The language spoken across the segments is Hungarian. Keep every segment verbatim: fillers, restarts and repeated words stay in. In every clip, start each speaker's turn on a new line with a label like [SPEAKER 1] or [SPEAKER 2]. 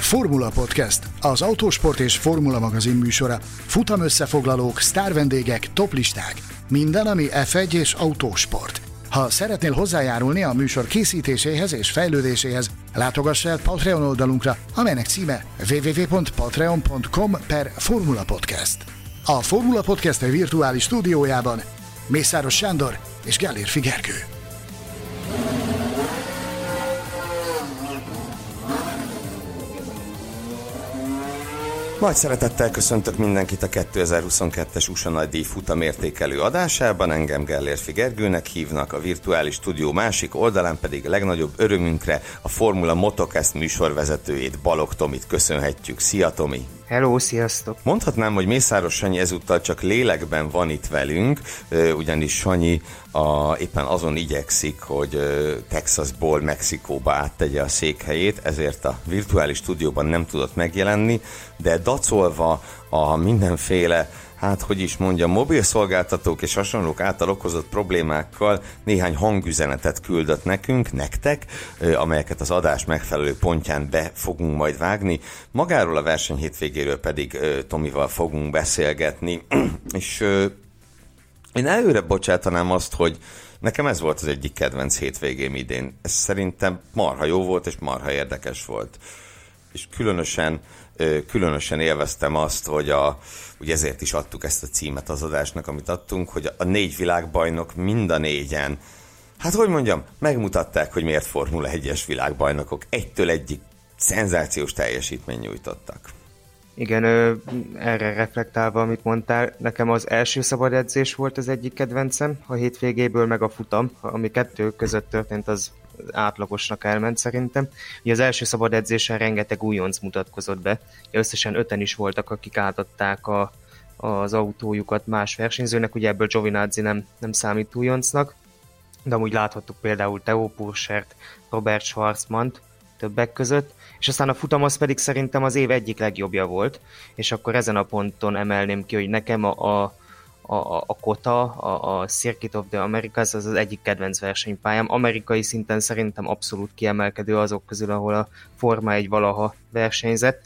[SPEAKER 1] Formula Podcast, az autósport és formula magazin műsora. Futam összefoglalók, sztárvendégek, toplisták. Minden, ami ef egy és autósport. Ha szeretnél hozzájárulni a műsor készítéséhez és fejlődéséhez, látogass el Patreon oldalunkra, amelynek címe double-u double-u double-u pont patreon pont com per Formula Podcast. A Formula Podcast virtuális stúdiójában Mészáros Sándor és Gellérfi Gergő.
[SPEAKER 2] Nagy szeretettel köszöntök mindenkit a kétezer-huszonkettes u es á Nagydíj futamértékelő adásában. Engem Gellérfi Gergőnek hívnak, a virtuális stúdió másik oldalán pedig a legnagyobb örömünkre a Formula Motocast műsorvezetőjét, Balogh Tomit köszönhetjük. Szia, Tomi!
[SPEAKER 3] Hello, sziasztok!
[SPEAKER 2] Mondhatnám, hogy Mészáros Sanyi ezúttal csak lélekben van itt velünk, ugyanis Sanyi a, éppen azon igyekszik, hogy Texasból Mexikóba áttegye a székhelyét, ezért a virtuális stúdióban nem tudott megjelenni, de dacolva a mindenféle, hát hogy is mondjam, mobil szolgáltatók és hasonlók által okozott problémákkal néhány hangüzenetet küldött nekünk, nektek, amelyeket az adás megfelelő pontján be fogunk majd vágni. Magáról a verseny hétvégéről pedig Tomival fogunk beszélgetni, és én előre bocsátanám azt, hogy nekem ez volt az egyik kedvenc hétvégém idén. Ez szerintem marha jó volt és marha érdekes volt. És különösen, különösen élveztem azt, hogy a, ugye ezért is adtuk ezt a címet az adásnak, amit adtunk, hogy a négy világbajnok mind a négyen, hát hogy mondjam, megmutatták, hogy miért Formula egyes világbajnokok, egytől egyik szenzációs teljesítményt nyújtottak.
[SPEAKER 3] Igen, erre reflektálva, amit mondtál, nekem az első szabad edzés volt az egyik kedvencem, a hétvégéből meg a futam, ami kettő között történt, az átlagosnak elment szerintem. Ugye az első szabad edzésen rengeteg újonc mutatkozott be, összesen öten is voltak, akik átadták a, az autójukat más versenyzőnek, ugye ebből Giovinazzi nem, nem számít újoncnak, de amúgy láthattuk például Theo Purchert, Robert Schwarzmant többek között, és aztán a futam az pedig szerintem az év egyik legjobbja volt, és akkor ezen a ponton emelném ki, hogy nekem a, a, a, a Kota, a, a Circuit of the Americas az az egyik kedvenc versenypályám. Amerikai szinten szerintem abszolút kiemelkedő azok közül, ahol a Forma egy valaha versenyzett,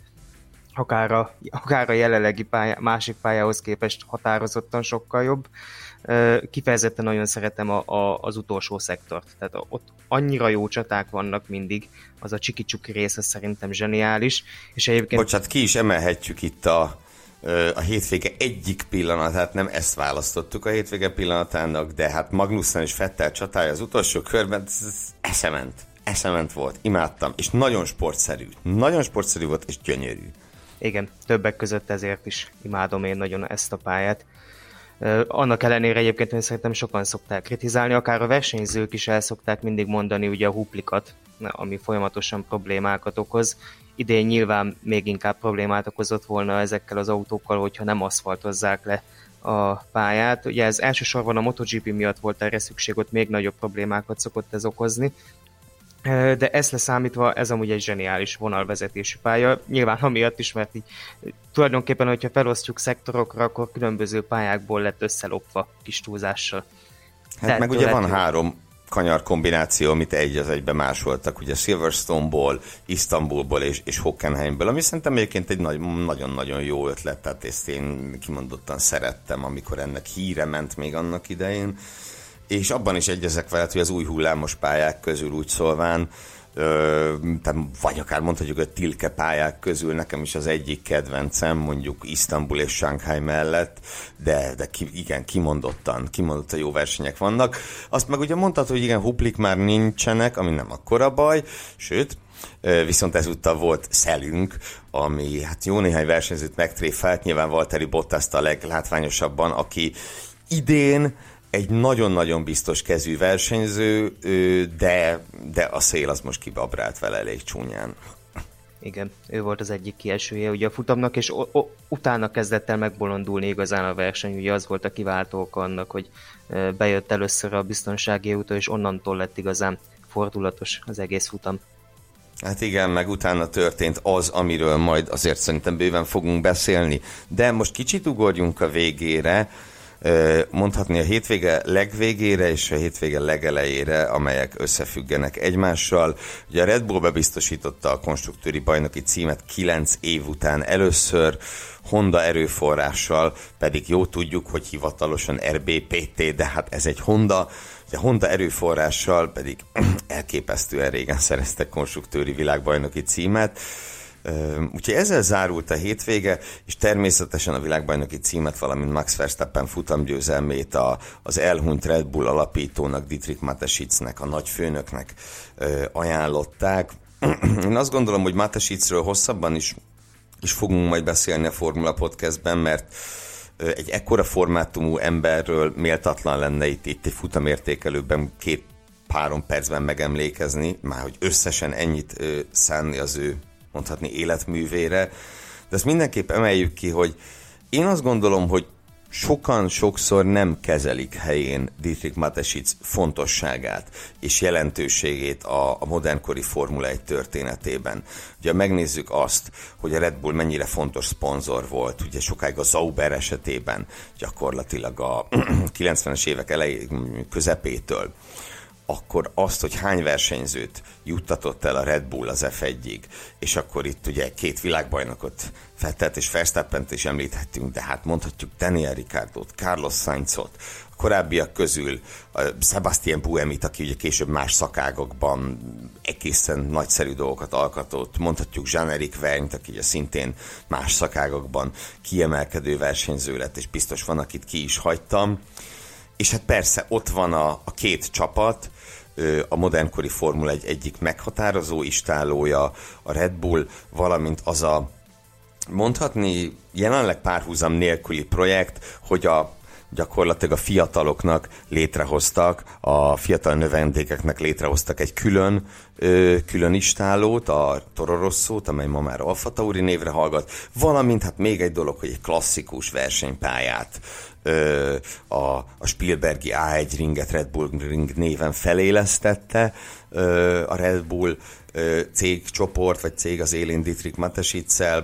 [SPEAKER 3] akár a, akár a jelenlegi pálya, másik pályához képest határozottan sokkal jobb. Kifejezetten nagyon szeretem a, a, az utolsó szektort, tehát ott annyira jó csaták vannak mindig, az a csiki-csuki része szerintem zseniális, és egyébként...
[SPEAKER 2] Bocsát, ki is emelhetjük itt a, a hétvége egyik pillanatát, nem ezt választottuk a hétvége pillanatának, de hát Magnussen és Vettel csatája az utolsó körben eszement, eszement volt, imádtam, és nagyon sportszerű, nagyon sportszerű volt, és gyönyörű.
[SPEAKER 3] Igen, többek között ezért is imádom én nagyon ezt a pályát. Uh, annak ellenére egyébként én szerintem sokan szokták kritizálni, akár a versenyzők is el szokták mindig mondani ugye a huplikat, ami folyamatosan problémákat okoz. Idén nyilván még inkább problémát okozott volna ezekkel az autókkal, hogyha nem aszfaltozzák le a pályát. Ugye ez elsősorban a MotoGP miatt volt erre szükség, ott még nagyobb problémákat szokott ez okozni. De ezt leszámítva ez amúgy egy zseniális vonalvezetésű pálya, nyilván amiatt is, mert így tulajdonképpen, hogyha felosztjuk szektorokra, akkor különböző pályákból lett összelopva kis túlzással.
[SPEAKER 2] Hát Tehát meg ugye van három kanyar kombináció, amit egy az egybe másoltak, ugye Silverstone-ból, Isztambulból és, és Hockenheimből, ami szerintem egyébként egy nagy, nagyon-nagyon jó ötlet, tehát ezt én kimondottan szerettem, amikor ennek híre ment még annak idején. És abban is egyezek veled, hogy az új hullámos pályák közül úgy szólván, ö, tehát vagy akár mondhatjuk, hogy Tilke pályák közül nekem is az egyik kedvencem, mondjuk Isztambul és Shanghai mellett, de, de ki, igen, kimondottan, kimondottan jó versenyek vannak. Azt meg ugye mondtad, hogy igen, huplik már nincsenek, ami nem akkora baj, sőt, viszont ezúttal volt szelünk, ami hát jó néhány versenyzőt megtréfelt, nyilván Valtteri Bottaszt a leglátványosabban, aki idén egy nagyon-nagyon biztos kezű versenyző, de, de a szél az most kibabrált vele elég csúnyán.
[SPEAKER 3] Igen, ő volt az egyik kiesője ugye a futamnak, és o- o- utána kezdett el megbolondulni igazán a verseny, ugye az volt a kiváltó oka annak, hogy bejött először a biztonsági autó, és onnantól lett igazán fordulatos az egész futam.
[SPEAKER 2] Hát igen, meg utána történt az, amiről majd azért szerintem bőven fogunk beszélni, de most kicsit ugorjunk a végére, mondhatni a hétvége legvégére és a hétvége legelejére, amelyek összefüggenek egymással. Ugye a Red Bull bebiztosította a konstruktőri bajnoki címet kilenc év után először, Honda erőforrással, pedig jó tudjuk, hogy hivatalosan er bé pé té, de hát ez egy Honda, de Honda erőforrással pedig elképesztően régen szereztek konstruktőri világbajnoki címet. Úgyhogy ezzel zárult a hétvége, és természetesen a világbajnoki címet, valamint Max Verstappen futamgyőzelmét a, az elhunyt Red Bull alapítónak, Dietrich Matesitznek, a nagyfőnöknek ajánlották. Én azt gondolom, hogy Matesitzről hosszabban is, is fogunk majd beszélni a Formula Podcastben, mert egy ekkora formátumú emberről méltatlan lenne itt, itt egy futamértékelőben két-három percben megemlékezni, már hogy összesen ennyit ö, szánni az ő, mondhatni, életművére. De ezt mindenképp emeljük ki, hogy én azt gondolom, hogy sokan sokszor nem kezelik helyén Dietrich Matesitz fontosságát és jelentőségét a, a modernkori Formula egy történetében. Ugye megnézzük azt, hogy a Red Bull mennyire fontos szponzor volt, ugye sokáig a Sauber esetében, gyakorlatilag a kilencvenes évek elejé közepétől, akkor azt, hogy hány versenyzőt juttatott el a Red Bull az ef egyig, és akkor itt ugye két világbajnokot, Vettelt és Verstappent is említhetünk, de hát mondhatjuk Daniel Ricciardót, Carlos Sainzot, a korábbiak közül a Sebastian Buemit, aki ugye később más szakágokban egészen nagyszerű dolgokat alkotott, mondhatjuk Jean-Éric Vergne-t, aki ugye szintén más szakágokban kiemelkedő versenyző lett, és biztos van, akit ki is hagytam. És hát persze ott van a, a két csapat, a modernkori Formula egy egyik meghatározó istálója, a Red Bull, valamint az a mondhatni jelenleg párhuzam nélküli projekt, hogy a gyakorlatilag a fiataloknak létrehoztak, a fiatal növendékeknek létrehoztak egy külön, ö, külön istálót, a Toro Rossót, amely ma már Alfa Tauri névre hallgat, valamint hát még egy dolog, hogy egy klasszikus versenypályát, ö, a, a Spielbergi á egy ringet Red Bull Ring néven felélesztette ö, a Red Bull ö, cégcsoport, vagy cég az élén Dietrich Matesitzel,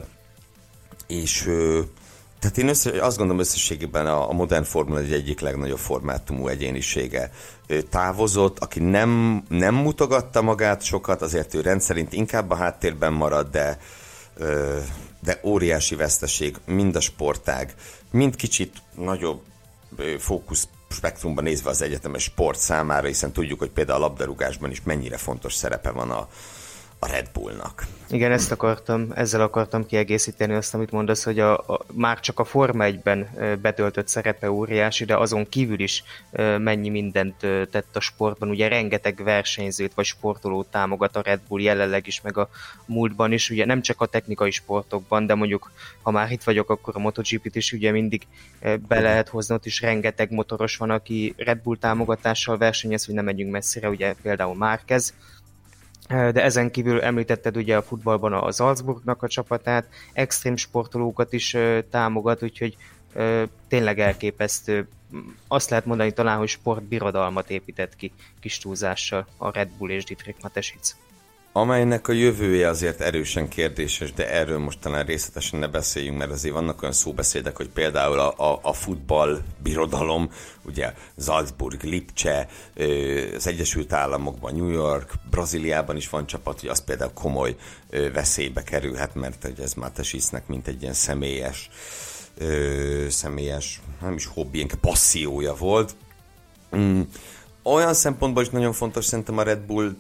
[SPEAKER 2] és ö, tehát én össze, azt gondolom összességében a, a modern Formula egy egyik legnagyobb formátumú egyénisége ő távozott, aki nem, nem mutogatta magát sokat, azért ő rendszerint inkább a háttérben marad, de, ö, de óriási veszteség mind a sportág, mind kicsit nagyobb ö, fókusz spektrumban nézve az egyetemes sport számára, hiszen tudjuk, hogy például a labdarúgásban is mennyire fontos szerepe van a a Red Bullnak.
[SPEAKER 3] Igen, ezt akartam, ezzel akartam kiegészíteni azt, amit mondasz, hogy a, a, már csak a Forma egyben betöltött szerepe óriási, de azon kívül is mennyi mindent tett a sportban. Ugye rengeteg versenyzőt vagy sportolót támogat a Red Bull jelenleg is, meg a múltban is. Ugye nem csak a technikai sportokban, de mondjuk, ha már itt vagyok, akkor a MotoGP-t is ugye mindig be lehet hozni, ott is rengeteg motoros van, aki Red Bull támogatással versenyez, hogy nem megyünk messzire, ugye például Márquez. De ezen kívül említetted ugye a futballban a Salzburgnak a csapatát, extrém sportolókat is támogat, úgyhogy tényleg elképesztő. Azt lehet mondani talán, hogy sportbirodalmat épített ki kis túlzással a Red Bull és Dietrich Matesitz.
[SPEAKER 2] Amelynek a jövője azért erősen kérdéses, de erről most talán részletesen ne beszéljünk, mert azért vannak olyan szóbeszédek, hogy például a, a, a futball birodalom, ugye Salzburg, Lipcse, az Egyesült Államokban, New York, Brazíliában is van csapat, hogy az például komoly veszélybe kerülhet, mert hogy ez Matesitznek mint egy ilyen személyes, személyes, nem is hobbi, inkább passziója volt. Olyan szempontból is nagyon fontos szerintem a Red Bullt.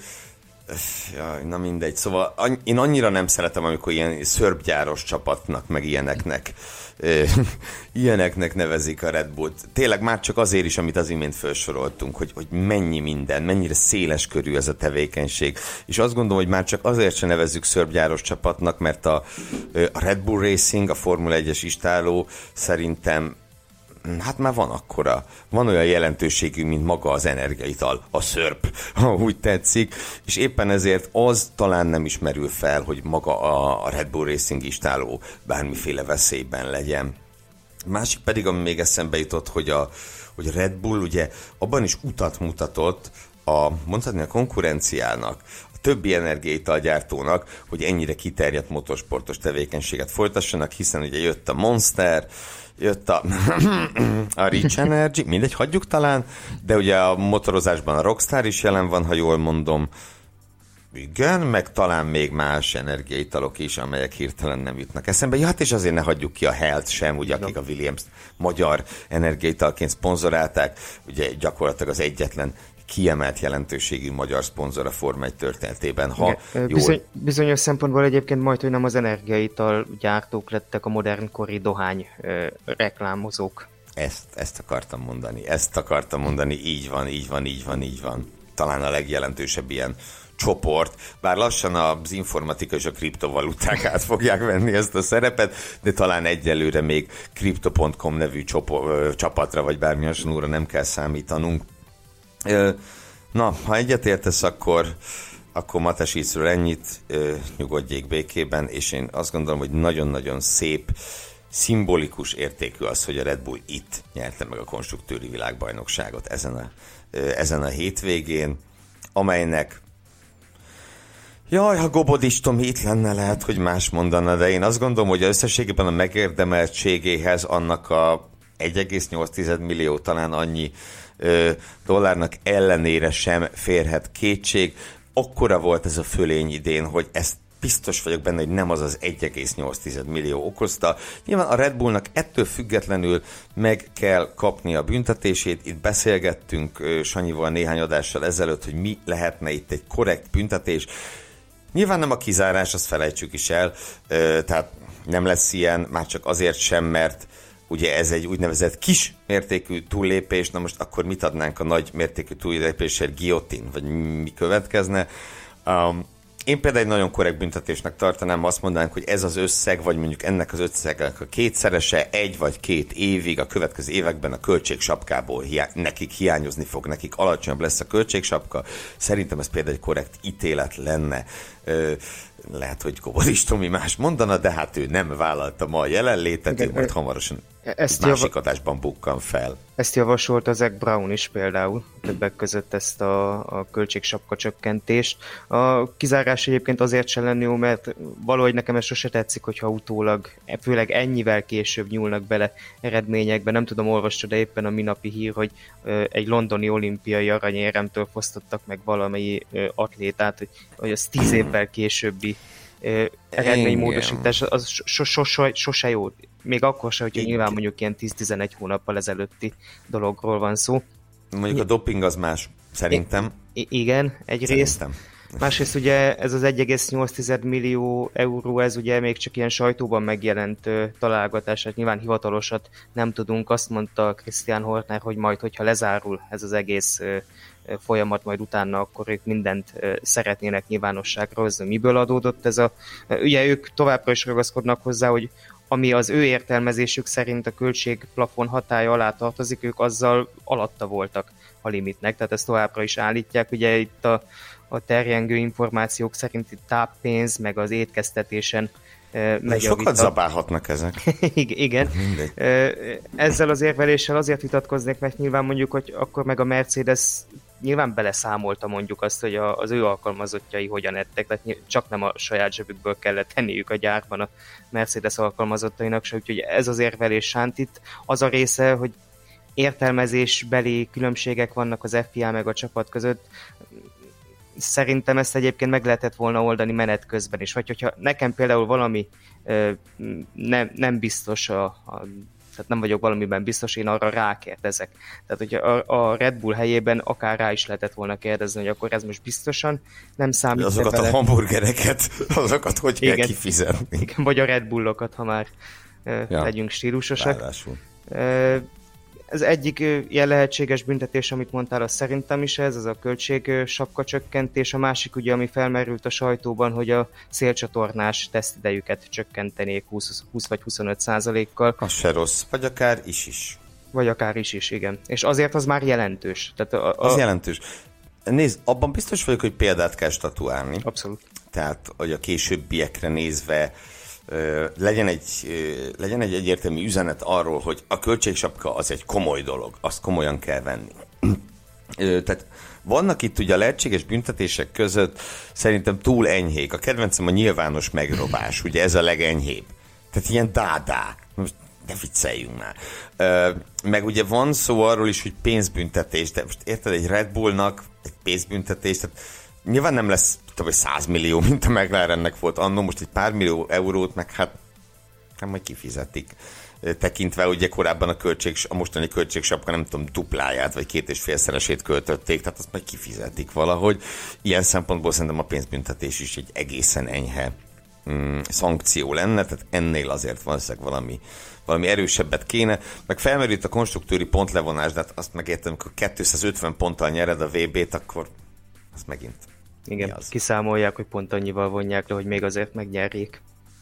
[SPEAKER 2] Jaj, na mindegy, szóval én annyira nem szeretem, amikor ilyen szörpgyáros csapatnak, meg ilyeneknek ilyeneknek nevezik a Red Bullt. Tényleg már csak azért is, amit az imént felsoroltunk, hogy, hogy mennyi minden, mennyire széles körű ez a tevékenység. És azt gondolom, hogy már csak azért se nevezzük szörpgyáros csapatnak, mert a, a Red Bull Racing, a Formula egyes istáló szerintem hát már van akkora, van olyan jelentőségű, mint maga az energiaital, a szörp, ha úgy tetszik, és éppen ezért az talán nem is merül fel, hogy maga a Red Bull Racing istáló bármiféle veszélyben legyen. Másik pedig, ami még eszembe jutott, hogy a, hogy a Red Bull ugye abban is utat mutatott, a, mondhatni a konkurenciának, többi energiaitalgyártónak, hogy ennyire kiterjedt motorsportos tevékenységet folytassanak, hiszen ugye jött a Monster, jött a, a Rich Energy, mindegy, hagyjuk talán, de ugye a motorozásban a Rockstar is jelen van, ha jól mondom. Igen, meg talán még más energiaitalok is, amelyek hirtelen nem jutnak eszembe. Ja, hát és azért ne hagyjuk ki a Helt sem, ugye, akik a Williams magyar energiaitalként szponzorálták, ugye gyakorlatilag az egyetlen kiemelt jelentőségű magyar szponzor a Forma egy történetében. Ha
[SPEAKER 3] jól... Bizony, bizonyos szempontból egyébként majd, hogy nem az energiaital gyártók lettek a modernkori dohány ö, reklámozók.
[SPEAKER 2] Ezt, ezt akartam mondani, ezt akartam mondani, így van, így van, így van, így van. Talán a legjelentősebb ilyen csoport, bár lassan az informatika és a kriptovaluták át fogják venni ezt a szerepet, de talán egyelőre még crypto pont com nevű csopo- csapatra, vagy bármi hasonlóra nem kell számítanunk. Na, ha egyetértesz, akkor, akkor Matesicről ennyit, nyugodjék békében, és én azt gondolom, hogy nagyon-nagyon szép, szimbolikus értékű az, hogy a Red Bull itt nyerte meg a konstruktőri világbajnokságot ezen a, ezen a hétvégén, amelynek jaj, ha Gobodistom itt lenne, lehet, hogy más mondana, de én azt gondolom, hogy összességében a megérdemeltségéhez annak a egy egész nyolc millió talán annyi ö, dollárnak ellenére sem férhet kétség. Akkora volt ez a fölény idén, hogy ezt biztos vagyok benne, hogy nem az az egy egész nyolc millió okozta. Nyilván a Red Bullnak ettől függetlenül meg kell kapni a büntetését. Itt beszélgettünk ö, Sanyival néhány adással ezelőtt, hogy mi lehetne itt egy korrekt büntetés. Nyilván nem a kizárás, azt felejtsük is el, ö, tehát nem lesz ilyen, már csak azért sem, mert ugye ez egy úgynevezett kis mértékű túllépés, na most akkor mit adnánk a nagy mértékű túllépésért, guillotine, vagy mi következne? Um, én például egy nagyon korrekt büntetésnek tartanám, azt mondanánk, hogy ez az összeg, vagy mondjuk ennek az összegnek a kétszerese, egy vagy két évig, a következő években a költségsapkából hiá- nekik hiányozni fog, nekik alacsonyabb lesz a költségsapka. Szerintem ez például egy korrekt ítélet lenne. Ö, lehet, hogy Kobodis Tomi más mondana, de hát ő nem vállalta ma a jelenlétet, ő majd hamarosan ezt másik java... adásban bukkan fel.
[SPEAKER 3] Ezt javasolt az Zach Brown is például, többek között ezt a, a költségsapka csökkentést. A kizárás egyébként azért sem lenne jó, mert valahogy nekem ez sose tetszik, hogyha utólag, főleg ennyivel később nyúlnak bele eredményekbe. Nem tudom, olvastad, de éppen a minapi hír, hogy egy londoni olimpiai aranyéremtől fosztottak meg valamely atlétát, hogy, hogy az tíz évvel későbbi eredménymódosítás, az sose, sose jó. Még akkor sem, hogy nyilván mondjuk ilyen tíz-tizenegy hónappal ezelőtti dologról van szó.
[SPEAKER 2] Mondjuk a doping az más, szerintem.
[SPEAKER 3] I- igen, egyrészt. Szerintem. Másrészt ugye ez az egy egész nyolc millió euró, ez ugye még csak ilyen sajtóban megjelent uh, találgatás, hát nyilván hivatalosat nem tudunk. Azt mondta Christian Horner, hogy majd, hogyha lezárul ez az egész uh, folyamat, majd utána akkor ők mindent uh, szeretnének nyilvánosságra hozni. Miből adódott ez a... Uh, ugye ők továbbra is ragaszkodnak hozzá, hogy ami az ő értelmezésük szerint a költségplafon hatálya alá tartozik, ők azzal alatta voltak a limitnek, tehát ezt továbbra is állítják. Ugye itt a, a terjengő információk szerint itt táppénz, meg az étkeztetésen e, megy a
[SPEAKER 2] sokat zabálhatnak ezek.
[SPEAKER 3] Igen. E, ezzel az érveléssel azért vitatkoznék, mert nyilván mondjuk, hogy akkor meg a Mercedes nyilván beleszámolta mondjuk azt, hogy a, az ő alkalmazottjai hogyan ettek, tehát csak nem a saját zsebükből kellett tenniük a gyárban a Mercedes alkalmazottainak se, úgyhogy ez az érvelés sánt itt. Az a része, hogy értelmezésbeli különbségek vannak az ef i á meg a csapat között, szerintem ezt egyébként meg lehetett volna oldani menet közben is, vagy hogyha nekem például valami ö, nem, nem biztos a, a tehát nem vagyok valamiben biztos, én arra rákérdezek. Tehát, hogyha a, a Red Bull helyében akár rá is lehetett volna kérdezni, hogy akkor ez most biztosan nem számít.
[SPEAKER 2] Azokat bele. A hamburgereket, azokat hogy igen, kell kifizetni.
[SPEAKER 3] Igen, vagy a Red Bullokat, ha már ja, legyünk stílusosak. Ráadásul. Ez egyik ilyen lehetséges büntetés, amit mondtál, az szerintem is ez, az a költség sapka csökkentés. A másik ugye, ami felmerült a sajtóban, hogy a szélcsatornás tesztidejüket csökkentenék húsz, húsz vagy huszonöt százalékkal.
[SPEAKER 2] Az se rossz, vagy akár is is.
[SPEAKER 3] Vagy akár is is, igen. És azért az már jelentős. Tehát a, a...
[SPEAKER 2] Az jelentős. Nézd, abban biztos vagyok, hogy példát kell statuálni.
[SPEAKER 3] Abszolút.
[SPEAKER 2] Tehát, hogy a későbbiekre nézve legyen egy, legyen egy egyértelmű üzenet arról, hogy a költségsapka az egy komoly dolog, azt komolyan kell venni. Tehát vannak itt ugye a lehetséges büntetések között szerintem túl enyhék. A kedvencem a nyilvános megrobás, ugye ez a legenyhébb. Tehát ilyen dádá. Most ne vicceljünk már. Ö, meg ugye van szó arról is, hogy pénzbüntetés, de most érted, egy Red Bullnak egy pénzbüntetés, tehát nyilván nem lesz tudom, száz millió, mint a McLarennek volt annó, most egy pár millió eurót, meg hát nem majd kifizetik. Tekintve ugye korábban a, költség, a mostani költségsapka nem tudom dupláját, vagy két és félszeresét költötték, tehát azt majd kifizetik valahogy. Ilyen szempontból szerintem a pénzbüntetés is egy egészen enyhe mm, szankció lenne, tehát ennél azért valószínűleg valami, valami erősebbet kéne. Meg felmerült a konstruktőri pontlevonás, de hát azt megértem, amikor kétszázötven ponttal nyered a vé bét, akkor az megint
[SPEAKER 3] igen, kiszámolják, hogy pont annyival vonják le, hogy még azért megnyerjék.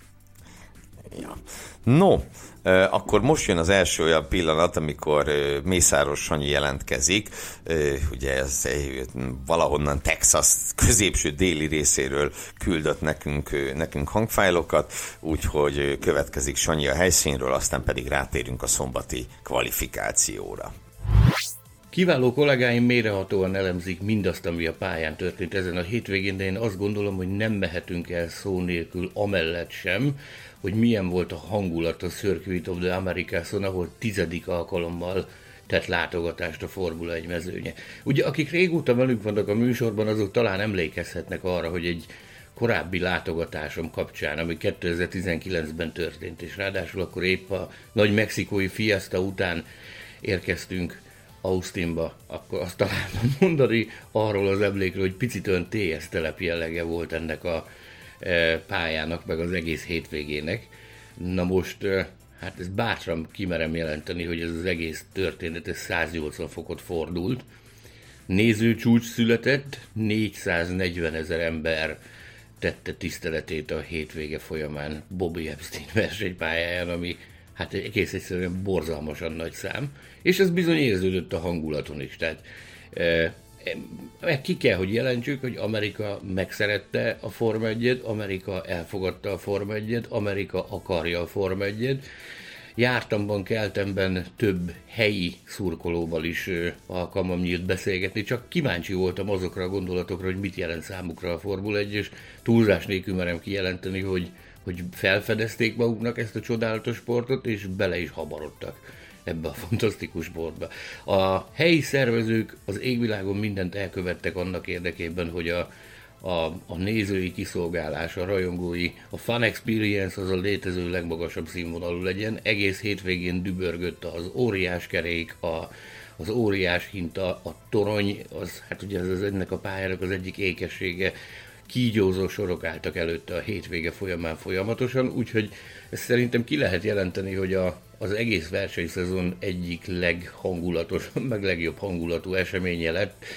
[SPEAKER 2] Ja. No, akkor most jön az első olyan pillanat, amikor Mészáros Sanyi jelentkezik. Ugye ez valahonnan Texas középső déli részéről küldött nekünk, nekünk hangfájlokat, úgyhogy következik Sanyi a helyszínről, aztán pedig rátérünk a szombati kvalifikációra.
[SPEAKER 4] Kiváló kollégáim mélyrehatóan elemzik mindazt, ami a pályán történt ezen a hétvégén, de én azt gondolom, hogy nem mehetünk el szó nélkül amellett sem, hogy milyen volt a hangulat a Circuit of the Americason, ahol tizedik alkalommal tett látogatást a Formula egy mezőnye. Ugye, akik régóta velünk vannak a műsorban, azok talán emlékezhetnek arra, hogy egy korábbi látogatásom kapcsán, ami kétezer-tizenkilencben történt, és ráadásul akkor épp a nagy mexikói Fiesta után érkeztünk Austinba, akkor azt talán mondani arról az emlékről, hogy picit olyan té es telep jellege volt ennek a pályának, meg az egész hétvégének. Na most, hát ezt bátran kimerem jelenteni, hogy ez az egész történet ez száznyolcvan fokot fordult. Nézőcsúcs született, négyszáznegyvenezer ember tette tiszteletét a hétvége folyamán Bobby Epstein versenypályáján, ami hát egész egyszerűen borzalmasan nagy szám, és ez bizony érződött a hangulaton is. Tehát meg ki kell, hogy jelentsük, hogy Amerika megszerette a Forma egyet, Amerika elfogadta a Forma egyet, Amerika akarja a Forma egyet. Jártamban, keltemben több helyi szurkolóval is alkalmam nyílt beszélgetni, csak kíváncsi voltam azokra a gondolatokra, hogy mit jelent számukra a Formula egy, és túlzás nélkül merem kijelenteni, hogy, hogy felfedezték maguknak ezt a csodálatos sportot, és bele is habarodtak ebbe a fantasztikus sportba. A helyi szervezők az égvilágon mindent elkövettek annak érdekében, hogy a, a, a nézői kiszolgálás, a rajongói, a fan experience az a létező legmagasabb színvonalú legyen. Egész hétvégén dübörgött az óriás kerék, a, az óriás hinta, a torony, az, hát ugye ez ennek a pályának az egyik ékessége, kígyózó sorok álltak előtte a hétvége folyamán folyamatosan, úgyhogy ezt szerintem ki lehet jelenteni, hogy a, az egész versenyszezon egyik leghangulatosabb, meg legjobb hangulatú eseménye lett.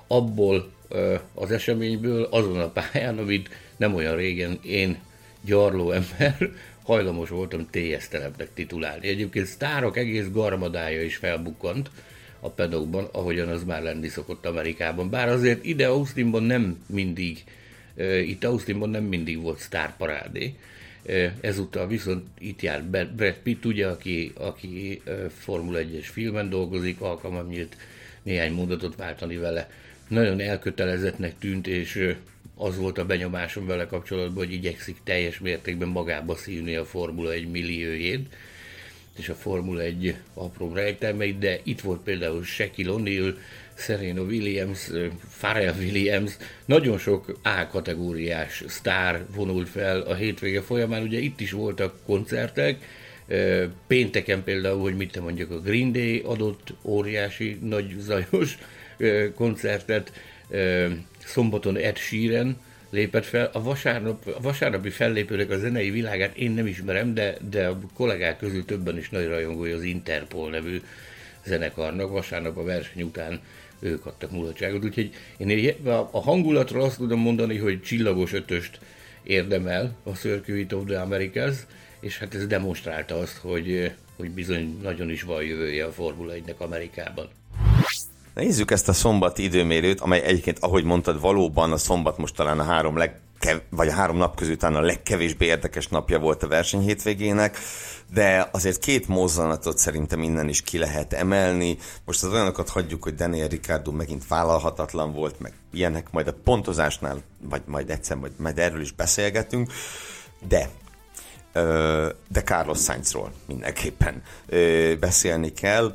[SPEAKER 4] Abból az eseményből azon a pályán, amit nem olyan régen én, gyarló ember, hajlamos voltam té es telepnek titulálni. Egyébként sztárok egész garmadája is felbukkant a pedokban, ahogyan az már lenni szokott Amerikában. Bár azért ide Austinban nem mindig, itt Austinban nem mindig volt sztárparádé. Ezúttal viszont itt jár Brad Pitt, ugye, aki, aki Formula egyes filmen dolgozik, alkalmam nyílt néhány mondatot váltani vele. Nagyon elkötelezettnek tűnt, és az volt a benyomásom vele kapcsolatban, hogy igyekszik teljes mértékben magába szívni a Formula egy milliójét, és a Formula egy apró rejtelmeit, de itt volt például Shaquille O'Neal, Serena Williams, Pharrell Williams, nagyon sok A-kategóriás sztár vonult fel a hétvége folyamán, ugye itt is voltak koncertek, pénteken például, hogy mit te mondjak, a Green Day adott óriási, nagy zajos koncertet, szombaton Ed Sheeran lépett fel. A, vasárnap, a vasárnapi fellépőnek a zenei világát én nem ismerem, de, de a kollégák közül többen is nagy rajongója az Interpol nevű zenekarnak. Vasárnap a verseny után ők adtak mulatságot, úgyhogy én a hangulatról azt tudom mondani, hogy csillagos ötöst érdemel a Circuit of the Americas, és hát ez demonstrálta azt, hogy, hogy bizony nagyon is van jövője a Formula egynek Amerikában.
[SPEAKER 2] Nézzük ezt a szombati időmérőt, amely egyébként, ahogy mondtad, valóban a szombat most talán a három kev- vagy a három nap közül talán a legkevésbé érdekes napja volt a verseny hétvégének, de azért két mozzanatot szerintem innen is ki lehet emelni. Most az olyanokat hagyjuk, hogy Daniel Ricciardo megint vállalhatatlan volt, meg ilyenek, majd a pontozásnál, vagy majd egyszer, majd, majd erről is beszélgetünk, de de Carlos Sainzról mindenképpen beszélni kell.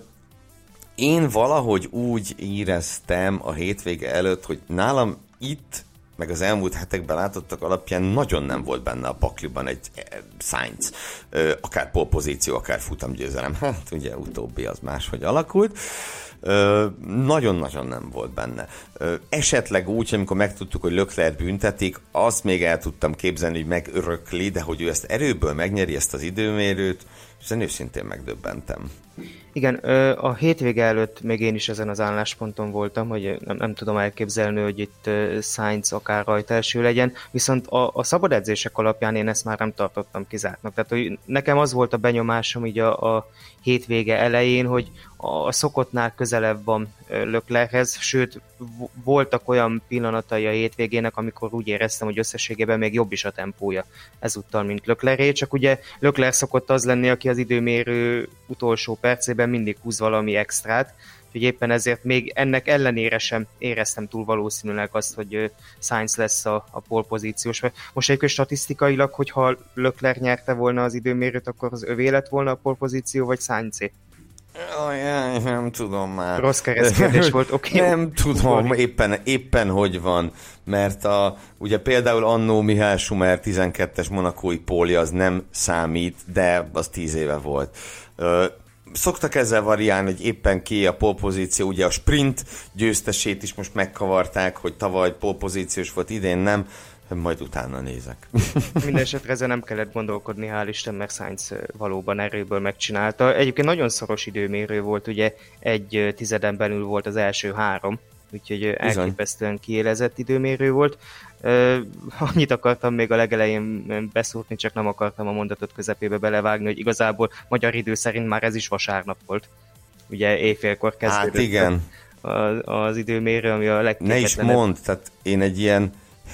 [SPEAKER 2] Én valahogy úgy éreztem a hétvége előtt, hogy nálam itt, meg az elmúlt hetekben látottak alapján nagyon nem volt benne a pakliban egy Sainz. Akár polpozíció, akár futamgyőzelem. Hát ugye utóbbi az máshogy alakult. Ö, nagyon-nagyon nem volt benne. Ö, esetleg úgy, amikor megtudtuk, hogy Leclerc büntetik, azt még el tudtam képzelni, hogy megörökli, de hogy ő ezt erőből megnyeri, ezt az időmérőt, és én őszintén megdöbbentem.
[SPEAKER 3] Igen, a hétvége előtt még én is ezen az állásponton voltam, hogy nem, nem tudom elképzelni, hogy itt Sainz akár rajta első legyen, viszont a, a szabad edzések alapján én ezt már nem tartottam kizártnak. Tehát, hogy nekem az volt a benyomásom így a, a hétvége elején, hogy a szokottnál közelebb van Leclerchez, sőt voltak olyan pillanatai a hétvégének, amikor úgy éreztem, hogy összességében még jobb is a tempója ezúttal, mint Leclercé, csak ugye Leclerc szokott az lenni, aki az időmérő utolsó percében mindig húz valami extrát, úgyhogy éppen ezért még ennek ellenére sem éreztem túl valószínűleg azt, hogy Sainz lesz a, a pole pozíciós. Most egyébként statisztikailag, hogyha Leclerc nyerte volna az időmérőt, akkor az övé lett volna a pole pozíció, vagy Sainzé?
[SPEAKER 2] Ajaj, nem tudom már.
[SPEAKER 3] Rossz keresztkérdés volt, oké. Okay.
[SPEAKER 2] Nem tudom, éppen, éppen hogy van, mert a, ugye például annó Michael Schumacher tizenkettes monakói pólja az nem számít, de az tíz éve volt. Szoktak ezzel variálni, hogy éppen ki a polpozíció, ugye a sprint győztesét is most megkavarták, hogy tavaly polpozíciós volt, idén nem, majd utána nézek.
[SPEAKER 3] Mindenesetre ezzel nem kellett gondolkodni, hál' Isten, mert Sainz valóban erőből megcsinálta. Egyébként nagyon szoros időmérő volt, ugye egy tizeden belül volt az első három, úgyhogy elképesztően kiélezett időmérő volt. Uh, annyit akartam még a legelején beszúrni, csak nem akartam a mondatot közepébe belevágni, hogy igazából magyar idő szerint már ez is vasárnap volt. Ugye éjfélkor kezdődött
[SPEAKER 2] hát igen.
[SPEAKER 3] Az, az időmérő, ami a legképetlenebb.
[SPEAKER 2] Ne is mondd, tehát én egy ilyen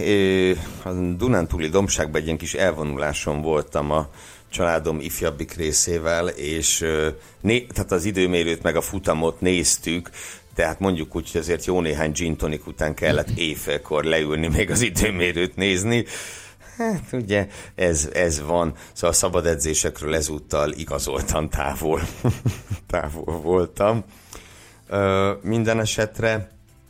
[SPEAKER 2] a Dunántúli dombságban egy ilyen kis elvonuláson voltam a családom ifjabbik részével, és né- tehát az időmérőt meg a futamot néztük, tehát mondjuk úgy, hogy azért jó néhány gin tonic után kellett éjfélkor leülni még az időmérőt nézni. Hát ugye ez, ez van. Szóval a szabad edzésekről ezúttal igazoltan távol, távol voltam. Ö, minden esetre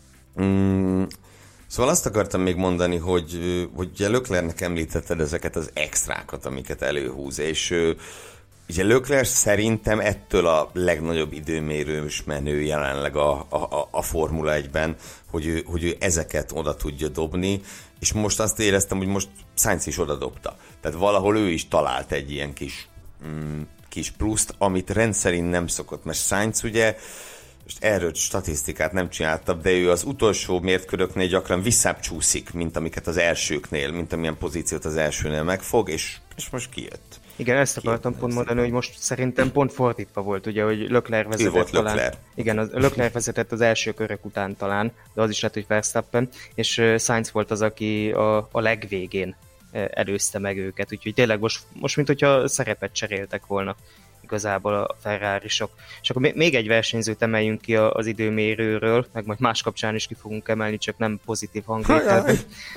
[SPEAKER 2] mm, szóval azt akartam még mondani, hogy, hogy ugye Leclercnek említetted ezeket az extrákat, amiket előhúz, és ugye Leclerc szerintem ettől a legnagyobb időmérős menő jelenleg a, a, a Formula egyben, hogy ő, hogy ő ezeket oda tudja dobni, és most azt éreztem, hogy most Sainz is oda dobta. Tehát valahol ő is talált egy ilyen kis, mm, kis pluszt, amit rendszerint nem szokott, mert Sainz ugye, most erről statisztikát nem csináltam, de ő az utolsó mértköröknél gyakran visszább csúszik, mint amiket az elsőknél, mint amilyen pozíciót az elsőnél megfog, és, és most kijött.
[SPEAKER 3] Igen, ezt akartam pont mondani, hogy most szerintem pont fordítva volt, ugye, hogy Leclerc vezetett.
[SPEAKER 2] Ő volt
[SPEAKER 3] talán.
[SPEAKER 2] Leclerc.
[SPEAKER 3] Igen, az Leclerc vezetett az első körök után talán, de az is lehet, hogy Verstappen, és Sainz volt az, aki a, a legvégén előzte meg őket, úgyhogy tényleg most, most mint hogyha szerepet cseréltek volna igazából a Ferrarisok. És akkor még egy versenyzőt emeljünk ki az időmérőről, meg majd más kapcsán is ki fogunk emelni, csak nem pozitív hangvétel.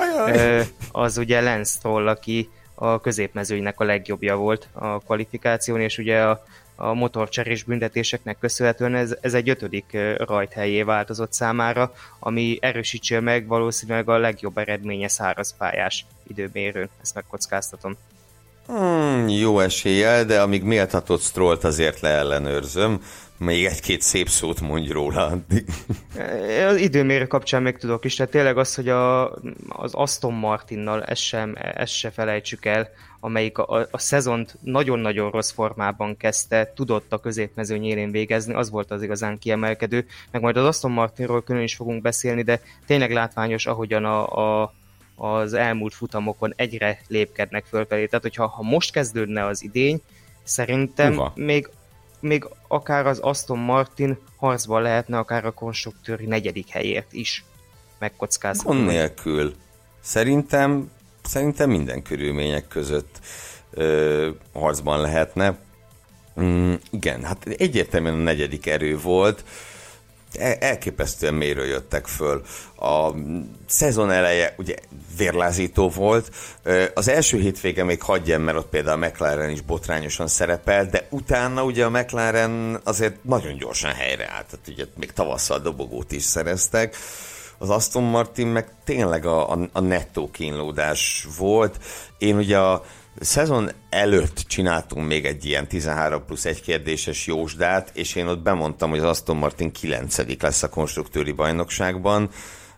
[SPEAKER 3] Az ugye Lance Stroll, aki a középmezőnynek a legjobbja volt a kvalifikáción, és ugye a, a motorcserés büntetéseknek köszönhetően ez, ez egy ötödik rajthelyé változott számára, ami erősítse meg valószínűleg a legjobb eredménye szárazpályás időmérőn. Ezt megkockáztatom.
[SPEAKER 2] Hmm, jó eséllyel, de amíg méltatott Strollt azért leellenőrzöm, még egy-két szép szót mondj róla addig.
[SPEAKER 3] Az időmérő kapcsán még tudok is, tehát tényleg az, hogy a, az Aston Martinnal ezt, sem, ezt se felejtsük el, amelyik a, a szezont nagyon-nagyon rossz formában kezdte, tudott a középmezőny élén végezni, az volt az igazán kiemelkedő, meg majd az Aston Martinról külön is fogunk beszélni, de tényleg látványos, ahogyan a, a az elmúlt futamokon egyre lépkednek fölfelé. Tehát, hogyha ha most kezdődne az idény, szerintem még, még akár az Aston Martin harcban lehetne, akár a konstruktőri negyedik helyért is megkockázhatni.
[SPEAKER 2] Gond nélkül. Szerintem szerintem minden körülmények között ö, harcban lehetne. Mm, igen, hát egyértelműen a negyedik erő volt, elképesztően mélyről jöttek föl. A szezon eleje ugye vérlázító volt. Az első hétvége még hagyjam, mert ott például a McLaren is botrányosan szerepel, de utána ugye a McLaren azért nagyon gyorsan helyreállt. Tehát ugye még tavasszal dobogót is szereztek. Az Aston Martin meg tényleg a, a, a nettó kínlódás volt. Én ugye a szezon előtt csináltunk még egy ilyen tizenhárom plusz egy kérdéses jósdát, és én ott bemondtam, hogy az Aston Martin kilencedik lesz a konstruktőri bajnokságban.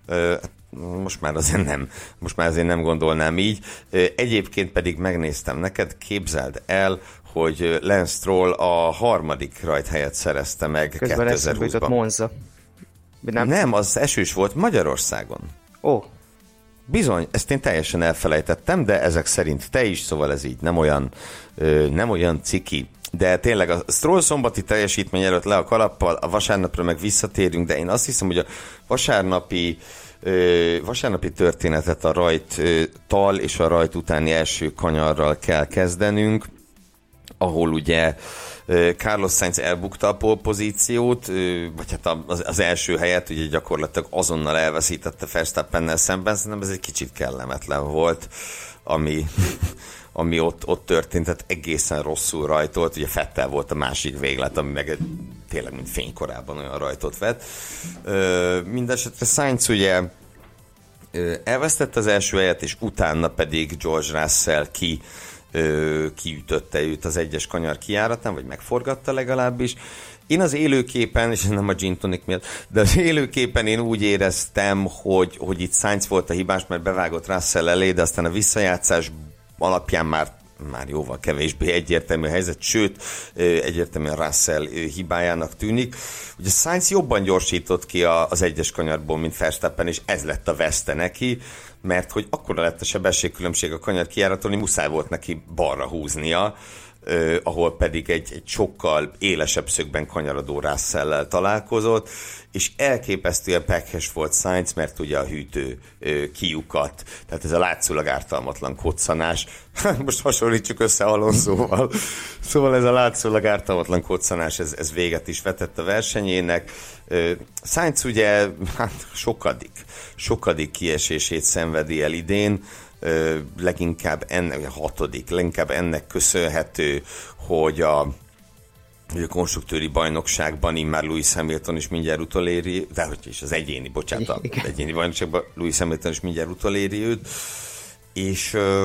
[SPEAKER 2] Most már azért nem, most már azért nem gondolnám így. Egyébként pedig megnéztem neked, képzeld el, hogy Lance Stroll a harmadik rajthelyet szerezte meg
[SPEAKER 3] közben
[SPEAKER 2] kétezer-húszban.
[SPEAKER 3] Monza.
[SPEAKER 2] Nem? nem, az esős volt Magyarországon.
[SPEAKER 3] Ó. Oh.
[SPEAKER 2] Bizony, ezt én teljesen elfelejtettem, de ezek szerint te is, szóval ez így nem olyan, ö, nem olyan ciki. De tényleg a Stroll szombati teljesítmény előtt le a kalappal, a vasárnapra meg visszatérünk, de én azt hiszem, hogy a vasárnapi, ö, vasárnapi történetet a rajttal és a rajt utáni első kanyarral kell kezdenünk, ahol ugye Carlos Sainz elbukta a pole pozíciót, vagy hát az első helyet ugye gyakorlatilag azonnal elveszítette Verstappennel szemben, szerintem ez egy kicsit kellemetlen volt, ami, ami ott, ott történt, tehát egészen rosszul rajtolt, ugye Vettel volt a másik véglet, ami meg tényleg mint fénykorában olyan rajtot vett. Mindenesetre Sainz ugye elvesztette az első helyet, és utána pedig George Russell ki Ö, kiütötte őt az egyes kanyar kijáratán, vagy megforgatta legalábbis. Én az élőképen, és nem a gin tonic miatt, de az élőképen én úgy éreztem, hogy, hogy itt Sainz volt a hibás, mert bevágott Russell elé, de aztán a visszajátszás alapján már már jóval kevésbé egyértelmű helyzet, sőt, egyértelműen Russell hibájának tűnik. Ugye Sainz jobban gyorsított ki az egyes kanyarból, mint Verstappen, és ez lett a veszte neki, mert hogy akkora lett a sebességkülönbség a kanyar kijáraton, hogy muszáj volt neki balra húznia, Uh, ahol pedig egy, egy sokkal élesebb szögben kanyarodó Russell-lel találkozott, és elképesztően pekhes volt Sainz, mert ugye a hűtő uh, kiukat, tehát ez a látszólag ártalmatlan koccanás, most hasonlítsuk össze Alonsóval, szóval ez a látszólag ártalmatlan koccanás, ez, ez véget is vetett a versenyének. Uh, Sainz ugye hát sokadik, sokadik kiesését szenvedi el idén, Uh, leginkább ennek, a hatodik, leginkább ennek köszönhető, hogy a, hogy a konstruktőri bajnokságban immár Lewis Hamilton is mindjárt utoléri, de hogy is az egyéni, bocsánat, az egyéni bajnokságban Lewis Hamilton is mindjárt utoléri őt, és, uh,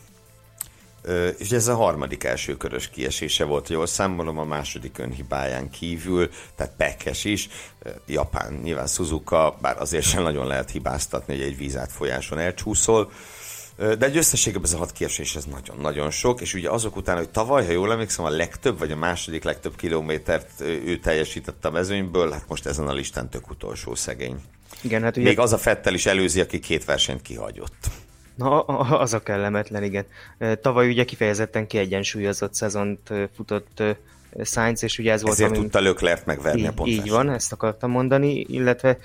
[SPEAKER 2] uh, és ez a harmadik elsőkörös kiesése volt, jól számolom, a második önhibáján kívül, tehát pekhes is. Uh, Japán, nyilván Suzuka, bár azért sem nagyon lehet hibáztatni, hogy egy vízátfolyáson elcsúszol, de egy összességében ez a hat kiesés, ez nagyon-nagyon sok, és ugye azok után, hogy tavaly, ha jól emlékszem, a legtöbb, vagy a második legtöbb kilométert ő teljesítette a mezőnyből, hát most ezen a listán tök utolsó szegény. Igen, hát ugye... Még az a Vettel is előzi, aki két versenyt kihagyott.
[SPEAKER 3] Na, az a kellemetlen, igen. Tavaly ugye kifejezetten kiegyensúlyozott szezont futott Sainz, és ugye ez volt...
[SPEAKER 2] Ezért tudta Leclerc megverni így, a pontversenyt.
[SPEAKER 3] Így van, ezt akartam mondani, illetve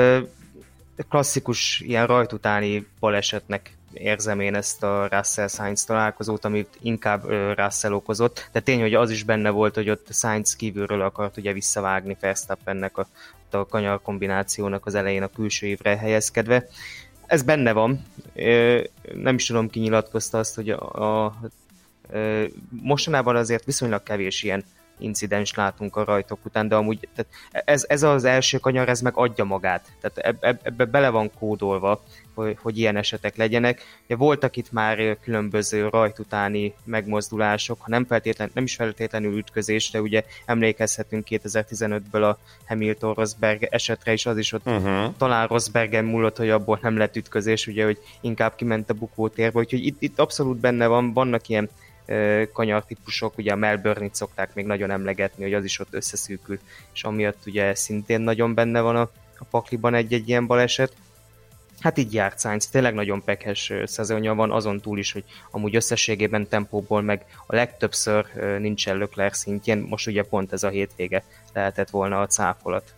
[SPEAKER 3] klasszikus ilyen rajt utáni balesetnek érzem én ezt a Russell-Sainz találkozót, amit inkább Russell okozott, de tény, hogy az is benne volt, hogy ott Sainz kívülről akart ugye visszavágni Verstappennek a, a kanyar kombinációnak az elején a külső évre helyezkedve. Ez benne van. Nem is tudom, ki nyilatkozta azt, hogy a, a, mostanában azért viszonylag kevés ilyen incidens látunk a rajtok után, de amúgy tehát ez, ez az első kanyar, ez meg adja magát. Tehát ebbe, ebbe bele van kódolva, hogy, hogy ilyen esetek legyenek. Ugye voltak itt már különböző rajt utáni megmozdulások, ha nem, feltétlen, nem is feltétlenül ütközés, de ugye emlékezhetünk kétezer-tizenötből a Hamilton-Rosberg esetre, és az is ott uh-huh. talán Rosbergen múlott, hogy abból nem lett ütközés, ugye, hogy inkább kiment a bukótérbe, úgyhogy itt, itt abszolút benne van, vannak ilyen kanyartípusok, ugye a Melbourne-it szokták még nagyon emlegetni, hogy az is ott összeszűkül, és amiatt ugye szintén nagyon benne van a, a pakliban egy-egy ilyen baleset. Hát így járt Sainz, tényleg nagyon pekhes szezonja van, azon túl is, hogy amúgy összességében tempóból meg a legtöbbször nincsen Leclerc szintjén, most ugye pont ez a hétvége lehetett volna a cáfolat.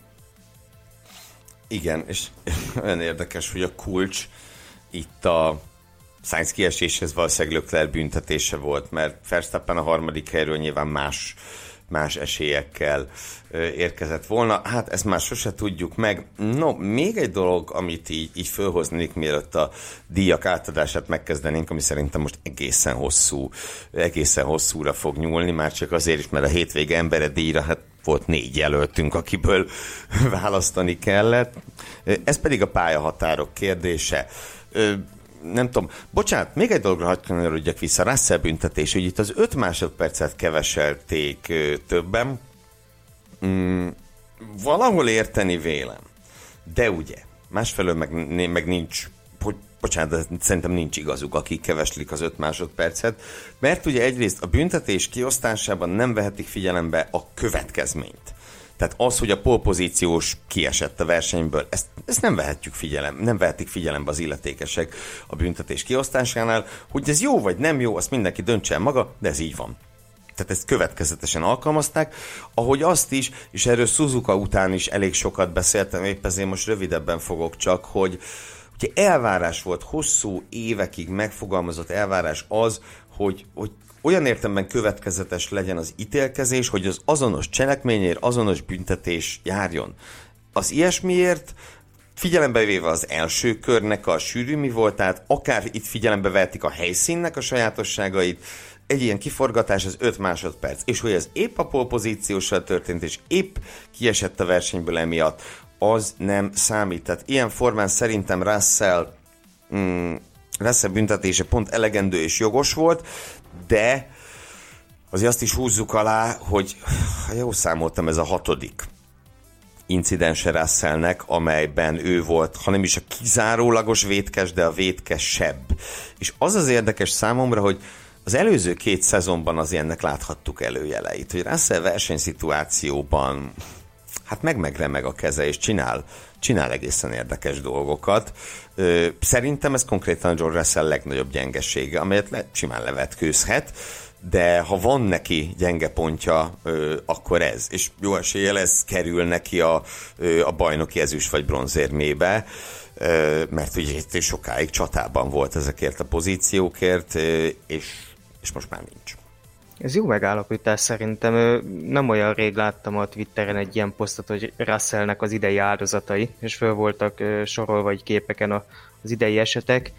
[SPEAKER 2] Igen, és olyan érdekes, hogy a kulcs itt a Sainz kieséshez valószínűleg Leclerc büntetése volt, mert Verstappen a harmadik helyről nyilván más, más esélyekkel érkezett volna. Hát ezt már sose tudjuk meg. No, még egy dolog, amit így, így fölhoznék, mielőtt a díjak átadását megkezdenénk, ami szerintem most egészen hosszú, egészen hosszúra fog nyúlni, már csak azért is, mert a hétvége embere díjra, hát volt négy jelöltünk, akiből választani kellett. Ez pedig a pályahatárok kérdése. Nem tudom, bocsánat, még egy dologra hadd kanyarodjak vissza, Russell büntetés, hogy itt az öt másodpercet keveselték többen, mm, valahol érteni vélem, de ugye, másfelől meg, meg nincs, hogy, bocsánat, de szerintem nincs igazuk, akik keveslik az öt másodpercet, mert ugye egyrészt a büntetés kiosztásában nem vehetik figyelembe a következményt. Tehát az, hogy a polpozíciós kiesett a versenyből, ezt, ezt nem vehetjük figyelem, nem vehetik figyelembe az illetékesek a büntetés kiosztásánál, hogy ez jó vagy nem jó, azt mindenki döntse el maga, de ez így van. Tehát ezt következetesen alkalmazták, ahogy azt is, és erről Suzuka után is elég sokat beszéltem, épp ezért most rövidebben fogok csak, hogy ugye elvárás volt, hosszú évekig megfogalmazott elvárás az, hogy, hogy olyan értelemben következetes legyen az ítélkezés, hogy az azonos cselekményért azonos büntetés járjon. Az ilyesmiért figyelembe véve az első körnek a sűrű mi voltát, akár itt figyelembe vehetik a helyszínnek a sajátosságait, egy ilyen kiforgatás az öt másodperc, és hogy ez épp a polpozícióssal történt, és épp kiesett a versenyből emiatt, az nem számít. Tehát ilyen formán szerintem Russell, mm, Russell büntetése pont elegendő és jogos volt, de azért azt is húzzuk alá, hogy ha jól számoltam, ez a hatodik incidense Russellnek, amelyben ő volt, ha nem is a kizárólagos vétkes, de a vétkesebb. És az az érdekes számomra, hogy az előző két szezonban az ilyennek láthattuk előjeleit, hogy Russell versenyszituációban hát meg-megremeg a keze, és csinál, csinál egészen érdekes dolgokat. Szerintem ez konkrétan George Russell legnagyobb gyengesége, amelyet le, simán levetkőzhet, de ha van neki gyenge pontja, akkor ez. És jó eséllyel ez kerül neki a, a bajnoki ezüst vagy bronzérmébe, mert ugye itt sokáig csatában volt ezekért a pozíciókért, és, és most már nincs.
[SPEAKER 3] Ez jó megállapítás szerintem. Nem olyan rég láttam a Twitteren egy ilyen posztot, hogy Russellnek az idei áldozatai, és föl voltak sorolva egy képeken az idei esetek,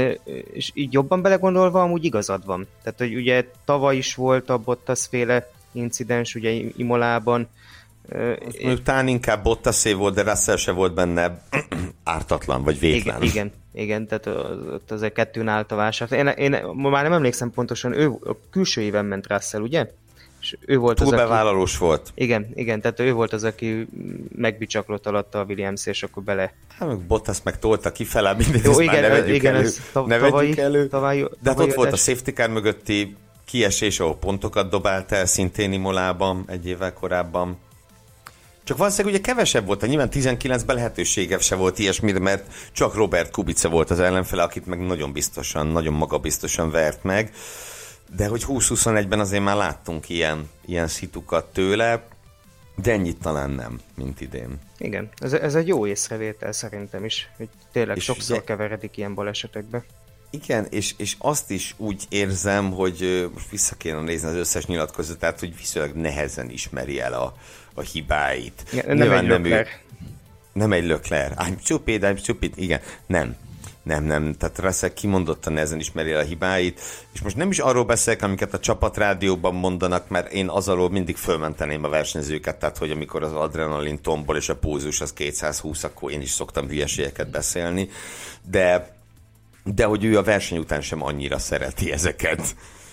[SPEAKER 3] és így jobban belegondolva amúgy igazad van. Tehát, hogy ugye tavaly is volt a Bottas-féle incidens, ugye Imolában.
[SPEAKER 2] Mondjuk talán inkább Bottasé volt, de Russell se volt benne ártatlan, vagy vétlen.
[SPEAKER 3] Igen, igen, igen, tehát ott az a kettőn állt a válság. Én, én már nem emlékszem pontosan, ő a külső éven ment Russell, ugye? És ő volt
[SPEAKER 2] Túl
[SPEAKER 3] az,
[SPEAKER 2] bevállalós
[SPEAKER 3] aki...
[SPEAKER 2] volt.
[SPEAKER 3] Igen, igen, tehát ő volt az, aki megbicsaklott alatta a Williams, és akkor bele...
[SPEAKER 2] Hát meg Bottas meg tolta kifele, mindegy,
[SPEAKER 3] Jó,
[SPEAKER 2] ezt
[SPEAKER 3] igen,
[SPEAKER 2] már ne vegyük
[SPEAKER 3] igen,
[SPEAKER 2] elő.
[SPEAKER 3] tav-
[SPEAKER 2] ne
[SPEAKER 3] tavalyi,
[SPEAKER 2] vegyük elő.
[SPEAKER 3] Tavalyi,
[SPEAKER 2] De hát ott volt a
[SPEAKER 3] es...
[SPEAKER 2] safety car mögötti kiesés, ahol pontokat dobált el, szintén Imolában, egy évvel korábban. Csak valószínűleg ugye kevesebb volt, nyilván tizenkilencben lehetősége se volt ilyesmire, mert csak Robert Kubica volt az ellenfele, akit meg nagyon biztosan, nagyon magabiztosan vert meg. De hogy húsz-huszonegyben azért már láttunk ilyen, ilyen szitukat tőle, de ennyit talán nem, mint idén.
[SPEAKER 3] Igen, ez, ez egy jó észrevétel szerintem is, hogy tényleg
[SPEAKER 2] és
[SPEAKER 3] sokszor
[SPEAKER 2] ugye,
[SPEAKER 3] keveredik ilyen balesetekbe.
[SPEAKER 2] Igen, és, és azt is úgy érzem, hogy most vissza kéne nézni az összes nyilatkozatát, hogy viszonylag nehezen ismeri el a, a hibáit.
[SPEAKER 3] Igen, nem egy Leclerc.
[SPEAKER 2] Nem egy Leclerc. I'm stupid, I'm stupid. Igen, nem. Nem, nem. Tehát Russell kimondottan nehezen ismeri el a hibáit, és most nem is arról beszélek, amiket a csapatrádióban mondanak, mert én az alól mindig fölmenteném a versenyzőket, tehát hogy amikor az adrenalin tombol és a pulzus az kétszázhúsz, akkor én is szoktam hülyeségeket beszélni, de de hogy ő a verseny után sem annyira szereti ezeket,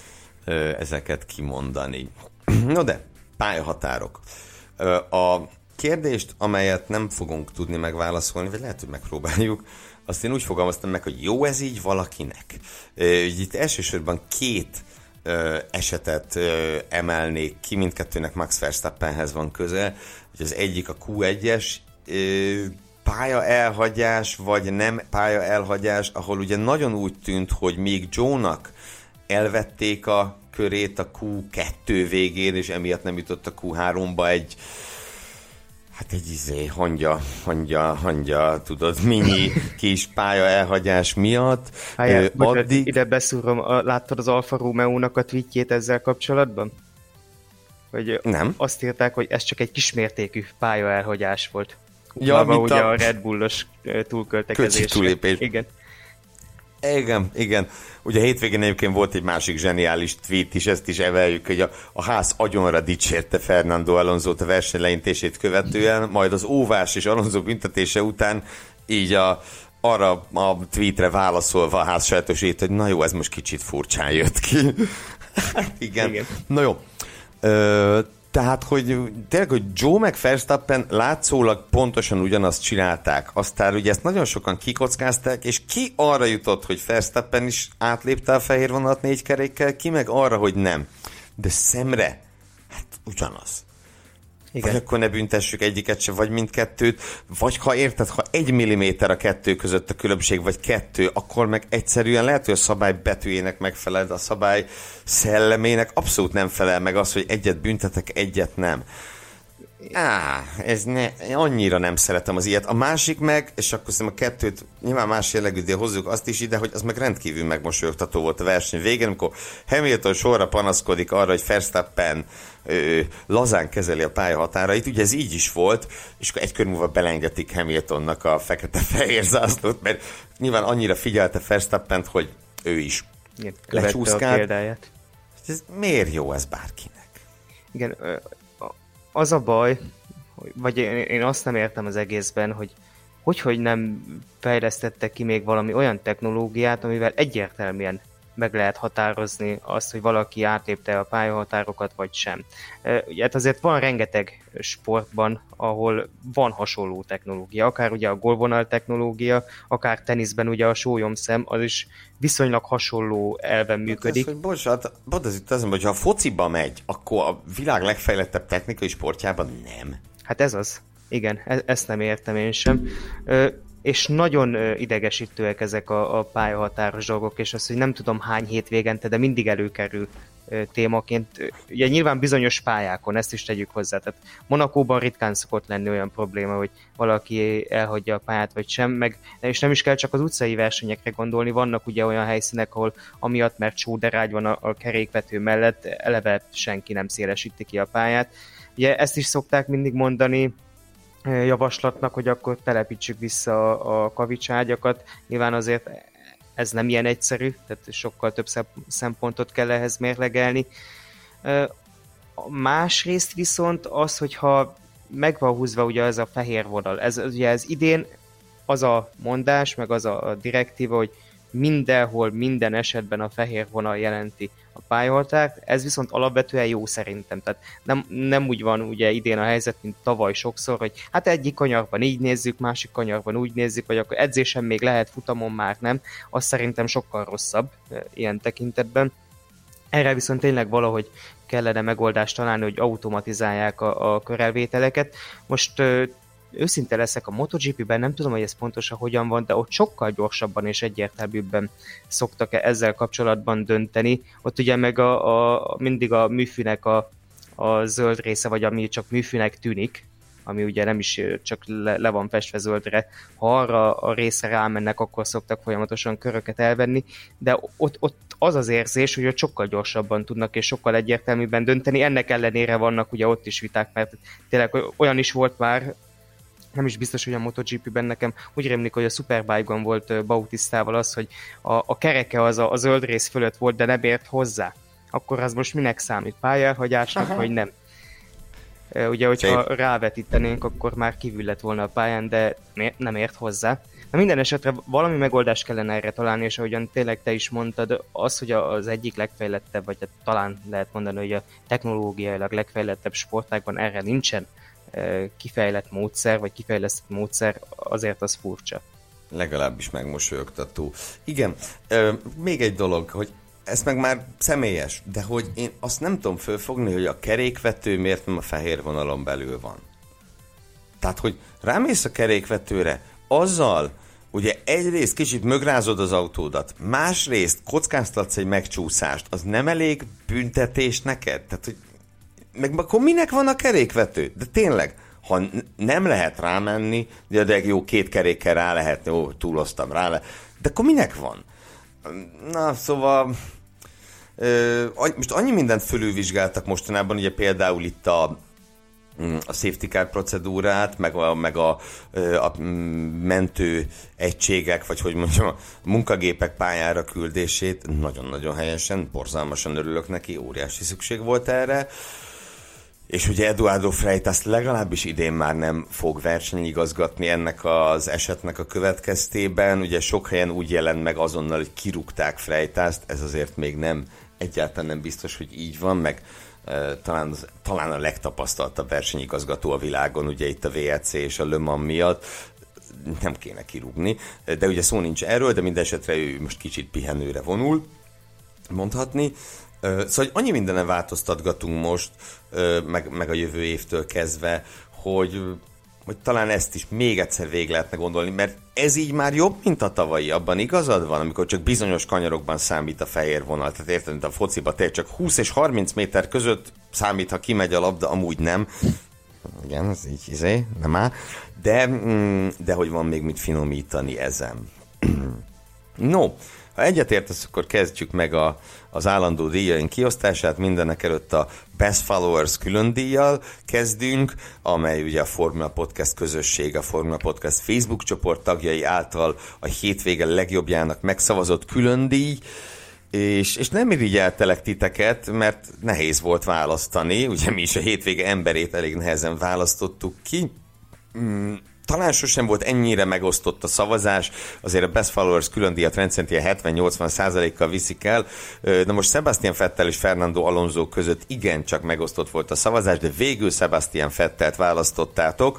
[SPEAKER 2] ezeket kimondani. No de, pályahatárok. A kérdést, amelyet nem fogunk tudni megválaszolni, vagy lehet, hogy megpróbáljuk, azt én úgy fogalmaztam meg, hogy jó ez így valakinek. Itt elsősorban két esetet emelnék ki, mindkettőnek Max Verstappenhez van köze. Az egyik a kú egyes pálya elhagyás, vagy nem pálya elhagyás, ahol ugye nagyon úgy tűnt, hogy még Joe-nak elvették a körét a kú kettő végén, és emiatt nem jutott a kú háromba egy Hát egy izé, hangya, hangya, hangya, tudod, mini kis pálya elhagyás miatt.
[SPEAKER 3] Hájjá, addig... Ide beszúrom, láttad az Alfa Romeo-nak a tweetjét ezzel kapcsolatban? Hogy nem. Azt írták, hogy ez csak egy kismértékű pálya elhagyás volt. Ja, Maga ugye a... a Red Bullos túlköltekezés.
[SPEAKER 2] túlépés.
[SPEAKER 3] Igen.
[SPEAKER 2] Igen, igen. Ugye hétvégén egyébként volt egy másik zseniális tweet is, ezt is emeljük, hogy a, a ház agyonra dicsérte Fernando Alonsót a verseny leintését követően, majd az óvás és Alonso büntetése után így a, arra a tweetre válaszolva a ház sajátosít, hogy na jó, ez most kicsit furcsán jött ki. igen. igen. Na jó. Ö, Tehát, hogy tényleg, hogy Joe meg Verstappen látszólag pontosan ugyanazt csinálták. Aztán ugye ezt nagyon sokan kikockázták, és ki arra jutott, hogy Verstappen is átlépte a fehér vonalat négy kerékkel, ki meg arra, hogy nem. De szemre, hát ugyanaz. Igen. Vagy akkor ne büntessük egyiket se, vagy mindkettőt, vagy ha érted, ha egy milliméter a kettő között a különbség, vagy kettő, akkor meg egyszerűen lehet, hogy a szabály betűjének megfelel, de a szabály szellemének abszolút nem felel meg az, hogy egyet büntetek, egyet nem. Á, ez ne, annyira nem szeretem az ilyet. A másik meg, és akkor szerintem a kettőt nyilván más jellegű, de hozzuk azt is ide, hogy az meg rendkívül megmosolyogtató volt a verseny végén, amikor Hamilton sorra panaszkodik arra, hogy Verstappen ö, lazán kezeli a pálya határait, ugye ez így is volt, és akkor egy kör múlva belengetik Hamiltonnak a fekete-fehér zászlót, mert nyilván annyira figyelte Verstappent, hogy ő is lecsúszkált. Ez miért jó ez bárkinek?
[SPEAKER 3] Igen, ö- az a baj, vagy én azt nem értem az egészben, hogy hogy, hogy nem fejlesztettek ki még valami olyan technológiát, amivel egyértelműen meg lehet határozni azt, hogy valaki átlépte a pályahatárokat, vagy sem. Ugye, hát azért van rengeteg sportban, ahol van hasonló technológia, akár ugye a gólvonal technológia, akár teniszben ugye a sólyomszem, az is viszonylag hasonló elven működik.
[SPEAKER 2] Hát ez, hogy bocsánat, pont ez itt az, hogy ha a fociba megy, akkor a világ legfejlettebb technikai sportjában nem.
[SPEAKER 3] Hát ez az. Igen, e- ezt nem értem én sem. Ö, és nagyon idegesítőek ezek a, a pályahatáros dolgok, és az, hogy nem tudom hány hétvégente, de mindig előkerül témaként. Ugye nyilván bizonyos pályákon, ezt is tegyük hozzá. Tehát Monakóban ritkán szokott lenni olyan probléma, hogy valaki elhagyja a pályát, vagy sem, meg, és nem is kell csak az utcai versenyekre gondolni, vannak ugye olyan helyszínek, ahol amiatt, mert csóderágy van a, a kerékvető mellett, eleve senki nem szélesíti ki a pályát. Ugye ezt is szokták mindig mondani javaslatnak, hogy akkor telepítsük vissza a kavicságyakat. Nyilván azért ez nem ilyen egyszerű, tehát sokkal több szempontot kell ehhez mérlegelni. Másrészt viszont az, hogyha meg van húzva ugye ez a fehér vonal, ez, ugye ez idén az a mondás, meg az a direktíva, hogy mindenhol, minden esetben a fehér vonal jelenti a pályahatárt, ez viszont alapvetően jó szerintem, tehát nem, nem úgy van ugye idén a helyzet, mint tavaly sokszor, hogy hát egyik kanyarban így nézzük, másik kanyarban úgy nézzük, vagy akkor edzésen még lehet, futamon már nem, az szerintem sokkal rosszabb ilyen tekintetben. Erre viszont tényleg valahogy kellene megoldást találni, hogy automatizálják a, a körelvételeket. Most őszinte leszek, a MotoGP-ben nem tudom, hogy ez pontosan hogyan van, de ott sokkal gyorsabban és egyértelműbben szoktak ezzel kapcsolatban dönteni. Ott ugye meg a, a, mindig a műfűnek a, a zöld része, vagy ami csak műfűnek tűnik, ami ugye nem is csak le, le van festve zöldre. Ha arra a részre rámennek, akkor szoktak folyamatosan köröket elvenni, de ott, ott az az érzés, hogy ott sokkal gyorsabban tudnak és sokkal egyértelműbben dönteni. Ennek ellenére vannak ugye ott is viták, mert tényleg olyan is volt már, nem is biztos, hogy a MotoGP-ben nekem úgy rémlik, hogy a Superbike-on volt Bautistával az, hogy a, a kereke az a, a zöld rész fölött volt, de nem ért hozzá. Akkor az most minek számít? Pályelhagyásnak, vagy nem? Ugye, hogyha Szép. rávetítenénk, akkor már kívül lett volna a pályán, de nem ért hozzá. Na minden esetre valami megoldást kellene erre találni, és ahogyan tényleg te is mondtad, az, hogy az egyik legfejlettebb, vagy talán lehet mondani, hogy a technológiailag legfejlettebb sportágban erre nincsen kifejlett módszer, vagy kifejlesztett módszer, azért az furcsa.
[SPEAKER 2] Legalábbis megmosolyogtató. Igen, ö, még egy dolog, hogy ez meg már személyes, de hogy én azt nem tudom fölfogni, hogy a kerékvető miért nem a fehér vonalon belül van. Tehát, hogy rámész a kerékvetőre, azzal ugye egyrészt kicsit mögrázod az autódat, másrészt kockáztatsz egy megcsúszást, az nem elég büntetés neked? Tehát, hogy meg akkor minek van a kerékvető? De tényleg, Ha nem lehet rámenni, de, de jó, két kerékkel rá lehet, jó, túloztam rá, le, de akkor minek van? Na, szóval ö, most annyi mindent fölülvizsgáltak mostanában, ugye például itt a a safety car procedúrát, meg a, meg a, a mentő egységek, vagy hogy mondjam, a munkagépek pályára küldését nagyon-nagyon helyesen, borzalmasan örülök neki, óriási szükség volt erre. És ugye Eduardo Freitas legalábbis idén már nem fog versenyigazgatni ennek az esetnek a következtében. Ugye sok helyen úgy jelent meg azonnal, hogy kirúgták Freitast, ez azért még nem, egyáltalán nem biztos, hogy így van, meg Talán, az, talán a legtapasztaltabb versenyigazgató a világon, ugye itt a vé é cé és a Le Mans miatt, nem kéne kirúgni, de ugye szó nincs erről, de mindesetre ő most kicsit pihenőre vonul, mondhatni. Szóval annyi mindenen változtatgatunk most, meg, meg a jövő évtől kezdve, hogy, hogy talán ezt is még egyszer végig lehetne gondolni, mert ez így már jobb, mint a tavalyi, abban igazad van, amikor csak bizonyos kanyarokban számít a fehér vonal. Tehát érted, mint a fociba, tényleg csak húsz és harminc méter között számít, ha kimegy a labda, amúgy nem. Igen, ez így izé, nem áll. De, de hogy van még mit finomítani ezen. No, ha egyetértesz, akkor kezdjük meg a, az állandó díjaink kiosztását. Mindenek előtt a Best Followers külön díjjal kezdünk, amely ugye a Formula Podcast közösség, a Formula Podcast Facebook csoport tagjai által a hétvége legjobbjának megszavazott külön díj, és, és nem irigyeltelek titeket, mert nehéz volt választani, ugye mi is a hétvége emberét elég nehezen választottuk ki. Mm. Talán sosem volt ennyire megosztott a szavazás, azért a Best Followers külön díjat rendszerint ilyen hetven-nyolcvan százalékkal viszik el. Na most Sebastian Vettel és Fernando Alonso között igencsak megosztott volt a szavazás, de végül Sebastian Vettelt választottátok,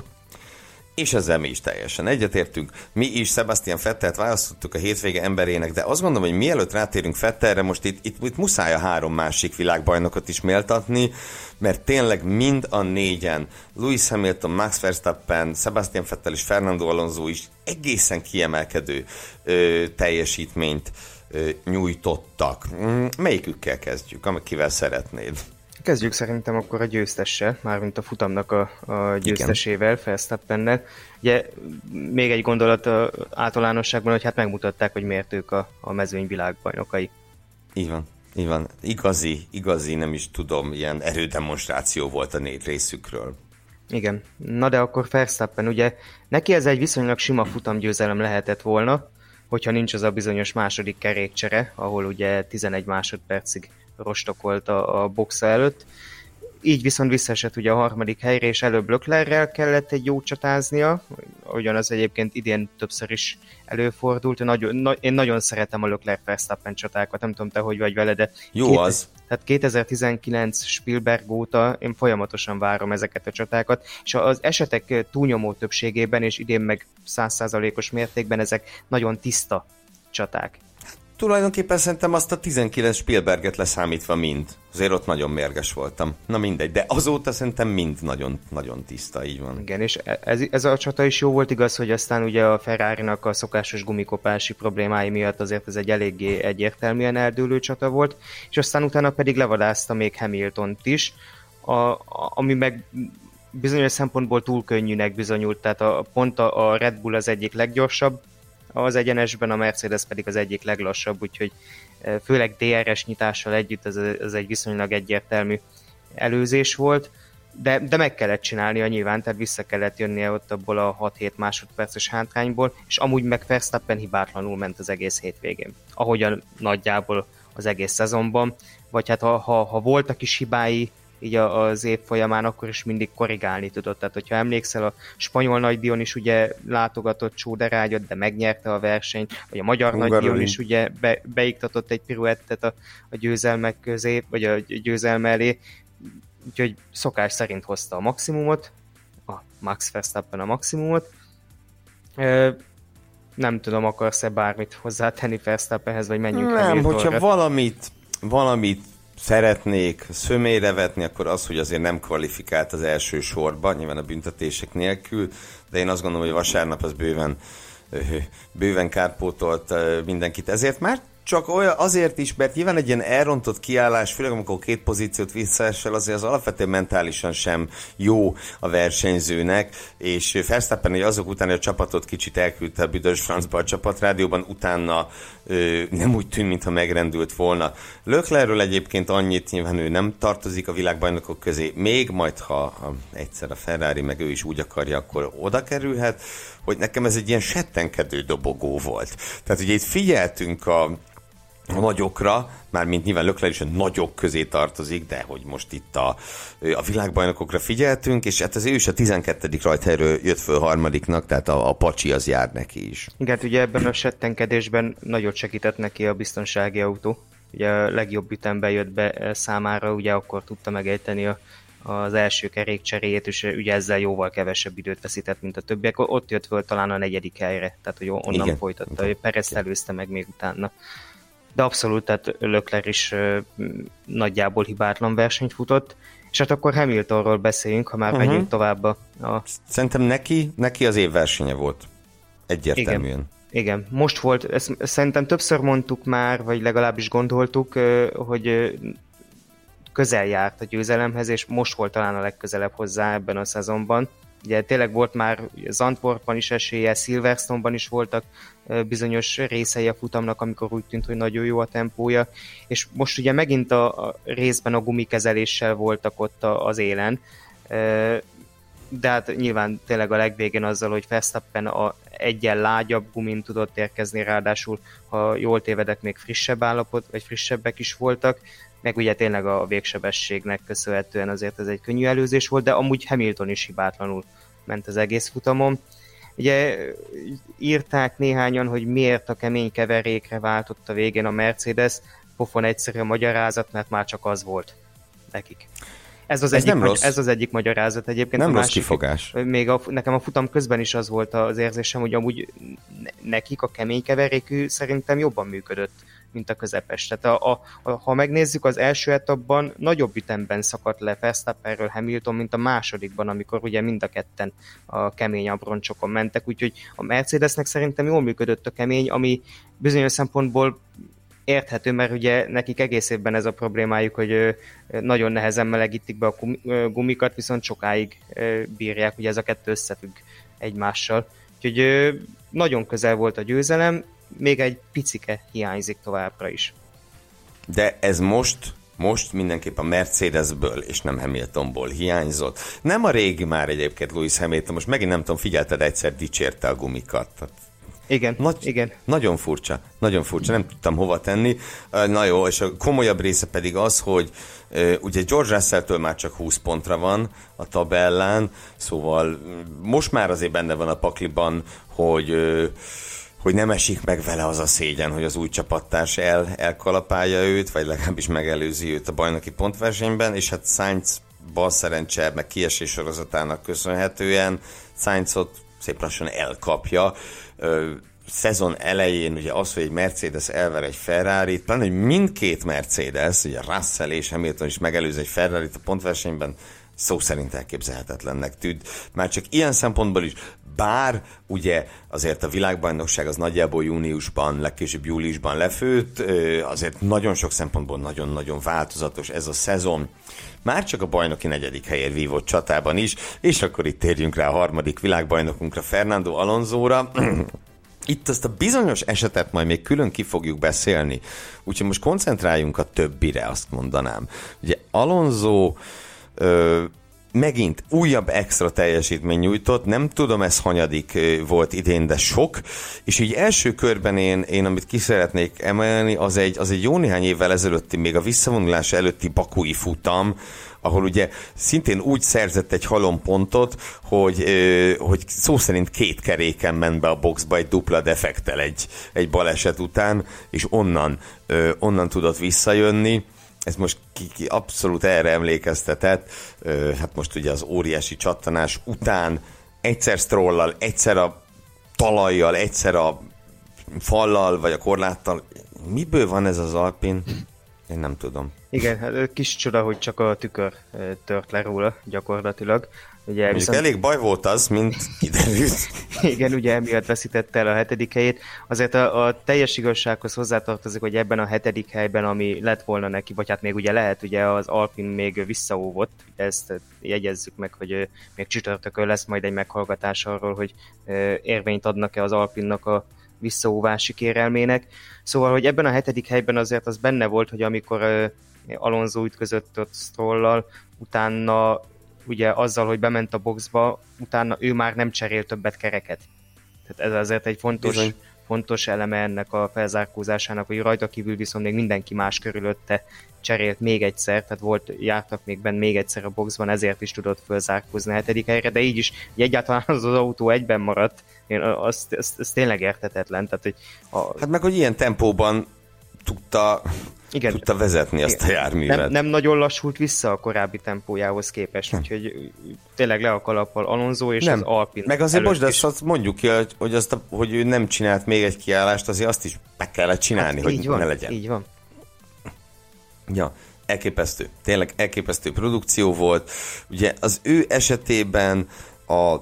[SPEAKER 2] és ezzel mi is teljesen egyetértünk. Mi is Sebastian Vettelt választottuk a hétvége emberének, de azt gondolom, hogy mielőtt rátérünk Vettelre, most itt, itt, itt muszáj a három másik világbajnokot is méltatni, mert tényleg mind a négyen, Lewis Hamilton, Max Verstappen, Sebastian Vettel és Fernando Alonso is egészen kiemelkedő ö, teljesítményt ö, nyújtottak. Melyikükkel kezdjük, akivel szeretnéd?
[SPEAKER 3] Kezdjük szerintem akkor a győztessel, mármint a futamnak a, a győztesével, Verstappennel. Ugye még egy gondolat általánosságban, hogy hát megmutatták, hogy miért ők a, a mezőny világbajnokai.
[SPEAKER 2] Így van, így van. Igazi, igazi, nem is tudom, ilyen erődemonstráció volt a négy részükről.
[SPEAKER 3] Igen. Na de akkor Verstappen, ugye neki ez egy viszonylag sima futamgyőzelem lehetett volna, hogyha nincs az a bizonyos második kerékcsere, ahol ugye tizenegy másodpercig rostokolt a, a boxa előtt. Így viszont visszaesett ugye a harmadik helyre, és előbb Leclerrel kellett egy jó csatáznia, ugyanaz egyébként idén többször is előfordult. Nagyon, na, én nagyon szeretem a Leclerc-Verstappen csatákat, nem tudom te, hogy vagy vele, de...
[SPEAKER 2] Jó
[SPEAKER 3] két,
[SPEAKER 2] az.
[SPEAKER 3] Tehát kétezer-tizenkilenc Spielberg óta én folyamatosan várom ezeket a csatákat, és az esetek túlnyomó többségében, és idén meg száz százalékos mértékben ezek nagyon tiszta csaták.
[SPEAKER 2] Tulajdonképpen szerintem azt a tizenkilenc Spielberget leszámítva mind. Azért ott nagyon mérges voltam. Na mindegy, de azóta szerintem mind nagyon, nagyon tiszta, így van.
[SPEAKER 3] Igen, és ez, ez a csata is jó volt, igaz, hogy aztán ugye a Ferrari-nak a szokásos gumikopási problémái miatt azért ez egy eléggé egyértelműen eldőlő csata volt, és aztán utána pedig levadázta még Hamiltont is, a, a, ami meg bizonyos szempontból túl könnyűnek bizonyult, tehát a, pont a, a Red Bull az egyik leggyorsabb az egyenesben, a Mercedes pedig az egyik leglassabb, úgyhogy főleg dé er es nyitással együtt ez, ez egy viszonylag egyértelmű előzés volt, de, de meg kellett csinálnia nyilván, tehát vissza kellett jönnie ott abból a hat-hét másodperces hátrányból, és amúgy meg Verstappen hibátlanul ment az egész hétvégén, ahogyan nagyjából az egész szezonban, vagy hát ha, ha, ha voltak is hibái így az év folyamán, akkor is mindig korrigálni tudott. Tehát, hogyha emlékszel, a spanyol nagydíjon is ugye látogatott csóderágyat, de megnyerte a versenyt, vagy a magyar nagydíjon is ugye be, beiktatott egy piruettet a, a győzelmek közé, vagy a győzelme elé, úgyhogy szokás szerint hozta a maximumot, a Max Verstappen a maximumot. Nem tudom, akarsz-e bármit hozzátenni Verstappenhez, vagy menjünk
[SPEAKER 2] Nem,
[SPEAKER 3] Hamiltonra?
[SPEAKER 2] hogyha valamit, valamit szeretnék szömére vetni, akkor az, hogy azért nem kvalifikált az első sorban, nyilván a büntetések nélkül, de én azt gondolom, hogy vasárnap az bőven, bőven kárpótolt mindenkit. Ezért már csak olyan azért is, mert nyilván egy ilyen elrontott kiállás, főleg amikor két pozíciót visszaesel, azért az alapvetően mentálisan sem jó a versenyzőnek, és Verstappen, hogy azok után, hogy a csapatot kicsit elküldte a büdös francba a csapatrádióban, utána ö, nem úgy tűnt, mintha megrendült volna. Leclercről egyébként annyit, nyilván ő nem tartozik a világbajnokok közé, még majd, ha, ha egyszer a Ferrari meg ő is úgy akarja, akkor oda kerülhet, hogy nekem ez egy ilyen settenkedő dobogó volt. Tehát ugye itt figyeltünk a, a nagyokra, mármint nyilván Leclerc is a nagyok közé tartozik, de hogy most itt a, a világbajnokokra figyeltünk, és hát az ő is a tizenkettedik rajthelyről jött föl harmadiknak, tehát a, a pacsi az jár neki is.
[SPEAKER 3] Igen, ugye ebben a settenkedésben nagyot segített neki a biztonsági autó. Ugye a legjobb ütemben jött be számára, ugye akkor tudta megejteni a az első kerékcseréjét, és ugye ezzel jóval kevesebb időt veszített, mint a többiek. Ott jött föl talán a negyedik helyre, tehát hogy onnan igen, folytatta, hogy Perez előzte meg még utána. De abszolút, tehát Leclerc is uh, nagyjából hibátlan versenyt futott, és hát akkor Hamiltonról beszéljünk, ha már uh-huh. megyünk tovább a... a...
[SPEAKER 2] Szerintem neki, neki az év versenye volt. Egyértelműen.
[SPEAKER 3] Igen. Igen, most volt, ezt szerintem többször mondtuk már, vagy legalábbis gondoltuk, uh, hogy uh, közel járt a győzelemhez, és most volt talán a legközelebb hozzá ebben a szezonban. Ugye tényleg volt már Zandvoortban is esélye, Silverstone-ban is voltak bizonyos részei a futamnak, amikor úgy tűnt, hogy nagyon jó a tempója, és most ugye megint a, a részben a gumikezeléssel voltak ott a, az élen, de hát nyilván tényleg a legvégén azzal, hogy Verstappen a egyen lágyabb gumin tudott érkezni, ráadásul, ha jól tévedek, még frissebb állapot, vagy frissebbek is voltak, meg ugye tényleg a végsebességnek köszönhetően azért ez egy könnyű előzés volt, de amúgy Hamilton is hibátlanul ment az egész futamon. Ugye írták néhányan, hogy miért a kemény keverékre váltott a végén a Mercedes, pofon egyszerű a magyarázat, mert már csak az volt nekik. Ez az, ez, egyik, magy- ez az egyik magyarázat egyébként.
[SPEAKER 2] Nem
[SPEAKER 3] a
[SPEAKER 2] rossz
[SPEAKER 3] másik,
[SPEAKER 2] kifogás.
[SPEAKER 3] Még a, nekem a futam közben is az volt az érzésem, hogy amúgy nekik a kemény keverékű szerintem jobban működött, mint a közepes. Tehát a, a, a, ha megnézzük, az első etapban nagyobb ütemben szakadt le Verstappenről Hamilton, mint a másodikban, amikor ugye mind a ketten a kemény abroncsokon mentek, úgyhogy a Mercedesnek szerintem jól működött a kemény, ami bizonyos szempontból érthető, mert ugye nekik egész évben ez a problémájuk, hogy nagyon nehezen melegítik be a gumikat, viszont sokáig bírják, ugye ez a kettő összefügg egymással. Úgyhogy nagyon közel volt a győzelem, még egy picike hiányzik továbbra is.
[SPEAKER 2] De ez most, most mindenképp a Mercedesből és nem Hamiltonból hiányzott. Nem a régi már egyébként Lewis Hamilton, most megint nem tudom, figyelted, egyszer dicsérte a gumikat.
[SPEAKER 3] Igen,
[SPEAKER 2] Nagy,
[SPEAKER 3] igen.
[SPEAKER 2] Nagyon furcsa, nagyon furcsa, nem tudtam hova tenni. Na jó, és a komolyabb része pedig az, hogy uh, ugye George Russelltől már csak húsz pontra van a tabellán, szóval most már azért benne van a pakliban, hogy uh, hogy nem esik meg vele az a szégyen, hogy az új csapattárs el, elkalapálja őt, vagy legalábbis megelőzi őt a bajnoki pontversenyben, és hát Sainz bal szerencse, meg kiesés sorozatának köszönhetően Sainzot szép lassan elkapja. Ö, szezon elején ugye az, hogy egy Mercedes elver egy Ferrarit, pláne, hogy mindkét Mercedes, ugye Russell és Hamilton is megelőzi egy Ferrarit a pontversenyben, szó szerint elképzelhetetlennek tűnt. Már csak ilyen szempontból is, bár ugye azért a világbajnokság az nagyjából júniusban, legkésőbb júliusban lefőtt, azért nagyon sok szempontból nagyon-nagyon változatos ez a szezon. Már csak a bajnoki negyedik helyért vívott csatában is, és akkor itt térjünk rá a harmadik világbajnokunkra, Fernando Alonsóra. Itt azt a bizonyos esetet majd még külön ki fogjuk beszélni, úgyhogy most koncentráljunk a többire, azt mondanám. Ugye Alonso Ö, megint újabb extra teljesítmény nyújtott, nem tudom ez hanyadik volt idén, de sok, és így első körben én, én amit ki szeretnék emelni, az egy, az egy jó néhány évvel ezelőtti, még a visszavonulás előtti bakui futam, ahol ugye szintén úgy szerzett egy halompontot, hogy, ö, hogy szó szerint két keréken ment be a boxba egy dupla defektel egy, egy baleset után, és onnan, ö, onnan tudott visszajönni. Ez most ki, ki abszolút erre emlékeztetett, hát most ugye az óriási csattanás után egyszer Strollal, egyszer a talajjal, egyszer a fallal, vagy a korláttal. Miből van ez az Alpin? Én nem tudom.
[SPEAKER 3] Igen, hát kis csoda, hogy csak a tükör tört le róla gyakorlatilag. Ugye,
[SPEAKER 2] Mondjuk
[SPEAKER 3] viszont...
[SPEAKER 2] elég baj volt az, mint kiderült.
[SPEAKER 3] Igen, ugye emiatt veszítette el a hetedik helyét. Azért a, a teljes igazsághoz hozzátartozik, hogy ebben a hetedik helyben, ami lett volna neki, vagy hát még ugye lehet, ugye az Alpin még visszaóvott, ezt jegyezzük meg, hogy még csütörtökön lesz majd egy meghallgatás arról, hogy érvényt adnak-e az Alpinnak a visszaóvási kérelmének. Szóval, hogy ebben a hetedik helyben azért az benne volt, hogy amikor Alonso ütközött ott Strollal, utána ugye azzal, hogy bement a boxba, utána ő már nem cserél többet kereket. Tehát ez azért egy fontos, fontos eleme ennek a felzárkózásának, hogy rajta kívül viszont még mindenki más körülötte cserélt még egyszer, tehát volt, jártak még benne még egyszer a boxban, ezért is tudott felzárkózni a hetedik helyre, de így is, hogy egyáltalán az az autó egyben maradt, én azt, azt, azt tényleg érthetetlen. Tehát, hogy a...
[SPEAKER 2] Hát meg, hogy ilyen tempóban tudta, igen, tudta vezetni azt a járművet.
[SPEAKER 3] Nem, nem nagyon lassult vissza a korábbi tempójához képest, hm. úgyhogy tényleg le a kalappal Alonso és nem. az Alpin.
[SPEAKER 2] Meg azért most, de azt mondjuk ki, hogy, azt a, hogy ő nem csinált még egy kiállást, azért azt is meg kellett csinálni, hát hogy
[SPEAKER 3] van,
[SPEAKER 2] ne legyen.
[SPEAKER 3] Így van.
[SPEAKER 2] Ja, elképesztő. Tényleg elképesztő produkció volt. Ugye az ő esetében a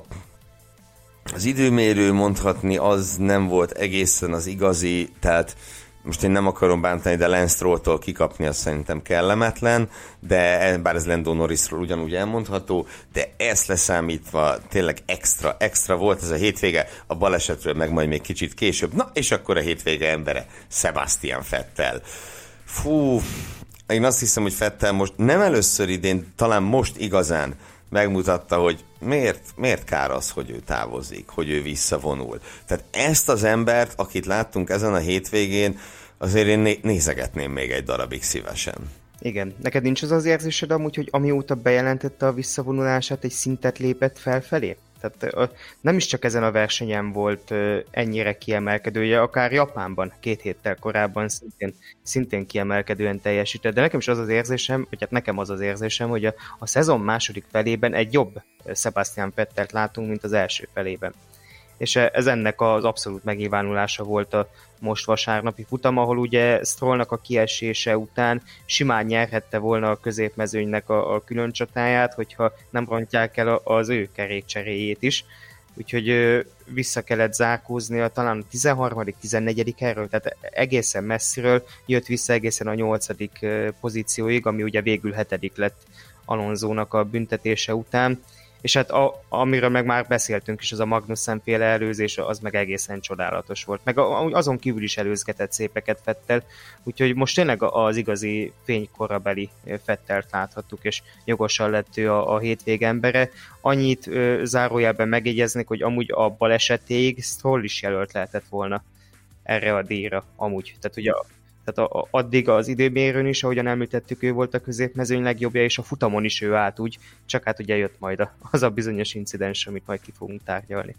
[SPEAKER 2] az időmérő mondhatni, az nem volt egészen az igazi, tehát most én nem akarom bántani, de Lance Strolltól kikapni az szerintem kellemetlen, de bár ez Lando Norrisról ugyanúgy elmondható, de ezt leszámítva tényleg extra, extra volt ez a hétvége, a balesetről meg majd még kicsit később. Na, és akkor a hétvége embere, Sebastian Vettel. Fú, én azt hiszem, hogy Vettel most nem először idén, talán most igazán megmutatta, hogy miért, miért kár az, hogy ő távozik, hogy ő visszavonul. Tehát ezt az embert, akit láttunk ezen a hétvégén, azért én né- nézegetném még egy darabig szívesen.
[SPEAKER 3] Igen. Neked nincs az az érzésed amúgy, hogy amióta bejelentette a visszavonulását, egy szintet lépett felfelé? Tehát nem is csak ezen a versenyen volt ennyire kiemelkedője, akár Japánban két héttel korábban szintén, szintén kiemelkedően teljesített, de nekem is az az érzésem, vagy hát nekem az az érzésem, hogy a, a szezon második felében egy jobb Sebastian Vettelt látunk, mint az első felében. És ez ennek az abszolút megnyilvánulása volt a most vasárnapi futam, ahol ugye Strollnak a kiesése után simán nyerhette volna a középmezőnynek a, a külön csatáját, hogyha nem rontják el az ő kerékcseréjét is. Úgyhogy ö, vissza kellett zárkóznia talán a tizenharmadik tizennegyedik helyről, tehát egészen messziről jött vissza egészen a nyolcadik ö, pozícióig, ami ugye végül hetedik lett Alonsónak a büntetése után. És hát a, amiről meg már beszéltünk is, az a Magnussen-féle előzés, az meg egészen csodálatos volt. Meg azon kívül is előzgetett szépeket Vettel, úgyhogy most tényleg az igazi fénykorabeli Vettelt láthattuk, és jogosan lett ő a, a hétvége embere. Annyit ö, zárójelben megjegyeznék, hogy amúgy a balesetéig Stroll is jelölt lehetett volna erre a díjra, amúgy. Tehát ugye Tehát a, a, addig az időmérőn is, ahogyan említettük, ő volt a középmezőny legjobbja, és a futamon is ő állt úgy, csak hát ugye jött majd az a bizonyos incidens, amit majd ki fogunk tárgyalni.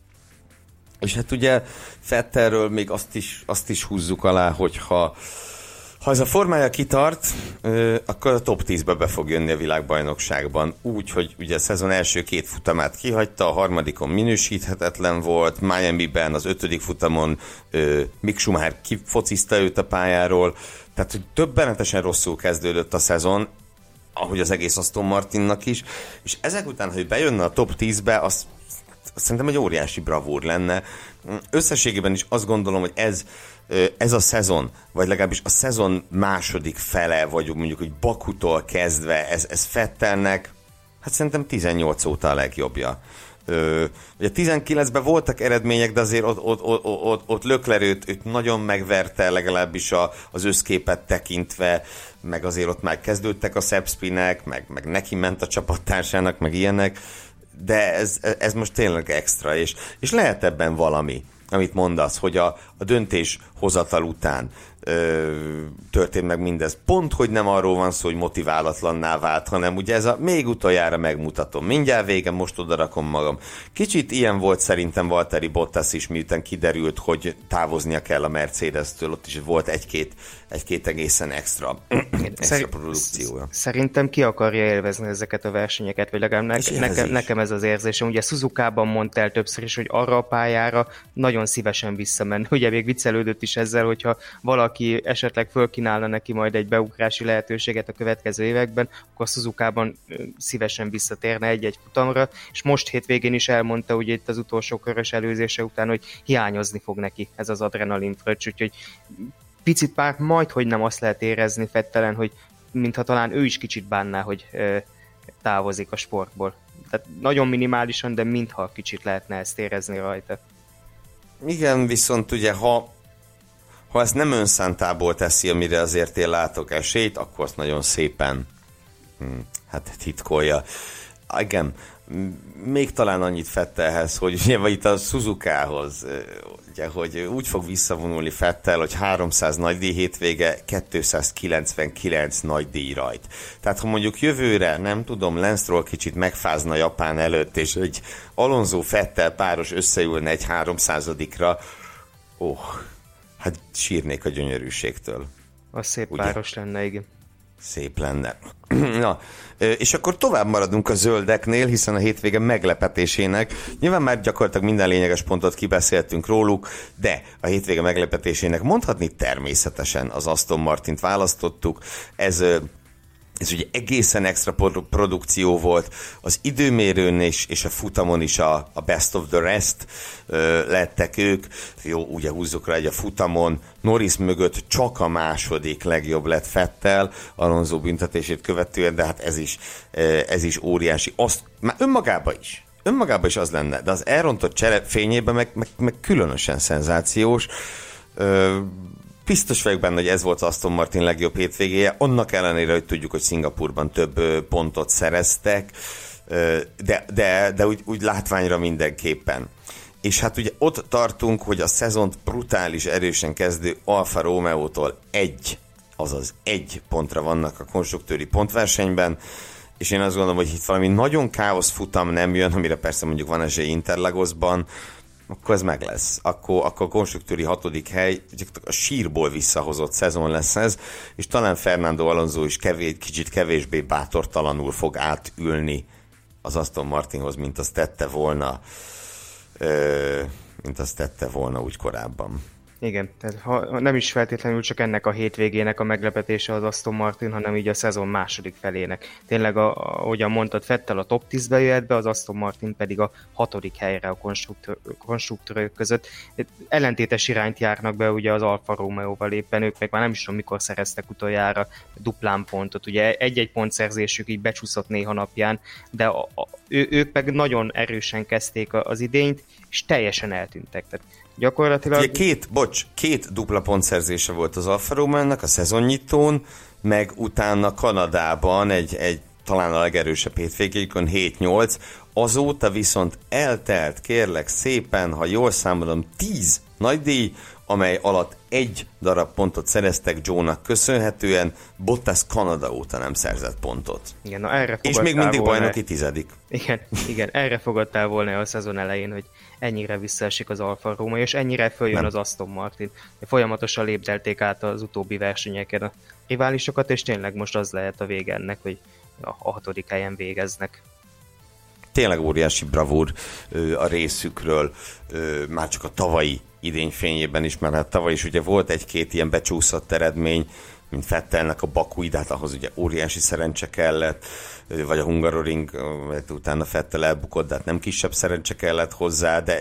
[SPEAKER 2] És hát ugye Vettelről még azt is, azt is húzzuk alá, hogyha ha ez a formája kitart, akkor a top tízbe be fog jönni a világbajnokságban. Úgy, hogy ugye a szezon első két futamát kihagyta, a harmadikon minősíthetetlen volt, Miamiben az ötödik futamon Mick Schumacher kifocizta őt a pályáról, tehát hogy többenetesen rosszul kezdődött a szezon, ahogy az egész Aston Martinnak is, és ezek után, hogy bejönne a top tízbe, az szerintem egy óriási bravúr lenne. Összességében is azt gondolom, hogy ez, ez a szezon, vagy legalábbis a szezon második fele, vagy mondjuk, hogy Bakutól kezdve, ez, ez Vettelnek, hát szerintem tizennyolc óta a legjobbja. Ö, ugye tizenkilencben voltak eredmények, de azért ott, ott, ott, ott, ott Leclerc őt, őt nagyon megverte, legalábbis a, az összképet tekintve, meg azért ott már kezdődtek a szepspinek, meg, meg neki ment a csapattársának, meg ilyenek, de ez, ez most tényleg extra, és, és lehet ebben valami, amit mondasz, hogy a, a döntéshozatal után ö, történt meg mindez. Pont, hogy nem arról van szó, hogy motiválatlanná vált, hanem ugye ez a még utoljára megmutatom. Mindjárt vége, most odarakom magam. Kicsit ilyen volt szerintem Valtteri Bottas is, miután kiderült, hogy távoznia kell a Mercedes-től, ott is volt egy-két, egy-két egészen extra, extra produkciója.
[SPEAKER 3] Szerintem ki akarja élvezni ezeket a versenyeket, vagy legalább ne, nekem, nekem ez az érzésem. Ugye Suzukában mondta el többször is, hogy arra a pályára nagyon szívesen visszamenni. Ugye még viccelődött is ezzel, hogyha valaki valaki esetleg fölkínálna neki majd egy beugrási lehetőséget a következő években, akkor Suzukában szívesen visszatérne egy-egy futamra, és most hétvégén is elmondta, ugye itt az utolsó körös előzése után, hogy hiányozni fog neki ez az adrenalin fröccs, úgyhogy picit már majdhogy nem azt lehet érezni Vettelen, hogy mintha talán ő is kicsit bánná, hogy ö, távozik a sportból. Tehát nagyon minimálisan, de mintha kicsit lehetne ezt érezni rajta.
[SPEAKER 2] Igen, viszont ugye, ha, ha ezt nem önszántából teszi, amire azért én látok esélyt, akkor azt nagyon szépen hm, hát titkolja. Igen, még talán annyit Vettelhez, hogy ugye, vagy itt a Suzukához, ugye, hogy úgy fog visszavonulni Vettel, hogy háromszáz nagydíj hétvége, kétszázkilencvenkilenc nagydíj rajt. Tehát ha mondjuk jövőre, nem tudom, Lance Stroll kicsit megfázna Japán előtt, és egy Alonso Vettel páros összeülne egy háromszázadikra, ó, oh, hát sírnék a gyönyörűségtől.
[SPEAKER 3] Az szép
[SPEAKER 2] ugye?
[SPEAKER 3] Páros lenne, igen.
[SPEAKER 2] Szép lenne. Na, és akkor tovább maradunk a zöldeknél, hiszen a hétvége meglepetésének, nyilván már gyakorlatilag minden lényeges pontot kibeszéltünk róluk, de a hétvége meglepetésének mondhatni természetesen az Aston Martint választottuk. Ez Ez ugye egészen extra produkció volt, az időmérőn is, és a futamon is a, a best of the rest ö, lettek ők. Jó, ugye húzzuk rá, hogy a futamon Norris mögött csak a második legjobb lett Vettel, Alonso büntetését követően, de hát ez is, ez is óriási. Azt, már önmagában is. Önmagában is az lenne, de az elrontott csere fényében meg, meg, meg különösen szenzációs. Ö, Biztos vagyok benne, hogy ez volt az Aston Martin legjobb hétvégéje, annak ellenére, hogy tudjuk, hogy Szingapurban több pontot szereztek, de, de, de úgy, úgy látványra mindenképpen. És hát ugye ott tartunk, hogy a szezont brutális erősen kezdő Alfa Romeo-tól egy, azaz egy pontra vannak a konstruktőri pontversenyben, és én azt gondolom, hogy itt valami nagyon káosz futam nem jön, amire persze mondjuk van esély Interlagosban, akkor ez meg lesz. Akkor, akkor a konstruktőri hatodik hely, a sírból visszahozott szezon lesz ez, és talán Fernando Alonso is kevés, kicsit kevésbé bátortalanul fog átülni az Aston Martinhoz, mint azt tette volna, ö, mint azt tette volna úgy korábban.
[SPEAKER 3] Igen, tehát ha nem is feltétlenül csak ennek a hétvégének a meglepetése az Aston Martin, hanem így a szezon második felének. Tényleg, a, ahogyan mondtad, Vettel a top tízbe jöhet be, az Aston Martin pedig a hatodik helyre a konstruktőr, konstruktőrök között. Ellentétes irányt járnak be ugye az Alfa Romeo-val éppen, ők meg már nem is tudom mikor szereztek utoljára duplán pontot. Ugye egy-egy pontszerzésük így becsúszott néha napján, de a, a, ő, ők meg nagyon erősen kezdték az idényt, és teljesen eltűntek. Tehát gyakorlatilag...
[SPEAKER 2] Ugye két, bocs, két dupla pontszerzése volt az Alfa Romeo-nak a szezonnyitón, meg utána Kanadában egy, egy talán a legerősebb hétvégéjükön hét nyolc, azóta viszont eltelt, kérlek szépen, ha jól számolom, tíz nagydíj, amely alatt egy darab pontot szereztek Joe-nak köszönhetően, Bottas Kanada óta nem szerzett pontot.
[SPEAKER 3] Igen, na erre
[SPEAKER 2] és még mindig
[SPEAKER 3] volna...
[SPEAKER 2] bajnoki tizedik.
[SPEAKER 3] Igen, igen, erre fogadtál volna a szezon elején, hogy ennyire visszaesik az Alfa Romeo, és ennyire följön nem. az Aston Martin. Folyamatosan lépdelték át az utóbbi versenyeken a riválisokat, és tényleg most az lehet a vége ennek, hogy a hatodik helyen végeznek.
[SPEAKER 2] Tényleg óriási bravúr a részükről, már csak a tavalyi idény fényében is, mert hát tavaly is ugye volt egy-két ilyen becsúszott eredmény, mint Vettelnek a Bakui, de hát ahhoz ugye óriási szerencse kellett, vagy a Hungaroring, utána Vettel elbukott, de hát nem kisebb szerencse kellett hozzá, de,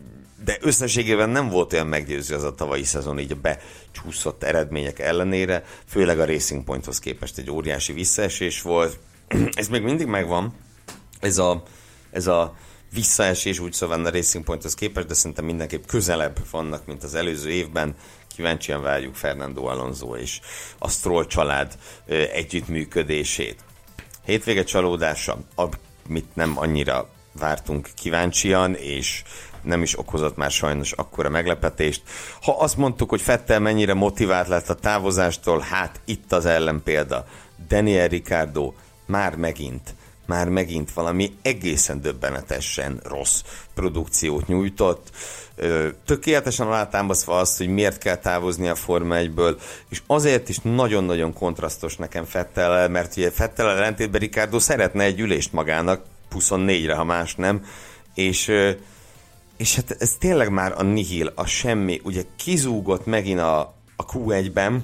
[SPEAKER 2] de összességében nem volt olyan meggyőző az a tavalyi szezon így a becsúszott eredmények ellenére, főleg a Racing Pointhoz képest egy óriási visszaesés volt. Ez még mindig megvan, ez a, ez a visszaesés úgy szóval a Racing Pointhoz képest, de szerintem mindenképp közelebb vannak, mint az előző évben. Kíváncsian várjuk Fernando Alonso és a Stroll család együttműködését. Hétvége csalódása, amit nem annyira vártunk kíváncsian, és nem is okozott már sajnos akkora meglepetést. Ha azt mondtuk, hogy Vettel mennyire motivált lett a távozástól, hát itt az ellenpélda. Daniel Ricciardo már megint már megint valami egészen döbbenetesen rossz produkciót nyújtott. Tökéletesen alátámasztva azt, hogy miért kell távozni a Forma egyből, és azért is nagyon-nagyon kontrasztos nekem Vettellel, mert ugye Vettellel ellentétben Ricciardo szeretne egy ülést magának, huszonnégyre, ha más nem, és, és hát ez tényleg már a nihil, a semmi, ugye kizúgott megint a a kú egyben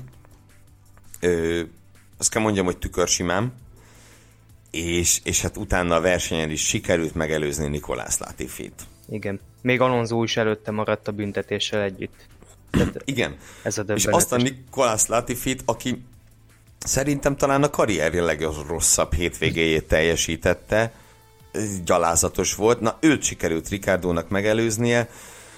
[SPEAKER 2] ö, azt kell mondjam, hogy tükörsimám, és, és hát utána a versenyen is sikerült megelőzni Nicolas Latifit.
[SPEAKER 3] Igen. Még Alonso is előtte maradt a büntetéssel együtt. Tehát
[SPEAKER 2] igen.
[SPEAKER 3] Ez a
[SPEAKER 2] és azt a Nicolas Latifit, aki szerintem talán a karrierje legrosszabb hétvégéjét teljesítette, gyalázatos volt. Na, őt sikerült Ricciardónak megelőznie,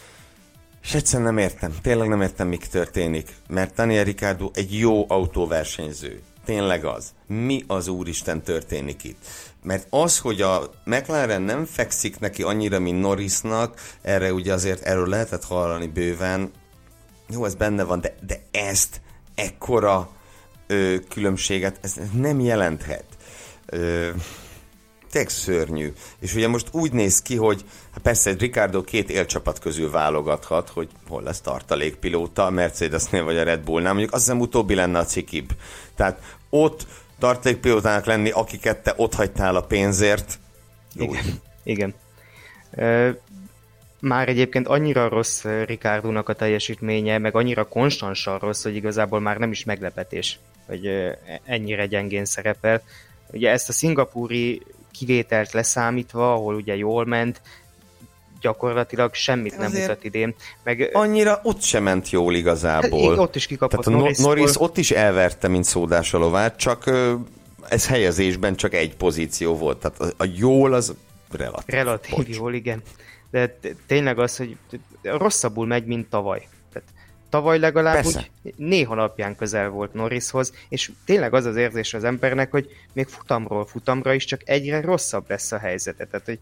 [SPEAKER 2] és egyszerűen nem értem. Tényleg nem értem, mi történik. Mert Daniel Ricciardo egy jó autóversenyző. Tényleg az. Mi az úristen történik itt? Mert az, hogy a McLaren nem fekszik neki annyira, mint Norrisnak, erre ugye azért erről lehetett hallani bőven. Jó, ez benne van, de, de ezt, ekkora ö, különbséget, ez nem jelenthet. Ö, tényleg szörnyű. És ugye most úgy néz ki, hogy hát persze Ricciardo két élcsapat közül válogathat, hogy hol lesz tartalékpilóta, a Mercedesnél vagy a Red Bullnál. Mondjuk azt hiszem utóbbi lenne a cikibb. Tehát ott tartalékpilótának lenni, akiket te ott hagytál a pénzért. Jó.
[SPEAKER 3] Igen. Igen. Uh, már egyébként annyira rossz Ricciardónak a teljesítménye, meg annyira konstansan rossz, hogy igazából már nem is meglepetés, hogy uh, ennyire gyengén szerepel. Ugye ezt a szingapúri kivételt leszámítva, ahol ugye jól ment, gyakorlatilag semmit nem mutat idén. Meg,
[SPEAKER 2] annyira ott sem ment jól igazából.
[SPEAKER 3] Hát, ott is kikapott
[SPEAKER 2] Tehát
[SPEAKER 3] Norris.
[SPEAKER 2] Norris ott is elverte, mint szódás a lovát, csak ez helyezésben csak egy pozíció volt. Tehát a, a jól az relatív.
[SPEAKER 3] Relatív
[SPEAKER 2] Bocs.
[SPEAKER 3] jól, igen. De tényleg az, hogy rosszabbul megy, mint tavaly. Tehát tavaly legalább Persze. úgy néha napján közel volt Norrishoz, és tényleg az az érzés az embernek, hogy még futamról futamra is csak egyre rosszabb lesz a helyzete. Tehát, hogy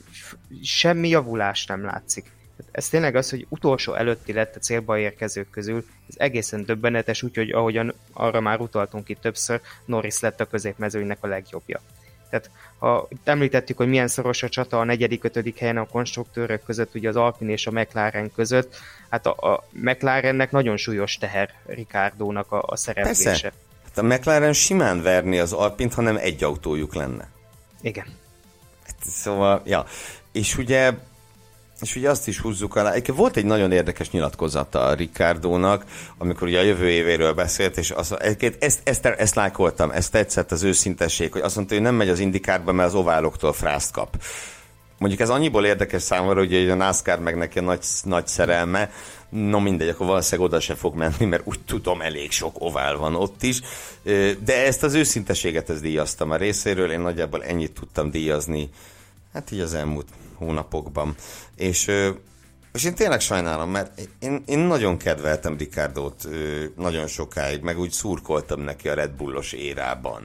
[SPEAKER 3] semmi javulás nem látszik. Tehát ez tényleg az, hogy utolsó előtti lett a célba érkezők közül, ez egészen döbbenetes, úgyhogy ahogyan arra már utaltunk itt többször, Norris lett a középmezőnynek a legjobbja. Tehát ha említettük, hogy milyen szoros a csata a negyedik, ötödik helyen a konstruktőrök között, ugye az Alpine és a McLaren között, hát a, a McLarennek nagyon súlyos teher Ricciardónak a, a szereplése.
[SPEAKER 2] Persze. Hát a McLaren simán verni az Alpint, ha nem egy autójuk lenne.
[SPEAKER 3] Igen.
[SPEAKER 2] Szóval, ja. És ugye, és ugye azt is húzzuk alá. Volt egy nagyon érdekes nyilatkozata a Ricciardónak, amikor ugye a jövő évéről beszélt, és azt, ezt, ezt, ezt, ezt lájkoltam, ezt tetszett az őszintesség, hogy azt mondta, hogy nem megy az indikárba, mert az ováloktól frászt kap. Mondjuk ez annyiból érdekes számomra, hogy a NASCAR meg neki nagy, nagy szerelme, no mindegy, akkor valószínűleg oda se fog menni, mert úgy tudom, elég sok ovál van ott is, de ezt az őszintességet ezt díjaztam a részéről, én nagyjából ennyit tudtam díjazni, hát így az elmúlt hónapokban. És, és én tényleg sajnálom, mert én, én nagyon kedveltem Ricciardót nagyon sokáig, meg úgy szurkoltam neki a Red Bullos érában.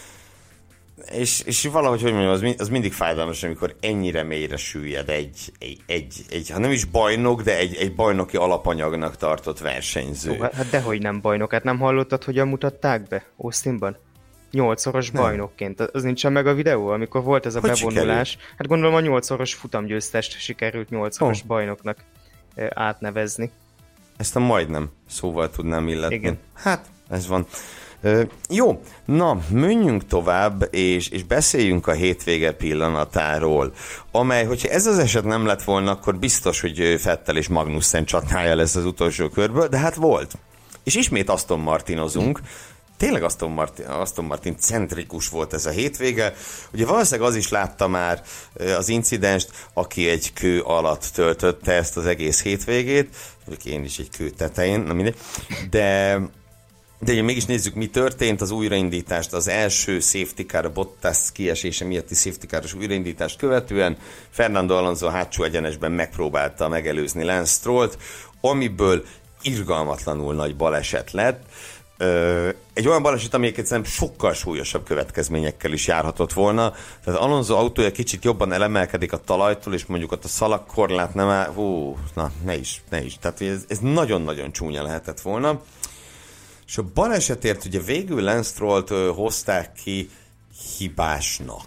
[SPEAKER 2] És, és valahogy, hogy mondjam, az, az mindig fájdalmas, amikor ennyire mélyre süllyed egy, egy, egy, egy, ha nem is bajnok, de egy, egy bajnoki alapanyagnak tartott versenyző.
[SPEAKER 3] Ó, hát dehogy nem bajnok, hát nem hallottad, hogyan mutatták be Austinban? Nyolcszoros nem. bajnokként. Az nincsen meg a videó, amikor volt ez a hogy bevonulás. Sikerült? Hát gondolom a nyolcszoros futamgyőztest sikerült nyolcszoros oh. bajnoknak átnevezni.
[SPEAKER 2] Ezt a majdnem szóval tudnám illetni.
[SPEAKER 3] Igen.
[SPEAKER 2] Hát, ez van. Ö, jó, na, menjünk tovább, és, és beszéljünk a hétvége pillanatáról, amely, hogyha ez az eset nem lett volna, akkor biztos, hogy Vettel és Magnussen csatnája lesz az utolsó körből, de hát volt. És ismét Aston Martinozunk. Tényleg Aston Martin, Aston Martin centrikus volt ez a hétvége. Ugye valószínűleg az is látta már az incidenst, aki egy kő alatt töltötte ezt az egész hétvégét, én is egy kő tetején, na mindegy, de... De ugye mégis nézzük, mi történt az újraindítást, az első safety car, a Bottas kiesése miatti safety caros újraindítást követően Fernando Alonso a hátsó egyenesben megpróbálta megelőzni Lance Strollt, amiből irgalmatlanul nagy baleset lett. Egy olyan baleset, ami egyébként sokkal súlyosabb következményekkel is járhatott volna. Tehát Alonso autója kicsit jobban elemelkedik a talajtól, és mondjuk ott a szalagkorlát nem áll... Hú, na, ne is, ne is. Tehát ez, ez nagyon-nagyon csúnya lehetett volna. És a balesetért ugye végül Lance Strollt hozták ki hibásnak.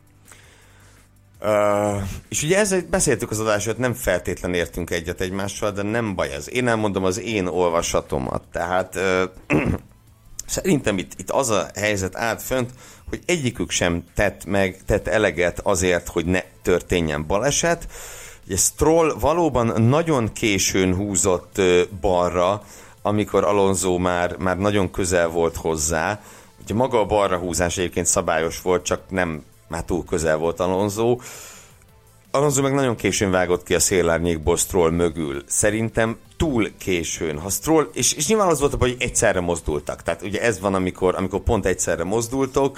[SPEAKER 2] Uh, és ugye ezzel beszéltük az adásot, nem feltétlen értünk egyet egymással, de nem baj ez. Én elmondom az én olvasatomat. Tehát uh, szerintem itt, itt az a helyzet állt fönt, hogy egyikük sem tett meg, tett eleget azért, hogy ne történjen baleset. Ugye Stroll valóban nagyon későn húzott uh, balra amikor Alonso már, már nagyon közel volt hozzá. Ugye maga a balra húzás egyébként szabályos volt, csak nem már túl közel volt Alonso. Alonso meg nagyon későn vágott ki a szélárnyékból Stroll mögül. Szerintem túl későn. Ha Stroll, és, és nyilván az volt, hogy egyszerre mozdultak. Tehát ugye ez van, amikor, amikor pont egyszerre mozdultok.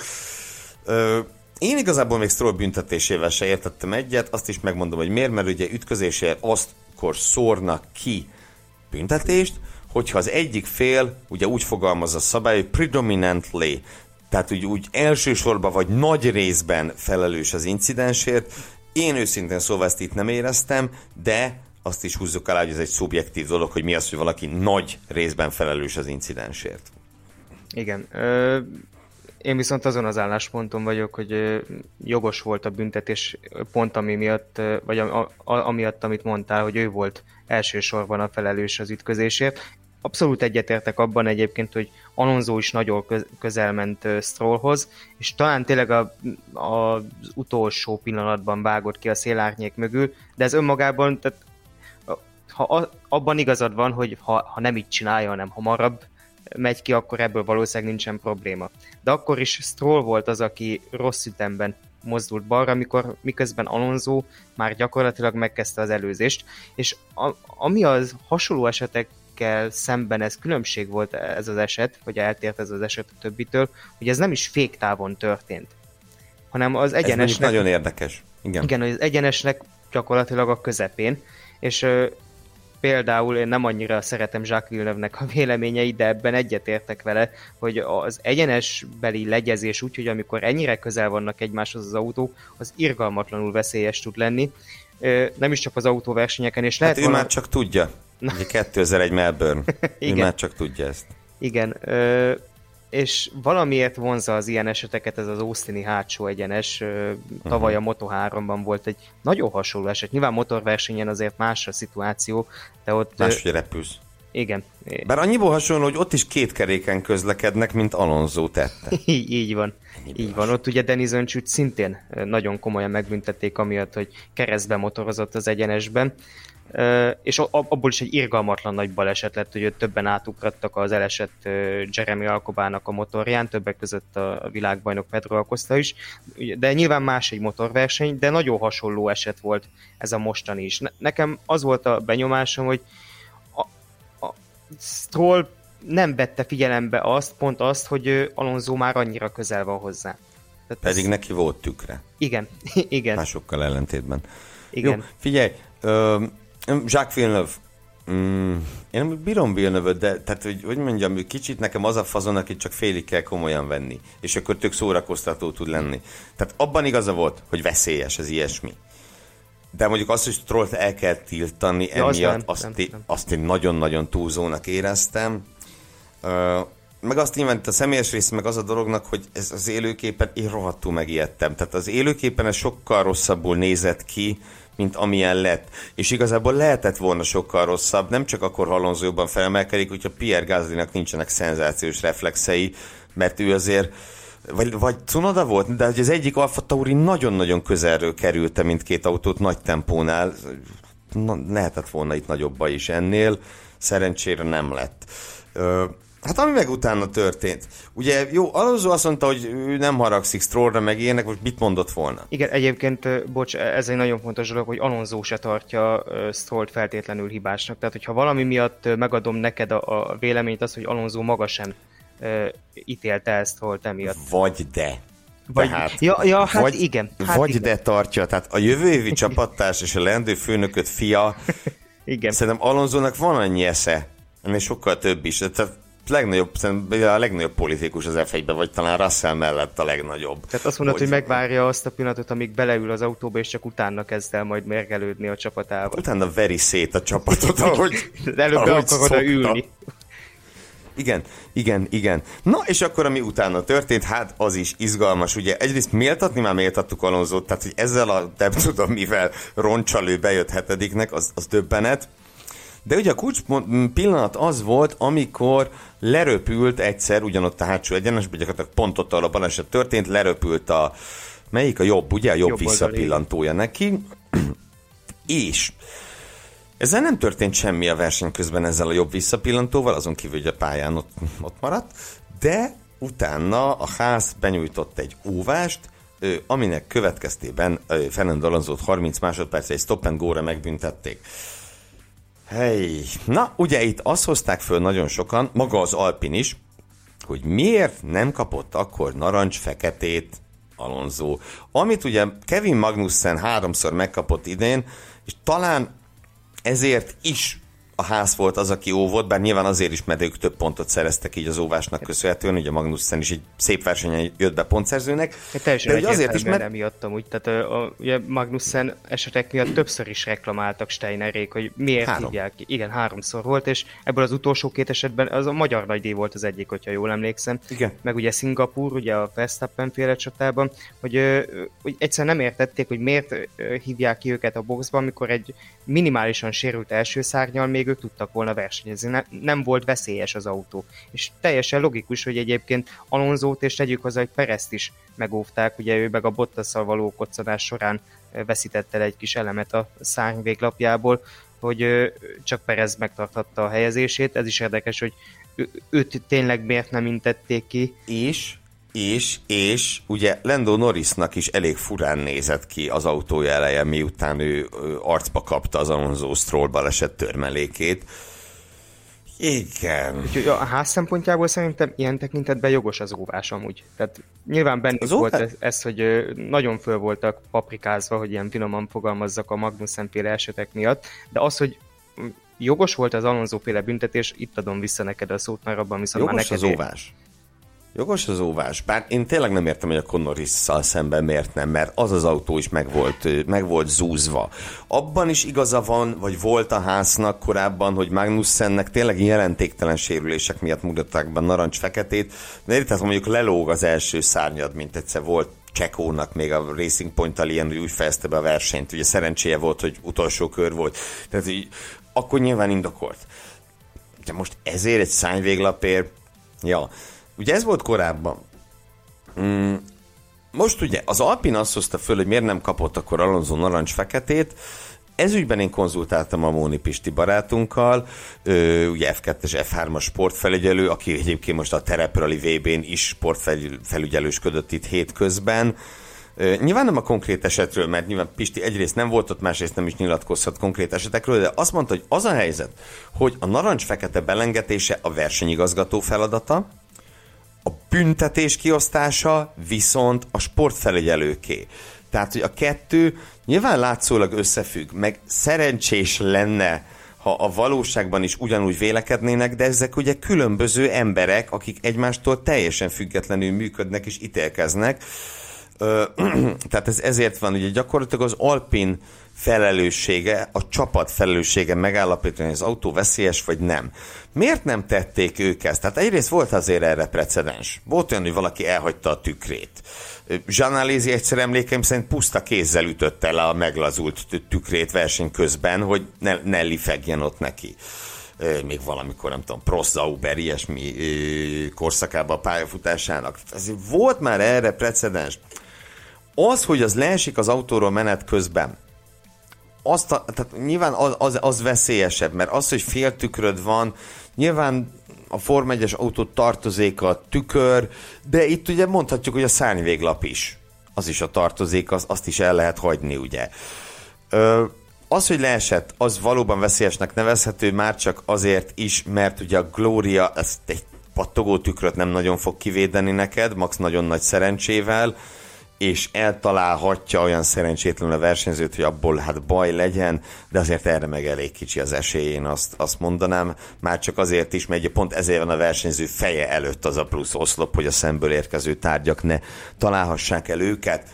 [SPEAKER 2] Ö, én igazából még Stroll büntetésével se értettem egyet, azt is megmondom, hogy miért, mert ugye ütközésért aztkor szórnak ki büntetést, hogyha az egyik fél ugye úgy fogalmaz a szabály, hogy predominantly, tehát úgy, úgy elsősorban vagy nagy részben felelős az incidensért. Én őszintén szóval ezt itt nem éreztem, de azt is húzzuk alá, hogy ez egy szubjektív dolog, hogy mi az, hogy valaki nagy részben felelős az incidensért.
[SPEAKER 3] Igen. Ö, én viszont azon az állásponton vagyok, hogy ö, jogos volt a büntetés pont ami miatt, ö, vagy a, a, amiatt, amit mondtál, hogy ő volt elsősorban a felelős az ütközésért. Abszolút egyetértek abban egyébként, hogy Alonso is nagyon közel ment Strollhoz, és talán tényleg a, a, az utolsó pillanatban vágott ki a szélárnyék mögül, de ez önmagában, tehát, ha a, abban igazad van, hogy ha, ha nem így csinálja, hanem hamarabb megy ki, akkor ebből valószínűleg nincsen probléma. De akkor is Stroll volt az, aki rossz ütemben mozdult balra, amikor, miközben Alonso már gyakorlatilag megkezdte az előzést, és a, ami az hasonló esetek szemben ez különbség volt ez az eset, vagy eltért ez az eset a többitől, hogy ez nem is féktávon történt, hanem az egyenesnek...
[SPEAKER 2] Ez nagyon érdekes. Igen.
[SPEAKER 3] Igen, az egyenesnek gyakorlatilag a közepén, és ö, például én nem annyira szeretem Jacques Villeneuve-nek a véleményeit, de ebben egyetértek vele, hogy az egyenesbeli legyezés úgy, hogy amikor ennyire közel vannak egymáshoz az autók, az irgalmatlanul veszélyes tud lenni. Ö, nem is csak az autóversenyeken, és lehet...
[SPEAKER 2] Hát ő
[SPEAKER 3] valami...
[SPEAKER 2] már csak tudja. Ugye kétezer-egy Melbourne. Ő már csak tudja ezt.
[SPEAKER 3] Igen, ö, és valamiért vonzza az ilyen eseteket ez az Austini hátsó egyenes. Ö, tavaly uh-huh. a Moto háromban volt egy nagyon hasonló eset. Nyilván motorversenyen azért más a szituáció, de ott...
[SPEAKER 2] Máshogy repülsz.
[SPEAKER 3] Igen.
[SPEAKER 2] Bár annyiból hasonló, hogy ott is két keréken közlekednek, mint Alonso tette.
[SPEAKER 3] így, így van. Így van. Ott ugye Denis Öncsüt szintén nagyon komolyan megbüntették, amiatt, hogy keresztbe motorozott az egyenesben. Uh, és abból is egy irgalmatlan nagy baleset lett, hogy többen átugrattak az elesett uh, Jeremy Alcobának a motorján, többek között a világbajnok Pedro Acosta is, de nyilván más egy motorverseny, de nagyon hasonló eset volt ez a mostani is. Ne- nekem az volt a benyomásom, hogy a, a Stroll nem vette figyelembe azt, pont azt, hogy Alonso már annyira közel van hozzá.
[SPEAKER 2] Tehát Pedig ez... neki volt tükre.
[SPEAKER 3] Igen, igen.
[SPEAKER 2] Másokkal ellentétben.
[SPEAKER 3] Igen.
[SPEAKER 2] Jó, figyelj, ö, Jacques Villeneuve, mm, én nem bírom Villeneuve-öt, de tehát, hogy, hogy mondjam, kicsit nekem az a fazon, akit csak félig kell komolyan venni, és akkor tök szórakoztató tud lenni. Tehát abban igaza volt, hogy veszélyes ez ilyesmi. De mondjuk azt, hogy Strollt el kell tiltani ja, emiatt, nem, azt, nem, én, nem. azt én nagyon-nagyon túlzónak éreztem. Uh, meg azt nyilván a személyes rész meg az a dolognak, hogy ez az élőképen én rohadtul megijedtem. Tehát az élőképen ez sokkal rosszabbul nézett ki, mint amilyen lett. És igazából lehetett volna sokkal rosszabb, nem csak akkor, ha Alonso jobban felemelkedik, hogyha Pierre Gaslynak nincsenek szenzációs reflexei, mert ő azért, vagy, vagy Tsunoda volt, de az egyik Alfa Tauri nagyon-nagyon közelről kerülte mindkét autót nagy tempónál. Na, lehetett volna itt nagyobba is ennél, szerencsére nem lett. Ö, Hát ami meg utána történt. Ugye jó, Alonso azt mondta, hogy ő nem haragszik Strollra, meg ilyenek, most mit mondott volna?
[SPEAKER 3] Igen, egyébként, bocs, ez egy nagyon fontos dolog, hogy Alonso se tartja Strollt feltétlenül hibásnak. Tehát, hogyha valami miatt megadom neked a, a véleményt, az, hogy Alonso maga sem uh, ítélte el Strollt emiatt.
[SPEAKER 2] Vagy de.
[SPEAKER 3] Vagy,
[SPEAKER 2] tehát,
[SPEAKER 3] ja, ja, hát
[SPEAKER 2] vagy,
[SPEAKER 3] igen. Hát
[SPEAKER 2] vagy
[SPEAKER 3] igen.
[SPEAKER 2] de tartja. Tehát a jövő évi csapattárs és a leendő főnököt fia,
[SPEAKER 3] igen.
[SPEAKER 2] Szerintem Alonsónak van annyi esze, ennél sokkal több is. Tehát legnagyobb, a legnagyobb politikus az ef egyben, vagy talán Russell mellett a legnagyobb.
[SPEAKER 3] Tehát azt mondod, hogy, hogy megvárja azt a pillanatot, amíg beleül az autóba, és csak utána kezd el majd mérgelődni a csapatával.
[SPEAKER 2] Utána veri szét a csapatot, ahogy
[SPEAKER 3] előbb be akar oda ülni.
[SPEAKER 2] Igen, igen, igen. Na, és akkor ami utána történt, hát az is izgalmas, ugye egyrészt méltatni, már méltattuk Alonsót, tehát hogy ezzel a, nem tudom mivel roncsalő bejött hetediknek, az, az döbbenet. De ugye a kulcs pillanat az volt, amikor leröpült egyszer, ugyanott a hátsó egyenesben, gyakorlatilag pont ott, ahol a baleset történt, leröpült a, melyik a jobb, ugye? A jobb, jobb visszapillantója neki. És Ezzel nem történt semmi a verseny közben ezzel a jobb visszapillantóval, azon kívül, hogy a pályán ott, ott maradt, de utána a ház benyújtott egy óvást, aminek következtében Fernando Alonsót harminc másodperc egy stop and go-ra megbüntették. Hey. Na, ugye itt azt hozták föl nagyon sokan, maga az Alpin is, hogy miért nem kapott akkor narancs-feketét Alonso, amit ugye Kevin Magnussen háromszor megkapott idén, és talán ezért is a ház volt az, aki óvott, bár nyilván azért is, mert ők több pontot szereztek így az óvásnak köszönhetően, ugye Magnussen is egy szép versenyen jött be pontszerzőnek.
[SPEAKER 3] Teljesen de azért is, mert emiatt amúgy, tehát a, a, ugye Magnussen esetek miatt többször is reklamáltak Steinerék, hogy miért Három. hívják ki. Igen, háromszor volt, és ebből az utolsó két esetben az a magyar nagydíj volt az egyik, hogyha jól emlékszem.
[SPEAKER 2] Igen.
[SPEAKER 3] Meg ugye Szingapúr, ugye a Verstappen féle csatában, hogy, hogy egyszerűen nem értették, hogy miért hívják ki őket a boxba, amikor egy minimálisan sérült első szárnyal még ők tudtak volna versenyezni. Ne, nem volt veszélyes az autó. És teljesen logikus, hogy egyébként Alonsót és tegyük hozzá, hogy Perezt is megóvták, ugye ő meg a Bottasszal való koccanás során veszítette egy kis elemet a szárny véglapjából, hogy csak Perez megtarthatta a helyezését. Ez is érdekes, hogy őt tényleg miért nem intették ki.
[SPEAKER 2] És És, és ugye Lando Norrisnak is elég furán nézett ki az autója eleje, miután ő, ő arcba kapta az Alonso Stroll baleset törmelékét. Igen.
[SPEAKER 3] Úgyhogy a ház szempontjából szerintem ilyen tekintetben jogos az óvás amúgy. Tehát nyilván bennük volt ez, ez, hogy nagyon föl voltak paprikázva, hogy ilyen finoman fogalmazzak a Magnussen-féle esetek miatt, de az, hogy jogos volt az Alonso-féle büntetés, itt adom vissza neked a szót, mert abban viszont
[SPEAKER 2] jogos
[SPEAKER 3] már neked...
[SPEAKER 2] az óvás. Jogos az óvás, bár én tényleg nem értem, hogy a Norrisszal szemben miért nem, mert az az autó is meg volt, meg volt zúzva. Abban is igaza van, vagy volt a háznak korábban, hogy Magnussennek tényleg jelentéktelen sérülések miatt mutatták be narancs-feketét, de érted, mondjuk lelóg az első szárnyad, mint egyszer volt Csekónak még a Racing Point-tal ilyen, hogy úgy fejezte be a versenyt, ugye szerencséje volt, hogy utolsó kör volt, tehát így, akkor nyilván indokolt. De most ezért egy szárnyvéglapért, ja, ugye ez volt korábban. Mm, most ugye az Alpin azt hozta föl, hogy miért nem kapott akkor Alonso narancs-feketét. Ezügyben én konzultáltam a Móni Pisti barátunkkal, ő, ugye ef kettes, ef hármas sportfelügyelő, aki egyébként most a Tereprali vé bén is sportfelügyelősködött itt hétközben. Ö, nyilván nem a konkrét esetről, mert nyilván Pisti egyrészt nem volt ott, másrészt nem is nyilatkozhat konkrét esetekről, de azt mondta, hogy az a helyzet, hogy a narancs-fekete belengetése a versenyigazgató feladata, a büntetés kiosztása viszont a sportfelügyelőké. Tehát, hogy a kettő nyilván látszólag összefügg, meg szerencsés lenne, ha a valóságban is ugyanúgy vélekednének, de ezek ugye különböző emberek, akik egymástól teljesen függetlenül működnek és ítélkeznek. Ö, tehát ez ezért van, ugye gyakorlatilag az Alpin felelőssége, a csapat felelőssége megállapítani, hogy az autó veszélyes vagy nem. Miért nem tették ők ezt? Tehát egyrészt volt azért erre precedens. Volt olyan, hogy valaki elhagyta a tükrét. Jean Alesi egyszer emlékeim szerint puszta kézzel ütötte le a meglazult tükrét verseny közben, hogy ne, ne lifegjen ott neki. Még valamikor, nem tudom, Prost, Sauber, ilyesmi korszakában a pályafutásának. Ezért volt már erre precedens. Az, hogy az leesik az autóról menet közben, azt a, tehát nyilván az, az, az veszélyesebb, mert az, hogy fél tükröd van, nyilván a Forma egyes autó tartozék a tükör, de itt ugye mondhatjuk, hogy a szárnyvéglap is. Az is a tartozék, az, azt is el lehet hagyni, ugye. Ö, az, hogy leesett, az valóban veszélyesnek nevezhető, már csak azért is, mert ugye a Gloria ezt egy pattogó tükröt nem nagyon fog kivédeni neked, max nagyon nagy szerencsével, és eltalálhatja olyan szerencsétlen a versenyzőt, hogy abból hát baj legyen, de azért erre meg elég kicsi az esély, én azt, azt mondanám, már csak azért is, mert pont ezért van a versenyző feje előtt az a plusz oszlop, hogy a szemből érkező tárgyak ne találhassák el őket.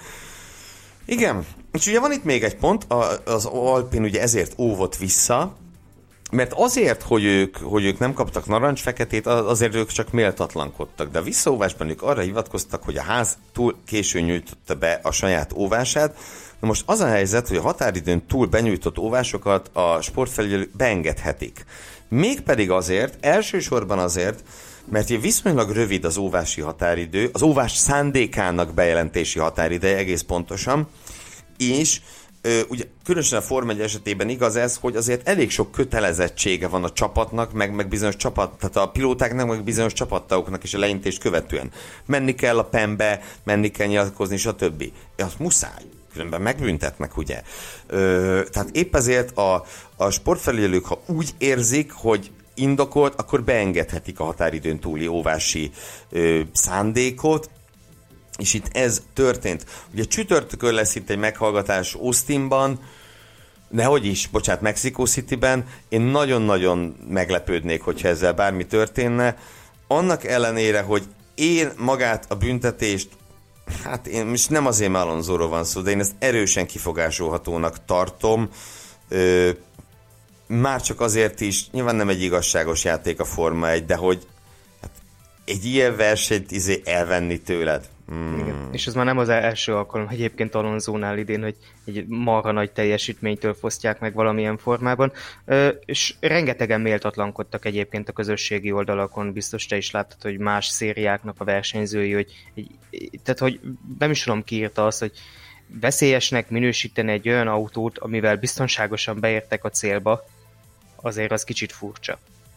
[SPEAKER 2] Igen, és ugye van itt még egy pont, az Alpin ugye ezért óvott vissza, mert azért, hogy ők, hogy ők nem kaptak narancs-feketét, azért ők csak méltatlankodtak. De a visszaóvásban ők arra hivatkoztak, hogy a ház túl későn nyújtotta be a saját óvását. Na most az a helyzet, hogy a határidőn túl benyújtott óvásokat a sportfelügyelő beengedhetik. Mégpedig azért, elsősorban azért, mert viszonylag rövid az óvási határidő, az óvás szándékának bejelentési határideje egész pontosan, és ugye különösen a Forma egy esetében igaz ez, hogy azért elég sok kötelezettsége van a csapatnak, meg, meg bizonyos csapat, tehát a pilótáknak, meg bizonyos csapattagoknak is a leintést követően. Menni kell a penbe, menni kell nyilatkozni, stb. Azt muszáj, különben megbüntetnek, ugye. Ö, tehát épp ezért a, a sportfelügyelők, ha úgy érzik, hogy indokolt, akkor beengedhetik a határidőn túli óvási ö, szándékot, és itt ez történt. Ugye csütörtökön lesz itt egy meghallgatás Austinban, nehogy is, bocsánat, Mexico Cityben. Én nagyon-nagyon meglepődnék, hogyha ezzel bármi történne. Annak ellenére, hogy én magát a büntetést, hát én most nem azért már Alonsoról van szó, de én ezt erősen kifogásolhatónak tartom. Ö, már csak azért is, nyilván nem egy igazságos játék a Forma egy, de hogy hát, egy ilyen versenyt izé elvenni tőled. Hmm.
[SPEAKER 3] Igen. És ez már nem az első alkalom egyébként Alonsónál idén, hogy egy marha nagy teljesítménytől fosztják meg valamilyen formában, Ö, és rengetegen méltatlankodtak egyébként a közösségi oldalakon, biztos te is láttad, hogy más szériáknak a versenyzői, hogy egy, tehát hogy nem is tudom ki írta azt, hogy veszélyesnek minősíteni egy olyan autót, amivel biztonságosan beértek a célba, azért az kicsit furcsa.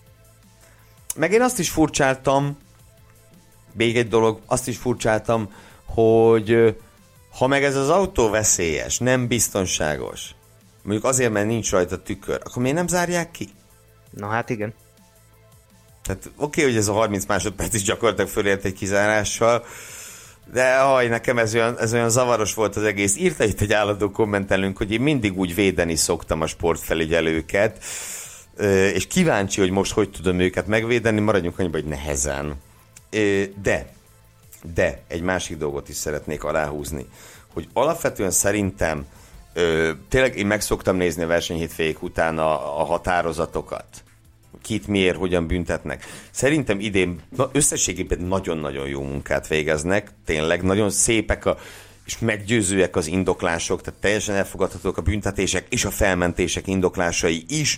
[SPEAKER 2] Meg én azt is furcsáltam, még egy dolog, azt is furcsáltam, hogy ha meg ez az autó veszélyes, nem biztonságos, mondjuk azért, mert nincs rajta tükör, akkor miért nem zárják ki?
[SPEAKER 3] Na hát igen.
[SPEAKER 2] Tehát oké, okay, hogy ez a harminc másodperc is gyakorlatilag fölért egy kizárással, de haj, nekem ez olyan, ez olyan zavaros volt az egész. Írta itt egy állandó kommentelünk, hogy én mindig úgy védeni szoktam a sportfelügyelőket, és kíváncsi, hogy most hogy tudom őket megvédeni, maradjunk annyiba, hogy nehezen. De, de egy másik dolgot is szeretnék aláhúzni, hogy alapvetően szerintem tényleg én meg szoktam nézni a versenyhétvégék után a, a határozatokat. Kit miért, hogyan büntetnek. Szerintem idén na, összességében nagyon-nagyon jó munkát végeznek, tényleg nagyon szépek a, és meggyőzőek az indoklások, tehát teljesen elfogadhatók a büntetések és a felmentések indoklásai is.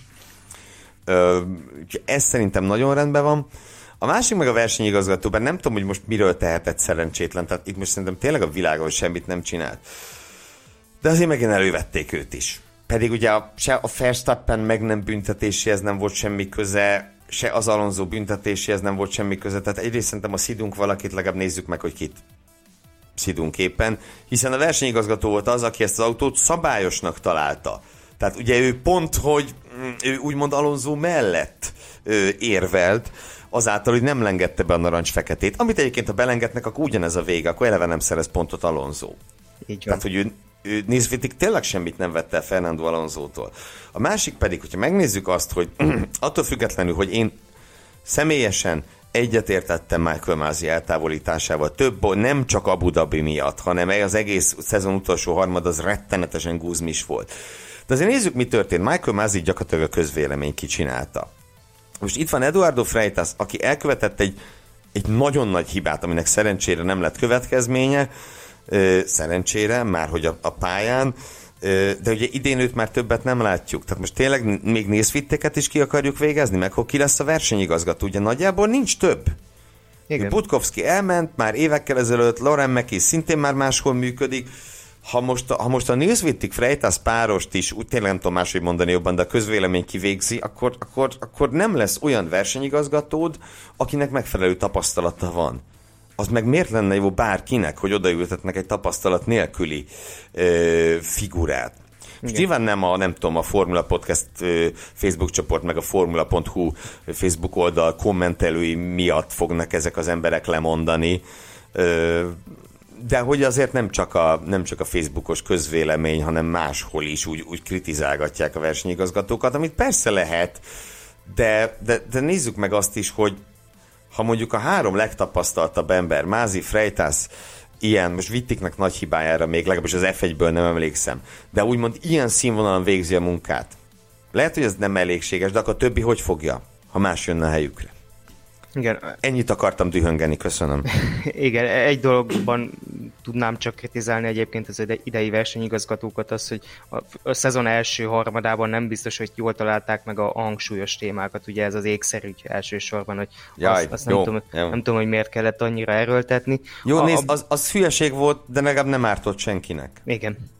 [SPEAKER 2] Ez szerintem nagyon rendben van. A másik meg a versenyigazgató, bár nem tudom, hogy most miről tehetett szerencsétlen, tehát itt most szerintem tényleg a világon semmit nem csinált. De azért megint elővették őt is. Pedig ugye a, se a Verstappen meg nem büntetéséhez nem volt semmi köze, se az Alonso büntetéséhez nem volt semmi köze, tehát egyrészt szerintem a szidunk valakit, legalább nézzük meg, hogy kit szidunk éppen, hiszen a versenyigazgató volt az, aki ezt az autót szabályosnak találta. Tehát ugye ő pont, hogy ő úgymond Alonso mellett ő, érvelt, azáltal, hogy nem lengette be a narancs-feketét, amit egyébként, ha belengednek, akkor ugyanez a vége, akkor eleve nem szerez pontot Alonso.
[SPEAKER 3] Így van.
[SPEAKER 2] Tehát, hogy ő, ő nézvitik tényleg semmit nem vette el Fernando Alonsótól. A másik pedig, hogyha megnézzük azt, hogy attól függetlenül, hogy én személyesen egyetértettem Michael Masi eltávolításával, több, nem csak Abu Dhabi miatt, hanem az egész szezon utolsó harmad az rettenetesen gúzmis volt. De azért nézzük, mi történt. Michael Masi gyakorlatilag a közvélemény kicsinálta. Most itt van Eduardo Freitas, aki elkövetett egy, egy nagyon nagy hibát, aminek szerencsére nem lett következménye, ö, szerencsére, már hogy a, a pályán, ö, de ugye idén őt már többet nem látjuk. Tehát most tényleg még nézfitteket is ki akarjuk végezni, meg hogy ki lesz a versenyigazgató, ugye nagyjából nincs több. Igen. Budkovski elment már évekkel ezelőtt, Lauren Meki szintén már máshol működik. Ha most, ha most a Newswittig Freitas párost is, úgy tényleg nem tudom máshogy mondani jobban, de a közvélemény kivégzi, akkor, akkor, akkor nem lesz olyan versenyigazgatód, akinek megfelelő tapasztalata van. Az meg miért lenne jó bárkinek, hogy odaültetnek egy tapasztalat nélküli ö, figurát? És nyilván nem a, nem tudom, a Formula Podcast ö, Facebook csoport, meg a formula pont hu Facebook oldal kommentelői miatt fognak ezek az emberek lemondani, ö, de hogy azért nem csak a, nem csak a Facebookos közvélemény, hanem máshol is úgy, úgy kritizálgatják a versenyigazgatókat, amit persze lehet, de, de, de nézzük meg azt is, hogy ha mondjuk a három legtapasztaltabb ember, Masi, Freitas, ilyen, most Wittignek nagy hibájára még legalábbis az ef egyből nem emlékszem, de úgymond ilyen színvonalon végzi a munkát. Lehet, hogy ez nem elégséges, de akkor a többi hogy fogja, ha más jönne a helyükre?
[SPEAKER 3] Igen.
[SPEAKER 2] Ennyit akartam dühöngeni, köszönöm.
[SPEAKER 3] Igen, egy dologban tudnám csak kritizálni egyébként az idei versenyigazgatókat, az, hogy a, a szezon első harmadában nem biztos, hogy jól találták meg a hangsúlyos témákat, ugye ez az ékszerügy elsősorban, hogy
[SPEAKER 2] Jaj,
[SPEAKER 3] azt, azt
[SPEAKER 2] jó,
[SPEAKER 3] nem, tudom,
[SPEAKER 2] jó.
[SPEAKER 3] nem tudom, hogy miért kellett annyira erőltetni.
[SPEAKER 2] Jó,
[SPEAKER 3] a,
[SPEAKER 2] nézd, az, az hülyeség volt, de legalább nem ártott senkinek.
[SPEAKER 3] Igen.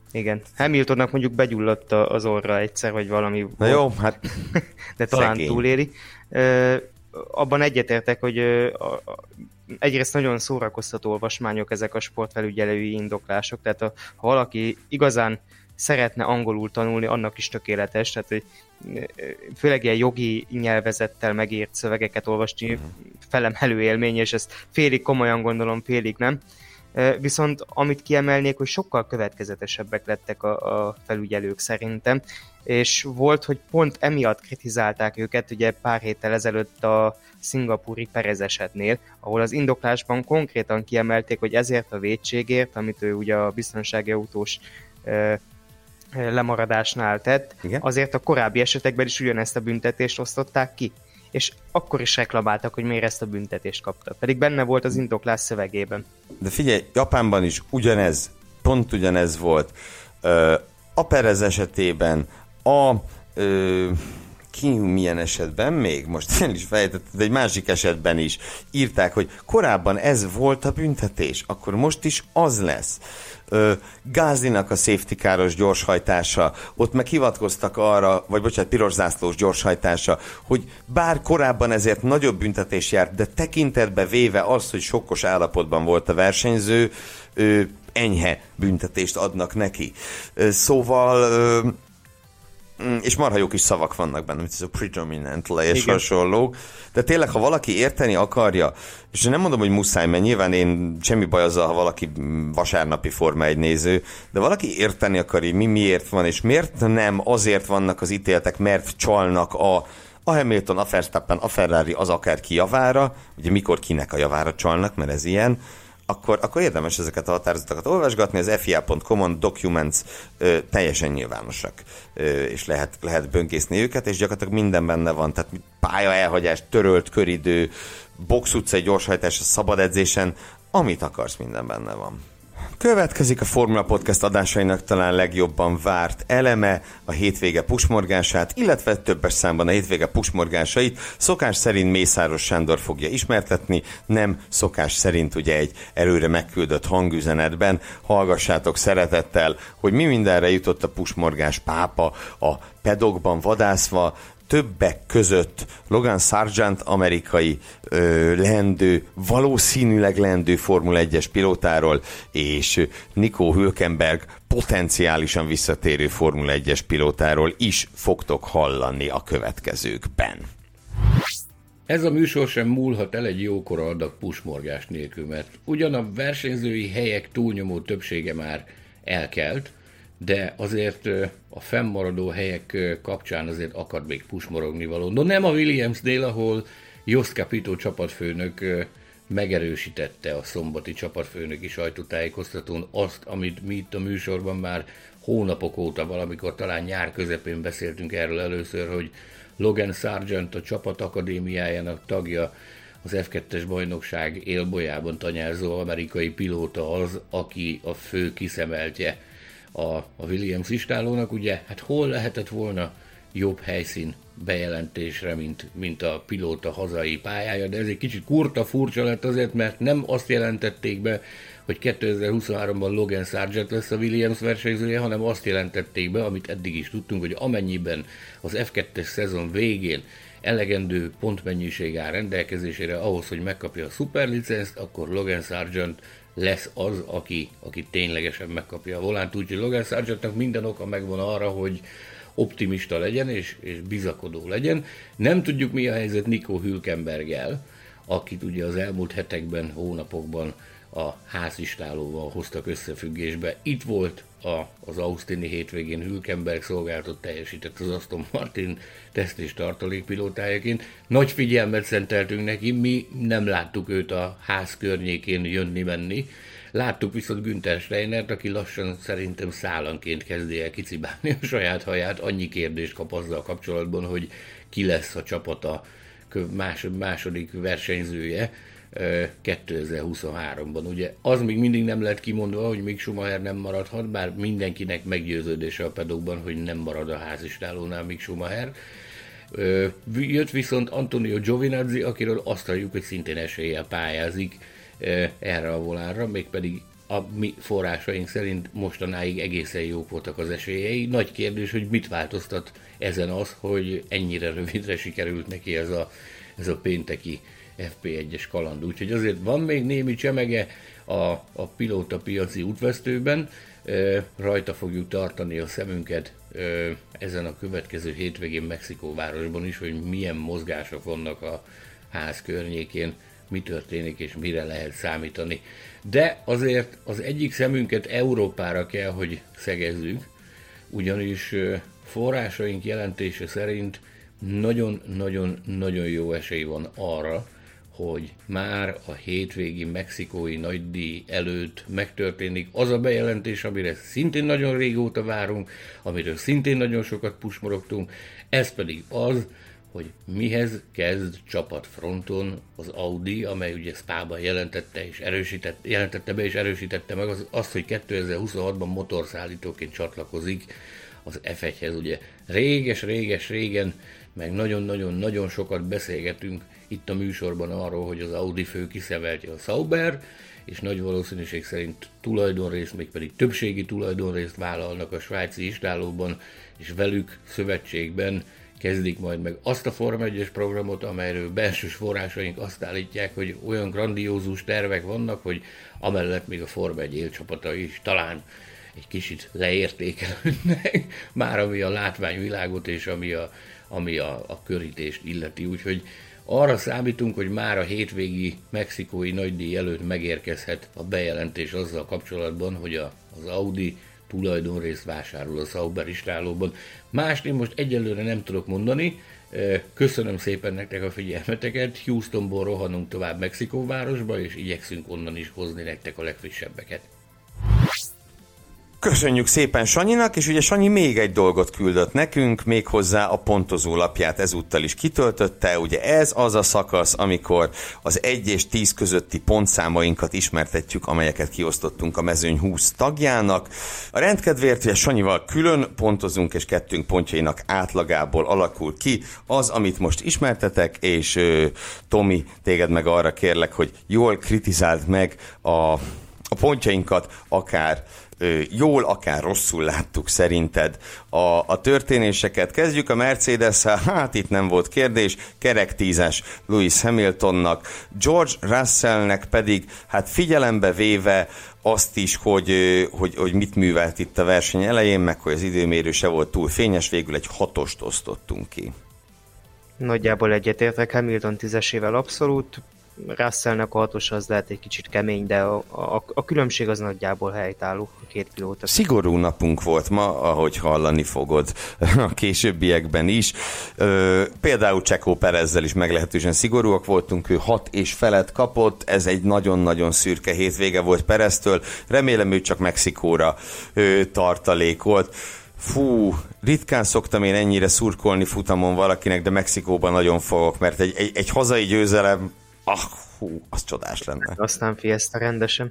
[SPEAKER 3] Igen. Hamiltonnak mondjuk begyulladt az orra egyszer, vagy valami.
[SPEAKER 2] Na jó, hát
[SPEAKER 3] de talán
[SPEAKER 2] szegény.
[SPEAKER 3] túléli. Ö, abban egyetértek, hogy ö, a, a, egyrészt nagyon szórakoztató olvasmányok ezek a sportfelügyelői indoklások, tehát a, ha valaki igazán szeretne angolul tanulni, annak is tökéletes, tehát hogy főleg ilyen jogi nyelvezettel megírt szövegeket olvasni uh-huh. felemelő élmény, és ezt félig komolyan gondolom, félig nem. Viszont amit kiemelnék, hogy sokkal következetesebbek lettek a, a felügyelők szerintem, és volt, hogy pont emiatt kritizálták őket ugye pár héttel ezelőtt a szingapúri Perez esetnél, ahol az indoklásban konkrétan kiemelték, hogy ezért a vétségért, amit ő ugye a biztonsági autós e, lemaradásnál tett, igen? Azért a korábbi esetekben is ugyanezt a büntetést osztották ki. És akkor is reklamáltak, hogy miért ezt a büntetést kapta. Pedig benne volt az indoklás szövegében.
[SPEAKER 2] De figyelj, Japánban is ugyanez, pont ugyanez volt. A Perez esetében, a ö, ki milyen esetben még, most el is fejtettem, de egy másik esetben is írták, hogy korábban ez volt a büntetés, akkor most is az lesz. Gázlinak a safety káros gyorshajtása, ott meg hivatkoztak arra, vagy bocsánat, piros zászlós gyorshajtása, hogy bár korábban ezért nagyobb büntetés járt, de tekintetbe véve azt, hogy sokkos állapotban volt a versenyző, enyhe büntetést adnak neki. Szóval és marha jó kis szavak vannak benne, mint ez a predominantly és hasonlók. De tényleg, ha valaki érteni akarja, és nem mondom, hogy muszáj, mert nyilván én semmi baj azzal, ha valaki vasárnapi Forma egy néző, de valaki érteni akarja, mi miért van, és miért nem azért vannak az ítéletek, mert csalnak a, a Hamilton, a Verstappen, a Ferrari, az akárki javára, ugye mikor kinek a javára csalnak, mert ez ilyen, Akkor, akkor érdemes ezeket a határozatokat olvasgatni, az F I A pont com-on documents ö, teljesen nyilvánosak, ö, és lehet, lehet böngészni őket, és gyakorlatilag minden benne van, tehát pálya elhagyás, törölt köridő, box utcai gyorshajtás, a szabad edzésen, amit akarsz, minden benne van. Következik a Formula Podcast adásainak talán legjobban várt eleme, a hétvége pusmorgását, illetve többes számban a hétvége pusmorgásait szokás szerint Mészáros Sándor fogja ismertetni, nem szokás szerint ugye egy előre megküldött hangüzenetben. Hallgassátok szeretettel, hogy mi mindenre jutott a pusmorgás pápa a pedokban vadászva, többek között Logan Sargent amerikai ö, leendő, valószínűleg leendő Formula egyes pilótáról, és Nico Hülkenberg potenciálisan visszatérő Formula egyes pilótáról is fogtok hallani a következőkben.
[SPEAKER 4] Ez a műsor sem múlhat el egy jókora adag pusmorgás nélkül, mert ugyan a versenyzői helyek túlnyomó többsége már elkelt, de azért a fennmaradó helyek kapcsán azért akad még pusmorogni való. No nem a Williamsnél, ahol Jost Capito csapatfőnök megerősítette a szombati csapatfőnöki sajtótájékoztatón azt, amit mi itt a műsorban már hónapok óta, valamikor talán nyár közepén beszéltünk erről először, hogy Logan Sargent, a csapat akadémiájának tagja, az ef kettes bajnokság élbolyában tanyázó amerikai pilóta az, aki a fő kiszemeltje a, a Williams istálónak. Ugye, hát hol lehetett volna jobb helyszín bejelentésre, mint, mint a pilóta hazai pályája, de ez egy kicsit kurta, furcsa lett azért, mert nem azt jelentették be, hogy kétezer-huszonháromban Logan Sargent lesz a Williams versenyzője, hanem azt jelentették be, amit eddig is tudtunk, hogy amennyiben az ef kettes szezon végén elegendő pontmennyiség áll rendelkezésére ahhoz, hogy megkapja a szuperlicenzt, akkor Logan Sargent lesz az, aki, aki ténylegesen megkapja a volánt, úgyhogy Logan Sargentnak minden oka megvan arra, hogy optimista legyen és, és bizakodó legyen. Nem tudjuk, mi a helyzet Nico Hülkenberggel, akit ugye az elmúlt hetekben, hónapokban a házistálóval hoztak összefüggésbe. Itt volt a, az ausztini hétvégén Hülkenberg, szolgálatot teljesített az Aston Martin teszt- és tartalékpilótájaként. Nagy figyelmet szenteltünk neki, mi nem láttuk őt a ház környékén jönni-menni. Láttuk viszont Günther Steinert, aki lassan szerintem szálanként kezdi el kicibálni a saját haját. Annyi kérdést kap azzal kapcsolatban, hogy ki lesz a csapata második versenyzője kétezer-huszonháromban. Ugye az még mindig nem lett kimondva, hogy Mick Schumacher nem maradhat, bár mindenkinek meggyőződése a pedokban, hogy nem marad a házistálónál Mick Schumacher. Jött viszont Antonio Giovinazzi, akiről azt halljuk, hogy szintén eséllyel pályázik erre a volánra, mégpedig a mi forrásaink szerint mostanáig egészen jók voltak az esélyei. Nagy kérdés, hogy mit változtat ezen az, hogy ennyire rövidre sikerült neki ez a, ez a pénteki ef pé egyes kaland. Úgyhogy azért van még némi csemege a, a pilóta piaci útvesztőben, e, rajta fogjuk tartani a szemünket e, ezen a következő hétvégén Mexikóvárosban is, hogy milyen mozgások vannak a ház környékén, mi történik és mire lehet számítani. De azért az egyik szemünket Európára kell, hogy szegezzük, ugyanis forrásaink jelentése szerint nagyon-nagyon-nagyon jó esély van arra, hogy már a hétvégi mexikói nagydíj előtt megtörténik az a bejelentés, amire szintén nagyon régóta várunk, amiről szintén nagyon sokat pusmorogtunk, ez pedig az, hogy mihez kezd csapatfronton az Audi, amely ugye Spában jelentette, és erősített, jelentette be és erősítette meg az, azt, hogy kétezer-huszonhatban motorszállítóként csatlakozik az ef egyhez. Ugye réges-réges-régen, meg nagyon-nagyon-nagyon sokat beszélgetünk itt a műsorban arról, hogy az Audi fő kiszeveltje a Sauber, és nagy valószínűség szerint tulajdonrészt, még pedig többségi tulajdonrészt vállalnak a svájci istálóban, és velük szövetségben kezdik majd meg azt a Forma egyes programot, amelyről belsős forrásaink azt állítják, hogy olyan grandiózus tervek vannak, hogy amellett még a Forma egy élcsapatai is talán egy kicsit leértékelődnek, már ami a látványvilágot és ami a, ami a, a körítést illeti. Úgyhogy arra számítunk, hogy már a hétvégi mexikói nagydíj előtt megérkezhet a bejelentés azzal kapcsolatban, hogy a, az Audi tulajdonrészt vásárol a Sauber istálóban. Mást én most egyelőre nem tudok mondani. Köszönöm szépen nektek a figyelmeteket. Houstonból rohanunk tovább Mexikóvárosba, és igyekszünk onnan is hozni nektek a legfrissebbeket.
[SPEAKER 2] Köszönjük szépen Sanyinak, és ugye Sanyi még egy dolgot küldött nekünk, méghozzá a pontozó lapját ezúttal is kitöltötte. Ugye ez az a szakasz, amikor az egy és tíz közötti pontszámainkat ismertetjük, amelyeket kiosztottunk a mezőny húsz tagjának. A rendkedvéért ugye Sanyival külön pontozunk, és kettőnk pontjainak átlagából alakul ki az, amit most ismertetek, és ö, Tomi, téged meg arra kérlek, hogy jól kritizáld meg a, a pontjainkat, akár jól, akár rosszul láttuk szerinted a, a történéseket. Kezdjük a Mercedes-szel, hát itt nem volt kérdés, kerek tízes Lewis Hamiltonnak, George Russellnek pedig, hát figyelembe véve azt is, hogy, hogy, hogy mit művelt itt a verseny elején, meg hogy az időmérő se volt túl fényes, végül egy hatost osztottunk ki.
[SPEAKER 3] Nagyjából egyetértek, Hamilton tízesével abszolút, Russellnek a hatos az lehet egy kicsit kemény, de a, a, a különbség az nagyjából helytálló a két pilóta.
[SPEAKER 2] Szigorú napunk volt ma, ahogy hallani fogod a későbbiekben is. Ö, például Checo Perezzel is meglehetősen szigorúak voltunk, ő hat és felett kapott, ez egy nagyon-nagyon szürke hétvége volt Pereztől, remélem ő csak Mexikóra ö, tartalékolt. Fú, ritkán szoktam én ennyire szurkolni futamon valakinek, de Mexikóban nagyon fogok, mert egy, egy, egy hazai győzelem, ah, hú, az csodás lenne.
[SPEAKER 3] Aztán Fiesta rendesen.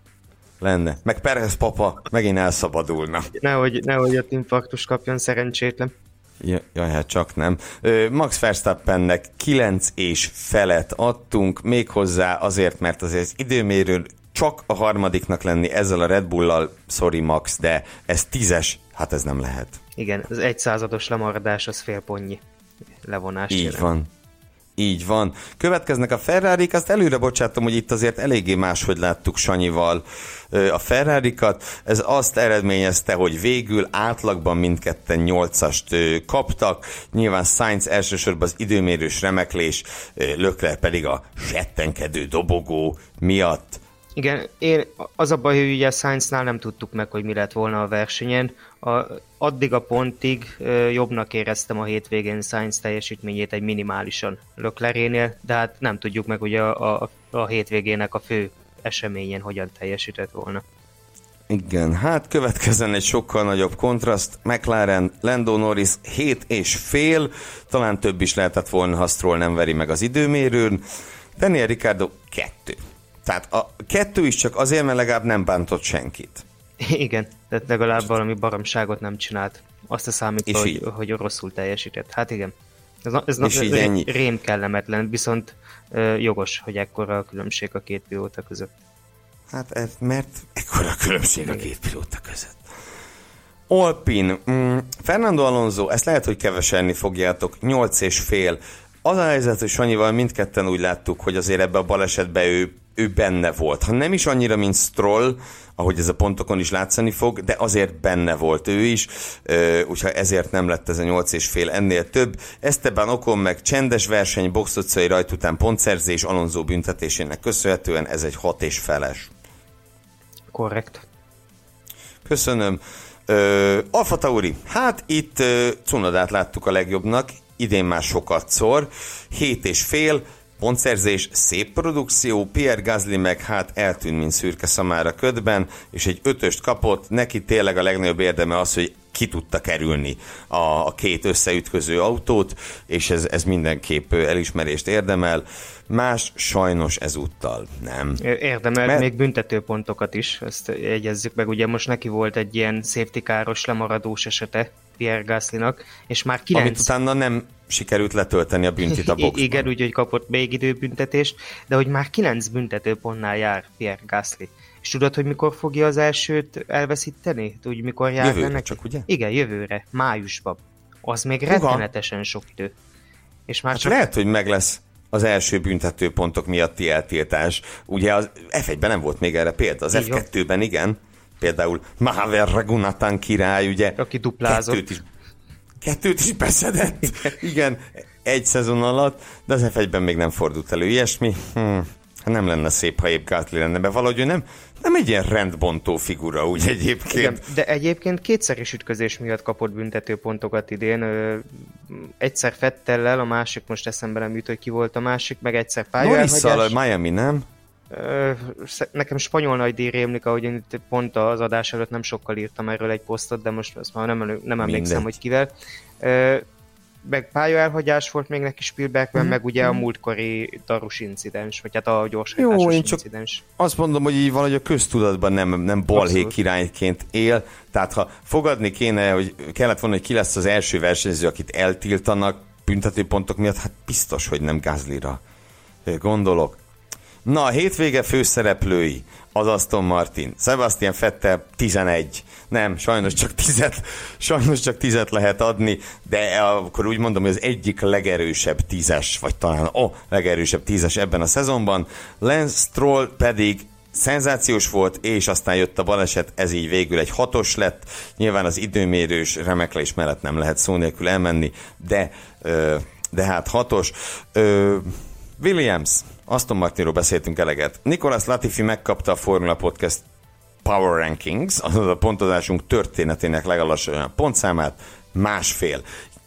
[SPEAKER 2] Lenne. Meg Perez papa megint elszabadulna.
[SPEAKER 3] Nehogy, nehogy ott infarktus kapjon, szerencsétlen.
[SPEAKER 2] Ja, jaj, hát csak nem. Max Verstappennek kilenc és felett adtunk, méghozzá azért, mert azért az időmérőn csak a harmadiknak lenni ezzel a Red Bull-lal, sorry Max, de ez tízes, hát ez nem lehet.
[SPEAKER 3] Igen, az egy százados lemaradás az fél pontnyi levonás.
[SPEAKER 2] Így
[SPEAKER 3] jelent.
[SPEAKER 2] van. Így van. Következnek a Ferrarik, azt előre bocsátom, hogy itt azért eléggé máshogy láttuk Sanyival a Ferrarikat. Ez azt eredményezte, hogy végül átlagban mindketten nyolcast kaptak. Nyilván Sainz elsősorban az időmérős remeklés, Leclerc pedig a settenkedő dobogó miatt.
[SPEAKER 3] Igen, én, az a baj, hogy ugye Sainznál nem tudtuk meg, hogy mi lett volna a versenyen. A, addig a pontig ö, jobbnak éreztem a hétvégén Sainz teljesítményét egy minimálisan Leclercnél, de hát nem tudjuk meg, hogy a, a, a hétvégének a fő eseményen hogyan teljesített volna.
[SPEAKER 2] Igen, hát következzen egy sokkal nagyobb kontraszt. McLaren, Lando Norris hét és fél, talán több is lehetett volna, ha Stroll nem veri meg az időmérőn. Daniel Ricciardo kettő. Tehát a kettő is csak azért, mert legalább nem bántott senkit.
[SPEAKER 3] Igen, tehát legalább valami baromságot nem csinált. Azt a számítva, hogy, hogy rosszul teljesített. Hát igen, ez, ez na, rém, rém kellemetlen, viszont uh, jogos, hogy ekkora a különbség a két pilóta között.
[SPEAKER 2] Hát ez, mert Mekkora különbség a két pilóta között. Alpin, mm, Fernando Alonso, ezt lehet, hogy keveselni fogjátok, nyolc és fél. Az a helyzet, hogy Sanyival mindketten úgy láttuk, hogy azért ebbe a balesetbe ő, ő benne volt. Ha nem is annyira, mint Stroll, ahogy ez a pontokon is látszani fog, de azért benne volt ő is, úgyhogy ezért nem lett ez a nyolc és fél, ennél több. Esteban Ocon meg csendes verseny, box utcai rajt után pontszerzés, Alonso büntetésének köszönhetően ez egy hat és feles.
[SPEAKER 3] Korrekt.
[SPEAKER 2] Köszönöm. Uh, Alfa Tauri, hát itt uh, Cunodát láttuk a legjobbnak, idén már sokatszor, hét és fél, pontszerzés, szép produkció, Pierre Gasly meg hát eltűnt, mint szürke szamára ködben, és egy ötöst kapott, neki tényleg a legnagyobb érdeme az, hogy ki tudta kerülni a, a két összeütköző autót, és ez, ez mindenképp elismerést érdemel. Más sajnos ezúttal nem.
[SPEAKER 3] Érdemel Mert... még büntetőpontokat is, ezt jegyezzük meg, ugye most neki volt egy ilyen safety káros lemaradós esete Pierre Gaslynak, és már kilenc...
[SPEAKER 2] Amit utána nem sikerült letölteni a büntit a boxban.
[SPEAKER 3] Igen, úgyhogy kapott még időbüntetést, de hogy már kilenc büntetőpontnál jár Pierre Gasly. És tudod, hogy mikor fogja az elsőt elveszíteni? Úgy mikor jár
[SPEAKER 2] jövőre
[SPEAKER 3] neki?
[SPEAKER 2] Csak, ugye?
[SPEAKER 3] Igen, jövőre, májusban. Az még Uga. rettenetesen sok idő. És már
[SPEAKER 2] hát
[SPEAKER 3] csak...
[SPEAKER 2] lehet, hogy meg lesz az első büntetőpontok miatti eltiltás. Ugye az ef egyben nem volt még erre példa, az ef kettőben igen. Például Mahaver Raghunathan király, ugye?
[SPEAKER 3] Aki duplázott.
[SPEAKER 2] Kettőt is, kettőt is beszedett. Igen, egy szezon alatt, de az ef egyben még nem fordult elő ilyesmi. Hm. Nem lenne szép, ha épp Gasly lenne, mert valahogy ő nem, nem egy ilyen rendbontó figura, úgy egyébként. Igen,
[SPEAKER 3] de egyébként kétszeres ütközés miatt kapott büntetőpontokat idén. Ö, egyszer Vettellel, a másik most eszembe nem jut, hogy ki volt a másik, meg egyszer pályaelhagyás.
[SPEAKER 2] Norrisszal, Miami, nem?
[SPEAKER 3] Ö, nekem spanyol nagydíj rémlik, ahogy én pont az adás előtt nem sokkal írtam erről egy posztot, de most azt már nem, nem emlékszem, hogy kivel. Ö, meg pályaelhagyás volt még neki Spielbergben, mm. meg ugye a múltkori darus incidens, vagy hát a gyorsításos incidens.
[SPEAKER 2] Azt mondom, hogy így valahogy a köztudatban nem, nem balhé királyként él, tehát ha fogadni kéne, hogy kellett volna, hogy ki lesz az első versenyző, akit eltiltanak büntetőpontok miatt, hát biztos, hogy nem Gaslyra gondolok. Na, a hétvége főszereplői, az Aston Martin, Sebastian Vettel tizenegy, nem, sajnos csak tízet, sajnos csak tízet lehet adni, de akkor úgy mondom, hogy az egyik legerősebb tízes, vagy talán a legerősebb tízes ebben a szezonban. Lance Stroll pedig szenzációs volt, és aztán jött a baleset, ez így végül egy hatos lett. Nyilván az időmérős remeklés mellett nem lehet szó nélkül elmenni, de, de hát hatos. Williams, Aston Martinról beszéltünk eleget. Nicolas Latifi megkapta a Formula Podcast Power Rankings, azaz a pontozásunk történetének legalacsonyabb pontszámát, másfél.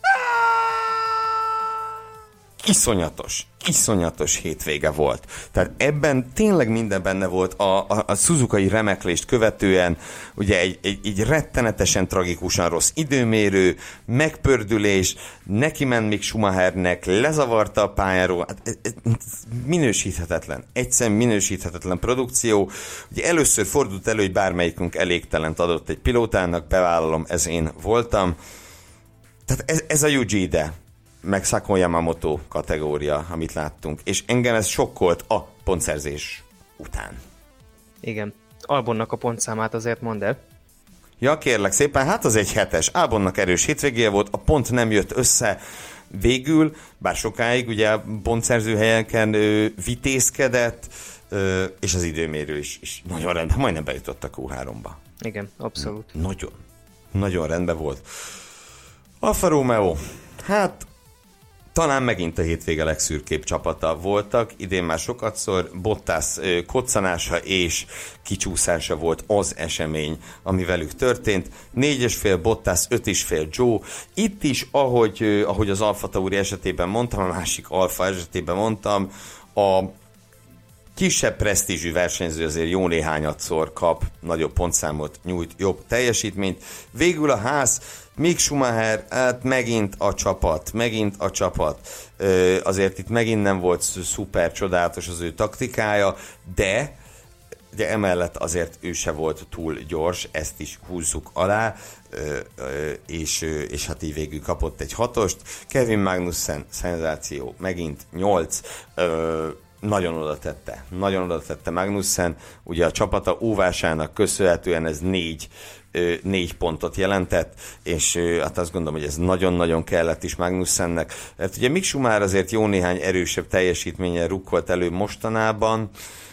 [SPEAKER 2] Iszonyatos, iszonyatos hétvége volt. Tehát ebben tényleg minden benne volt. A, a, a Suzuka-i remeklést követően ugye egy, egy, egy rettenetesen tragikusan rossz időmérő, megpördülés, neki ment még Schumachernek, lezavarta a pályáról, hát, ez, ez minősíthetetlen, egyszerűen minősíthetetlen produkció. Ugye először fordult elő, hogy bármelyikünk elégtelent adott egy pilótának, bevállalom, ez én voltam. Tehát ez, ez a Yuji Ide meg Sakon Yamamoto kategória, amit láttunk. És engem ez sokkolt a pontszerzés után.
[SPEAKER 3] Igen. Albonnak a pontszámát azért mondd el.
[SPEAKER 2] Ja, kérlek szépen, hát az egy hetes. Albonnak erős hétvégéje volt, a pont nem jött össze végül, bár sokáig ugye a pontszerző helyeken ő vitézkedett, ö, és az időmérő is, is nagyon rendben, majdnem bejutott a kú háromba.
[SPEAKER 3] Igen, abszolút.
[SPEAKER 2] Nagyon, nagyon rendben volt. Alfa Romeo, hát talán megint a hétvége legszürkébb csapata voltak, idén már sokatszor Bottas koccanása és kicsúszása volt az esemény, ami velük történt. négy és fél Bottas, öt és fél Joe. Itt is, ahogy, ahogy az Alfa Tauri esetében mondtam, a másik Alfa esetében mondtam, a kisebb presztízsű versenyző azért jó néhányadszor kap, nagyobb pontszámot nyújt, jobb teljesítményt. Végül a ház, Mick Schumacher, hát megint a csapat, megint a csapat. Ö, azért itt megint nem volt szuper csodálatos az ő taktikája, de de emellett azért ő se volt túl gyors, ezt is húzzuk alá, ö, ö, és, ö, és hát így végül kapott egy hatost. Kevin Magnussen, szenzáció, megint nyolc. Ö, nagyon oda tette. Nagyon oda tette Magnussen. Ugye a csapata óvásának köszönhetően ez négy, négy pontot jelentett, és hát azt gondolom, hogy ez nagyon-nagyon kellett is Magnussennek. Hát ugye Mick Schumacher azért jó néhány erősebb teljesítménnyel rukkolt elő mostanában,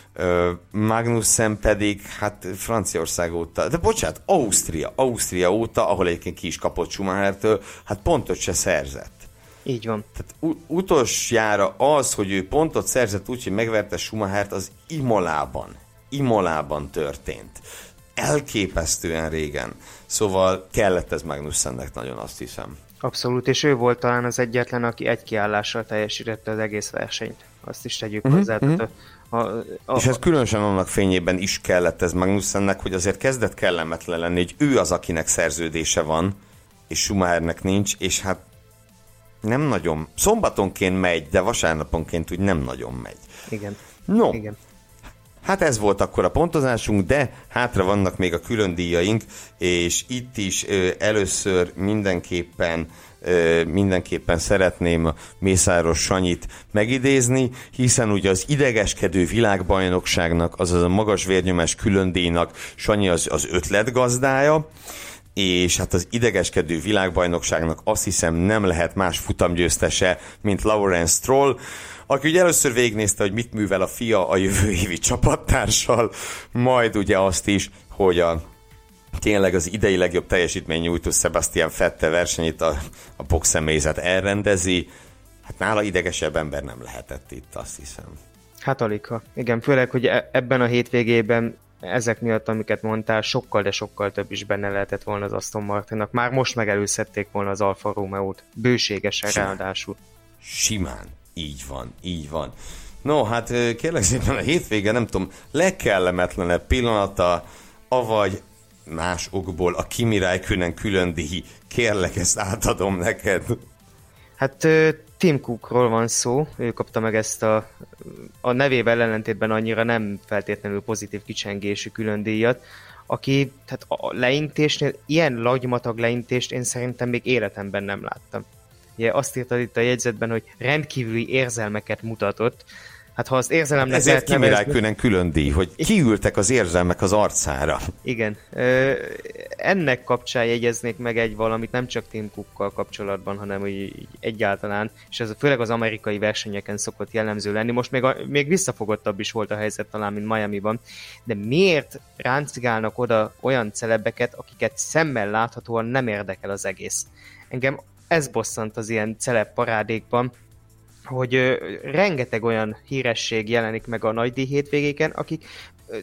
[SPEAKER 2] Magnussen pedig, hát Franciaország óta, de bocsánat, Ausztria, Ausztria óta, ahol egyébként ki is kapott Schumachertől, hát pontot se szerzett.
[SPEAKER 3] Így van.
[SPEAKER 2] Tehát u- utolsójára az, hogy ő pontot szerzett úgy, hogy megverte Schumachert, az Imolában, Imolában történt. Elképesztően régen. Szóval kellett ez Magnussennek nagyon, azt hiszem.
[SPEAKER 3] Abszolút, és ő volt talán az egyetlen, aki egy kiállással teljesítette az egész versenyt. Azt is tegyük
[SPEAKER 2] uh-huh,
[SPEAKER 3] hozzá.
[SPEAKER 2] uh-huh.
[SPEAKER 3] A, a, a,
[SPEAKER 2] és ez különösen annak fényében is kellett ez Magnussennek, hogy azért kezdett kellemetlen lenni, hogy ő az, akinek szerződése van, és Schumachernek nincs, és hát nem nagyon, szombatonként megy, de vasárnaponként úgy nem nagyon megy.
[SPEAKER 3] Igen.
[SPEAKER 2] No,
[SPEAKER 3] Igen.
[SPEAKER 2] Hát ez volt akkor a pontozásunk, de hátra vannak még a külön díjaink, és itt is ö, először mindenképpen ö, mindenképpen szeretném Mészáros Sanyit megidézni, hiszen ugye az idegeskedő világbajnokságnak, azaz a magas vérnyomás külön díjnak Sanyi az, az ötletgazdája, és hát az idegeskedő világbajnokságnak azt hiszem nem lehet más futamgyőztese, mint Lawrence Stroll, aki ugye először végignézte, hogy mit művel a fia a jövő évi csapattársal, majd ugye azt is, hogy a tényleg az idei legjobb teljesítmény nyújtó Sebastian Vettel versenyét a, a boxszemélyzet elrendezi. Hát nála idegesebb ember nem lehetett itt, azt hiszem.
[SPEAKER 3] Hát aligha. Igen, főleg, hogy ebben a hétvégében ezek miatt, amiket mondtál, sokkal, de sokkal több is benne lehetett volna az Aston Martinnak. Már most megelőzhették volna az Alfa Romeo-t. Bőségesen
[SPEAKER 2] Simán.
[SPEAKER 3] Ráadásul.
[SPEAKER 2] Simán. Így van, így van. No, hát kérlek szépen a hétvége, nem tudom, legkellemetlenebb pillanata, avagy más okból a Kimi Räikkönen külön díj. Kérlek, ezt átadom neked.
[SPEAKER 3] Hát Tim Cookról van szó, ő kapta meg ezt a, a nevével ellentétben annyira nem feltétlenül pozitív kicsengésű külön díjat, aki tehát a leintésnél, ilyen lagymatag leintést én szerintem még életemben nem láttam. Ugye azt írtad itt a jegyzetben, hogy rendkívüli érzelmeket mutatott. Hát ha az érzelemnek
[SPEAKER 2] ezért
[SPEAKER 3] lehet
[SPEAKER 2] Kimi
[SPEAKER 3] nevezni...
[SPEAKER 2] Räikkönen külön díj, hogy kiültek az érzelmek az arcára.
[SPEAKER 3] Igen. Ennek kapcsán jegyeznék meg egy valamit, nem csak Tim Cookkal kapcsolatban, hanem úgy egyáltalán, és ez főleg az amerikai versenyeken szokott jellemző lenni. Most még, a, még visszafogottabb is volt a helyzet talán, mint Miamiban. De miért ráncigálnak oda olyan celebeket, akiket szemmel láthatóan nem érdekel az egész? Engem ez bosszant az ilyen celeb parádékban, hogy ö, rengeteg olyan híresség jelenik meg a nagydíj hétvégéken, akik ö,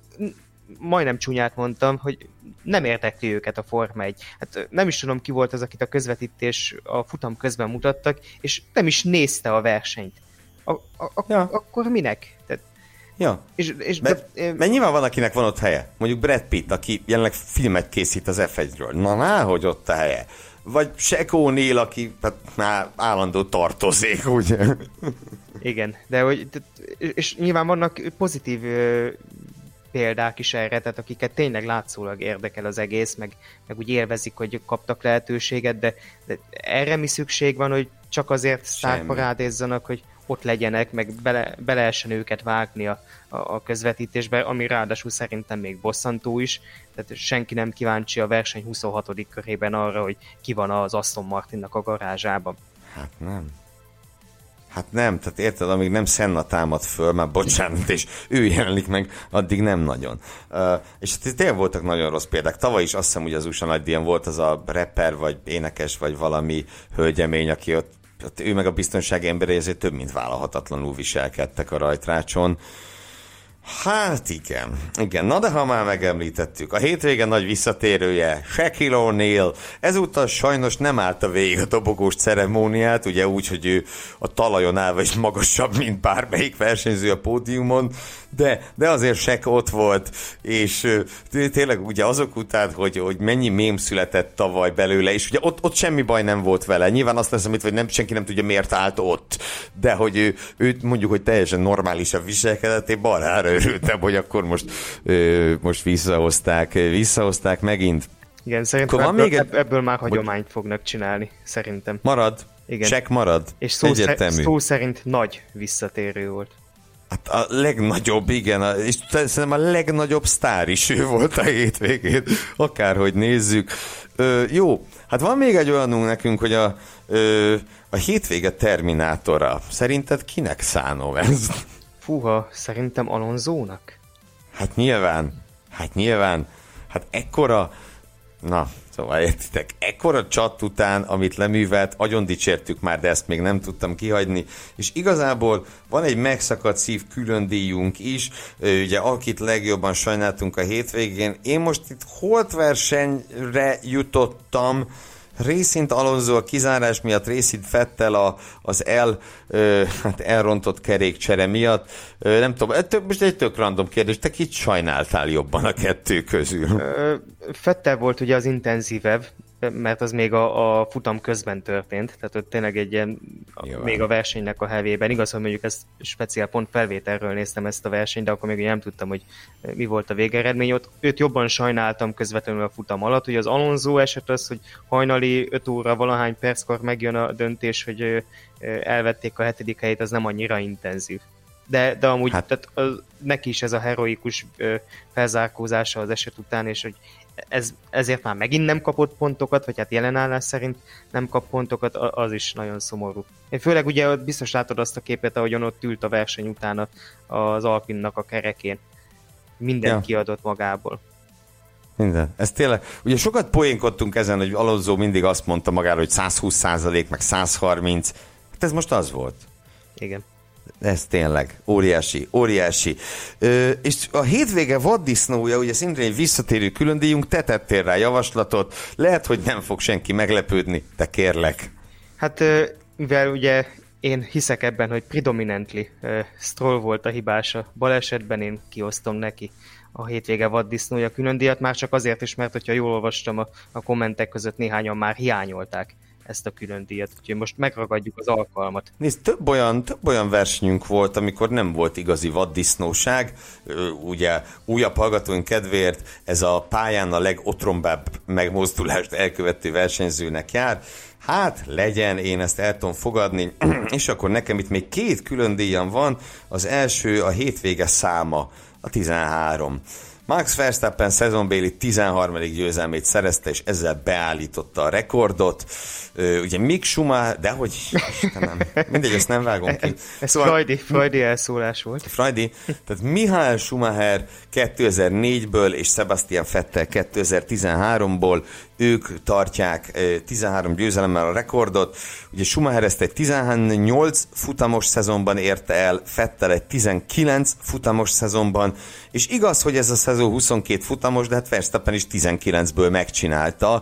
[SPEAKER 3] majdnem csúnyát mondtam, hogy nem érdekli őket a Forma egy. Hát ö, nem is tudom, ki volt az, akit a közvetítés a futam közben mutattak, és nem is nézte a versenyt. A, a, a,
[SPEAKER 2] ja.
[SPEAKER 3] Akkor minek? Tehát,
[SPEAKER 2] ja.
[SPEAKER 3] és, és
[SPEAKER 2] mert,
[SPEAKER 3] de,
[SPEAKER 2] mert nyilván van, akinek van ott helye. Mondjuk Brad Pitt, aki jelenleg filmet készít az ef egyről. Na, ná, hogy ott a helye. Vagy Shaq O'Neal, aki hát, már állandó tartozék, ugye?
[SPEAKER 3] Igen, de hogy, és nyilván vannak pozitív ö, példák is erre, tehát akiket tényleg látszólag érdekel az egész, meg, meg úgy élvezik, hogy kaptak lehetőséget, de, de erre mi szükség van, hogy csak azért sztárparádézzanak, hogy ott legyenek, meg bele, be lehessen őket vágni a, a, a közvetítésbe, ami ráadásul szerintem még bosszantó is, tehát senki nem kíváncsi a verseny huszonhatodik körében arra, hogy ki van az Aston Martinnak a garázsában.
[SPEAKER 2] Hát nem. Hát nem, tehát érted, amíg nem Senna támad föl, már bocsánat, és ő jelenik meg, addig nem nagyon. Uh, és tényleg voltak nagyon rossz példák. Tavaly is azt hiszem, hogy az u es á nagydíjon volt az a rapper, vagy énekes, vagy valami hölgyemény, aki ott, ott ő meg a biztonsági emberei ezért több, mint vállalhatatlanul viselkedtek a rajtrácson. Hát igen, igen, na de ha már megemlítettük, a hétvégen nagy visszatérője, Shaquille O'Neal, ezúttal sajnos nem állta végig a dobogós ceremóniát, ugye úgy, hogy ő a talajon állva is magasabb, mint bármelyik versenyző a pódiumon, de, de azért Shaq ott volt, és tényleg ugye azok után, hogy, hogy mennyi mém született tavaly belőle, és ugye ott, ott semmi baj nem volt vele, nyilván azt lesz, amit, hogy nem, senki nem tudja, miért állt ott, de hogy ő, őt mondjuk, hogy teljesen normálisabb viselkedett, én balrára örültem, hogy akkor most, ö, most visszahozták, visszahozták megint.
[SPEAKER 3] Igen, szerintem ebből, még egy... ebből már hagyományt hogy... fognak csinálni, szerintem.
[SPEAKER 2] Marad. Igen. Shaq marad.
[SPEAKER 3] És szó, szer- szó szerint nagy visszatérő volt.
[SPEAKER 2] Hát a legnagyobb, igen, a, és szerintem a legnagyobb sztár is ő volt a hétvégén, akárhogy nézzük. Ö, jó, hát van még egy olyanunk nekünk, hogy a, ö, a hétvége Terminátora. Szerinted kinek szánom ez?
[SPEAKER 3] Fúha, szerintem Alonzónak.
[SPEAKER 2] Hát nyilván, hát nyilván, hát ekkora, na, szóval értitek, ekkora csat után, amit leművelt, agyon dicsértük már, de ezt még nem tudtam kihagyni, és igazából van egy megszakadt szív külön díjunk is, ugye akit legjobban sajnáltunk a hétvégén. Én most itt holt versenyre jutottam, részint Alonso a kizárás miatt, részint Vettel a, az el, ö, hát elrontott kerékcsere miatt. Ö, nem tudom, tök, most egy tök random kérdés, te kit sajnáltál jobban a kettő közül?
[SPEAKER 3] Ö, Vettel volt ugye az intenzívebb, mert az még a, a futam közben történt, tehát ott tényleg egy ilyen, a, még a versenynek a hevében. Igaz, hogy mondjuk ezt speciál pont felvételről néztem ezt a versenyt, de akkor még nem tudtam, hogy mi volt a végeredmény. Ott őt jobban sajnáltam közvetlenül a futam alatt, hogy az Alonso eset az, hogy hajnali öt óra valahány perckor megjön a döntés, hogy elvették a hetedik helyét, az nem annyira intenzív. De, de amúgy hát... tehát az, neki is ez a heroikus felzárkózása az eset után, és hogy ez, ezért már megint nem kapott pontokat, vagy hát jelenállás szerint nem kap pontokat, az is nagyon szomorú. Én főleg ugye biztos látod azt a képet, ahogyan ott ült a verseny után az Alpinnak a kerekén. Mindent ja. kiadott magából.
[SPEAKER 2] Minden. Ez tényleg, ugye sokat poénkodtunk ezen, hogy Alonso mindig azt mondta magára, hogy száz húsz százalék, meg száz harminc. Hát ez most az volt.
[SPEAKER 3] Igen.
[SPEAKER 2] Ez tényleg óriási, óriási. Ö, és a hétvége vaddisznója, ugye szintén egy visszatérő különdíjunk, te tettél rá javaslatot, lehet, hogy nem fog senki meglepődni, de kérlek.
[SPEAKER 3] Hát mivel ugye én hiszek ebben, hogy predominantly Stroll volt a hibása, balesetben én kiosztom neki a hétvége vaddisznója különdíjat, már csak azért is, mert hogyha jól olvastam a, a kommentek között, néhányan már hiányolták ezt a külön díjat, úgyhogy most megragadjuk az alkalmat.
[SPEAKER 2] Nézd, több olyan, több olyan versenyünk volt, amikor nem volt igazi vaddisznóság. Ugye újabb hallgatóink kedvéért ez a pályán a legotrombább megmozdulást elkövető versenyzőnek jár. Hát legyen, én ezt el tudom fogadni, és akkor nekem itt még két külön díjam van. Az első a hétvége száma, a tizenhárom. Max Verstappen szezonbéli tizenharmadik győzelmét szerezte, és ezzel beállította a rekordot. Ö, ugye Mick Schumacher, de hogy Istenem, mindegy, ezt nem vágom ki.
[SPEAKER 3] Ez szóval, Freudi, Freudi elszólás volt.
[SPEAKER 2] Freudi, tehát Michael Schumacher kétezer-négyből és Sebastian Vettel kétezer-tizenháromból ők tartják tizenhárom győzelemmel a rekordot. Ugye Schumacher ezt egy tizennyolc futamos szezonban érte el, Vettel egy tizenkilenc futamos szezonban, és igaz, hogy ez a szezon huszonkét futamos, de hát Verstappen is tizenkilencből megcsinálta.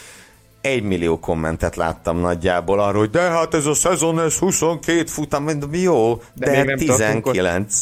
[SPEAKER 2] Egy millió kommentet láttam nagyjából arról, hogy de hát ez a szezon, ez huszonkét futam, jó, de, de tizenkilenc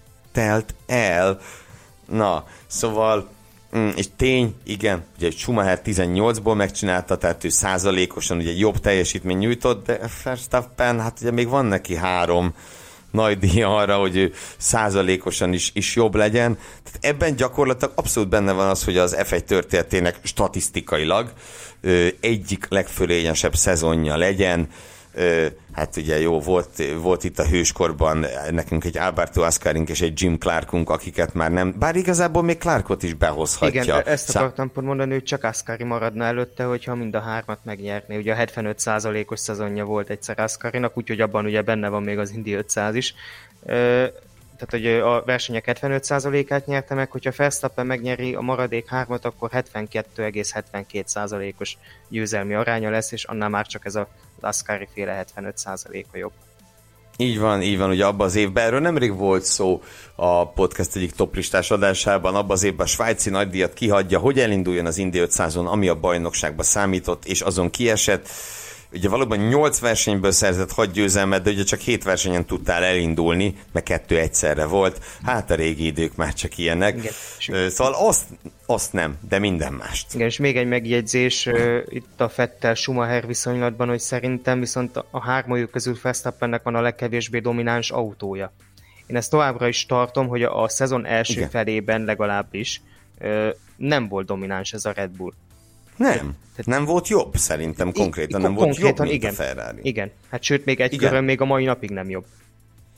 [SPEAKER 2] telt el. Na, szóval, és tény, igen, ugye Schumacher tizennyolcból megcsinálta, tehát ő százalékosan ugye jobb teljesítmény nyújtott, de Verstappen, hát ugye még van neki három nagy díja arra, hogy ő százalékosan is, is jobb legyen. Tehát ebben gyakorlatilag abszolút benne van az, hogy az ef egy történetének statisztikailag ö, egyik legfölényesebb szezonja legyen. Ö, hát ugye jó, volt, volt itt a hőskorban nekünk egy Alberto Ascarink és egy Jim Clarkunk, akiket már nem, bár igazából még Clarkot is behozhatja.
[SPEAKER 3] Igen, ezt akartam pont mondani, hogy csak Ascari maradna előtte, hogyha mind a hármat megnyerné. Ugye a hetvenöt százalékos szezonja volt egyszer Ascarinak, úgyhogy abban ugye benne van még az Indy ötszáz is. Ö, tehát, hogy a versenyek hetvenöt százalékát nyerte meg, hogyha Verstappen megnyeri a maradék hármat, akkor hetvenkettő egész hetvenkét százalékos győzelmi aránya lesz, és annál már csak ez az Ascari féle hetvenöt százaléka jobb.
[SPEAKER 2] Így van, így van, ugye abban az évben, erről nemrég volt szó a podcast egyik toplistás adásában, abban az évben a svájci nagydíjat kihagyja, hogy elinduljon az Indy ötszázon, ami a bajnokságba számított, és azon kiesett. Ugye valóban nyolc versenyből szerzett hat győzelmet, de ugye csak hét versenyen tudtál elindulni, mert kettő egyszerre volt. Hát a régi idők már csak ilyenek. Igen. Szóval azt, azt nem, de minden mást.
[SPEAKER 3] Igen, és még egy megjegyzés uh, itt a Vettel-Schumacher viszonylatban, hogy szerintem viszont a hármajuk közül Verstappennek van a legkevésbé domináns autója. Én ezt továbbra is tartom, hogy a, a szezon első Igen. felében legalábbis uh, nem volt domináns ez a Red Bull.
[SPEAKER 2] Nem, tehát nem volt jobb szerintem konkrétan, I, nem konkrétan, volt jobb, mint
[SPEAKER 3] igen,
[SPEAKER 2] a Ferrari.
[SPEAKER 3] Igen, hát sőt még egy igen. körön még a mai napig nem jobb.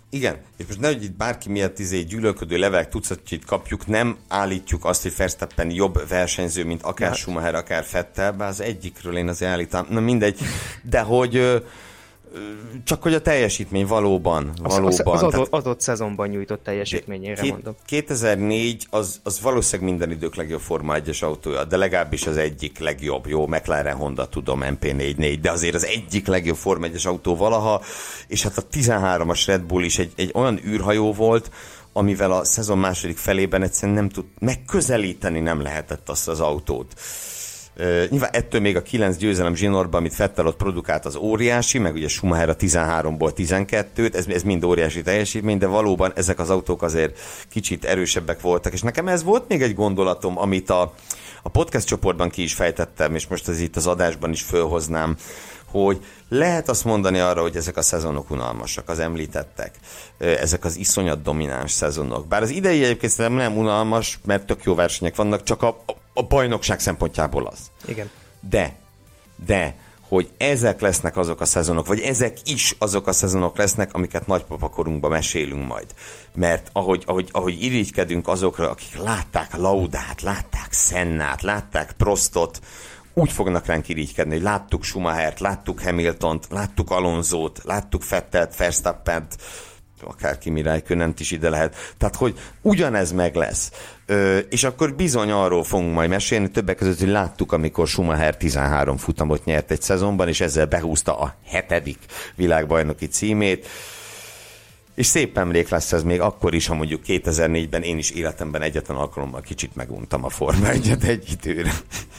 [SPEAKER 2] Igen, és most nehogy itt bárki miatt izé gyűlölködő levek tucatjait kapjuk, nem állítjuk azt, hogy Verstappen jobb versenyző, mint akár hát. Schumacher, akár Vettel, bár az egyikről én azért állítom, na mindegy, de hogy ö, csak hogy a teljesítmény valóban, valóban. Az,
[SPEAKER 3] az adott, tehát, adott szezonban nyújtott teljesítményére két, mondom.
[SPEAKER 2] kétezer-négy az, az valószínűleg minden idők legjobb Forma egyes autója, de legalábbis az egyik legjobb, jó, McLaren Honda, tudom, em pé negyvennégy, de azért az egyik legjobb Forma egyes autó valaha, és hát a tizenhármas Red Bull is egy, egy olyan űrhajó volt, amivel a szezon második felében egyszerűen nem tud, megközelíteni nem lehetett azt az autót. Uh, nyilván ettől még a kilenc győzelem zsinórban, amit Vettel ott produkált, az óriási, meg ugye Schumacher a tizenháromból tizenkettőt, ez, ez mind óriási teljesítmény, de valóban ezek az autók azért kicsit erősebbek voltak, és nekem ez volt még egy gondolatom, amit a, a podcast csoportban ki is fejtettem, és most ez itt az adásban is fölhoznám, hogy lehet azt mondani arra, hogy ezek a szezonok unalmasak, az említettek, ezek az iszonyat domináns szezonok. Bár az idei egyébként nem unalmas, mert tök jó versenyek vannak, csak a, a bajnokság szempontjából az.
[SPEAKER 3] Igen.
[SPEAKER 2] De, de, hogy ezek lesznek azok a szezonok, vagy ezek is azok a szezonok lesznek, amiket nagypapakorunkban mesélünk majd. Mert ahogy, ahogy, ahogy irigykedünk azokra, akik látták Laudát, látták Sennát, látták Prostot, úgy fognak ránk irigykedni, hogy láttuk Schumachert, láttuk Hamiltont, láttuk Alonsót, láttuk Vettelt, Verstappent, akár Kimi Räikkönent is ide lehet. Tehát, hogy ugyanez meg lesz. Ö, és akkor bizony arról fogunk majd mesélni, többek között, hogy láttuk, amikor Schumacher tizenhárom futamot nyert egy szezonban, és ezzel behúzta a hetedik világbajnoki címét. És szép emlék lesz ez még akkor is, ha mondjuk kétezer-négyben én is életemben egyetlen alkalommal kicsit meguntam a Forma egyet egy időre.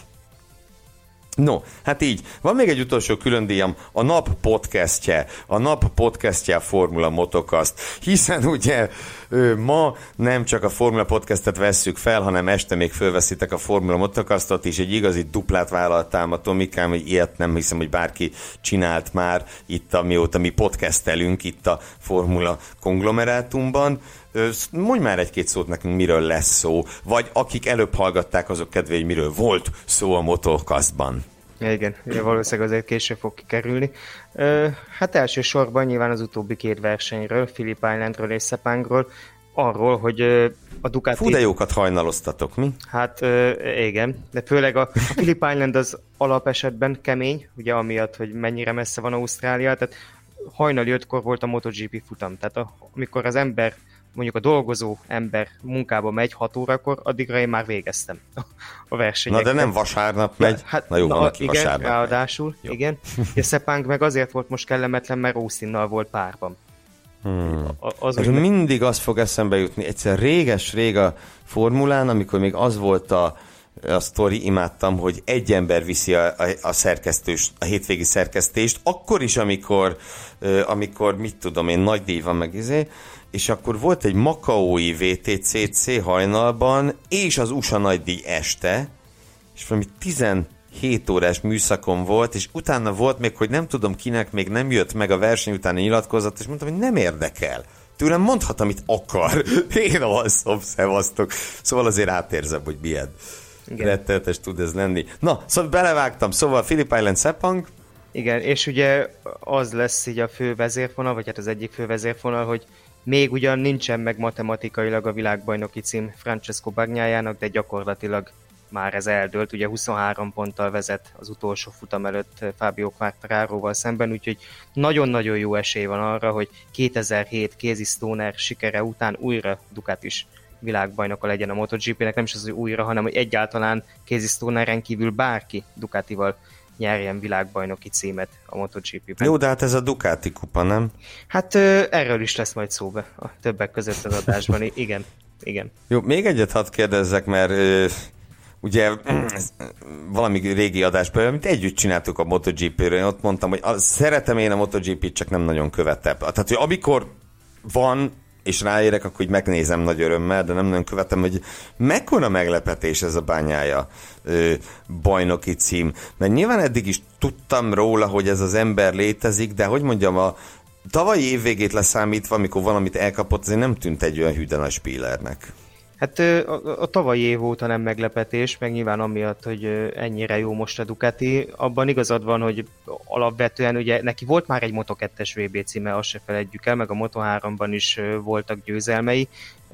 [SPEAKER 2] No, hát így. Van még egy utolsó különdíjam, a nap podcastje. A nap podcastje a Formula Motocast. Hiszen ugye ma nem csak a Formula Podcastet vesszük fel, hanem este még fölveszitek a Formula Motocastot is. Egy igazi duplát vállaltál a Tomikám, hogy ilyet nem hiszem, hogy bárki csinált már itt, amióta mi podcastelünk itt a Formula konglomerátumban. Mondj már egy-két szót nekünk, miről lesz szó, vagy akik előbb hallgatták, azok kedvé, hogy miről volt szó a Motocastban.
[SPEAKER 3] Igen, valószínűleg azért később fog kikerülni. Hát elsősorban nyilván az utóbbi két versenyről, Phillip Islandről és Sepangról, arról, hogy a Ducati...
[SPEAKER 2] Fú, de jókat hajnaloztatok, mi?
[SPEAKER 3] Hát igen, de főleg a, a Phillip Island az alapesetben kemény, ugye amiatt, hogy mennyire messze van Ausztrália, tehát hajnali ötkor volt a MotoGP futam, tehát a, amikor az ember, mondjuk a dolgozó ember munkába megy hat órakor, addigra én már végeztem a versenyeket.
[SPEAKER 2] Na de nem vasárnap megy? Ja, hát, na jó, na, van, aki
[SPEAKER 3] igen,
[SPEAKER 2] vasárnap
[SPEAKER 3] ráadásul, megy. Igen. A Sepang meg azért volt most kellemetlen, mert Austinnal volt párban.
[SPEAKER 2] Hmm. Az az mindig az fog eszembe jutni, egyszer réges-rég a formulán, amikor még az volt a, a sztori, imádtam, hogy egy ember viszi a, a, a szerkesztős, a hétvégi szerkesztést, akkor is, amikor, amikor mit tudom én, nagy díj van meg izé, és akkor volt egy makaói vé té cé cé hajnalban, és az u es á nagydíj este, és valami tizenhét órás műszakon volt, és utána volt még, hogy nem tudom kinek, még nem jött meg a verseny utáni nyilatkozat, és mondtam, hogy nem érdekel. Tőlem mondhat, amit akar. Én alszom, szevasztok. Szóval azért átérzem, hogy milyen rettenetes tud ez lenni. Na, szóval belevágtam, szóval Phillip Island Sepang.
[SPEAKER 3] Igen, és ugye az lesz így a fő vezérfonal, vagy hát az egyik fő vezérfonal, hogy még ugyan nincsen meg matematikailag a világbajnoki cím Francesco Bagnajának, de gyakorlatilag már ez eldőlt. Ugye huszonhárom ponttal vezet az utolsó futam előtt Fabio Quartararoval szemben, úgyhogy nagyon-nagyon jó esély van arra, hogy kétezer-hét Casey Stoner sikere után újra Ducatis világbajnoka legyen a MotoGP-nek, nem is az, hogy újra, hanem hogy egyáltalán Casey Stoneren kívül bárki Ducatival nyerjen világbajnoki címet a MotoGP-ben.
[SPEAKER 2] Jó, de hát ez a Ducati kupa, nem?
[SPEAKER 3] Hát ö, erről is lesz majd szó be a többek között az adásban. Igen, igen.
[SPEAKER 2] Jó, még egyet hadd kérdezzek, mert ö, ugye valami régi adásban, amit együtt csináltuk a MotoGP-ről, én ott mondtam, hogy az, szeretem én a MotoGP-t, csak nem nagyon követem. Tehát, hogy amikor van és ráérek, akkor így megnézem nagy örömmel, de nem nagyon követem, hogy mekkora meglepetés ez a Bagnaia ö, bajnoki cím. Mert nyilván eddig is tudtam róla, hogy ez az ember létezik, de hogy mondjam, a tavalyi évvégét leszámítva, amikor valamit elkapott, azért nem tűnt egy olyan hűde nagy spílernek.
[SPEAKER 3] Hát a, a tavalyi év óta nem meglepetés, meg nyilván amiatt, hogy ennyire jó most a Ducati. Abban igazad van, hogy alapvetően ugye neki volt már egy Moto kettes vé bé címe, azt se feledjük el, meg a Moto háromban is voltak győzelmei.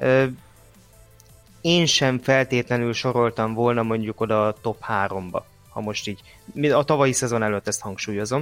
[SPEAKER 3] Én sem feltétlenül soroltam volna mondjuk oda a top háromba, ha most így, a tavalyi szezon előtt ezt hangsúlyozom.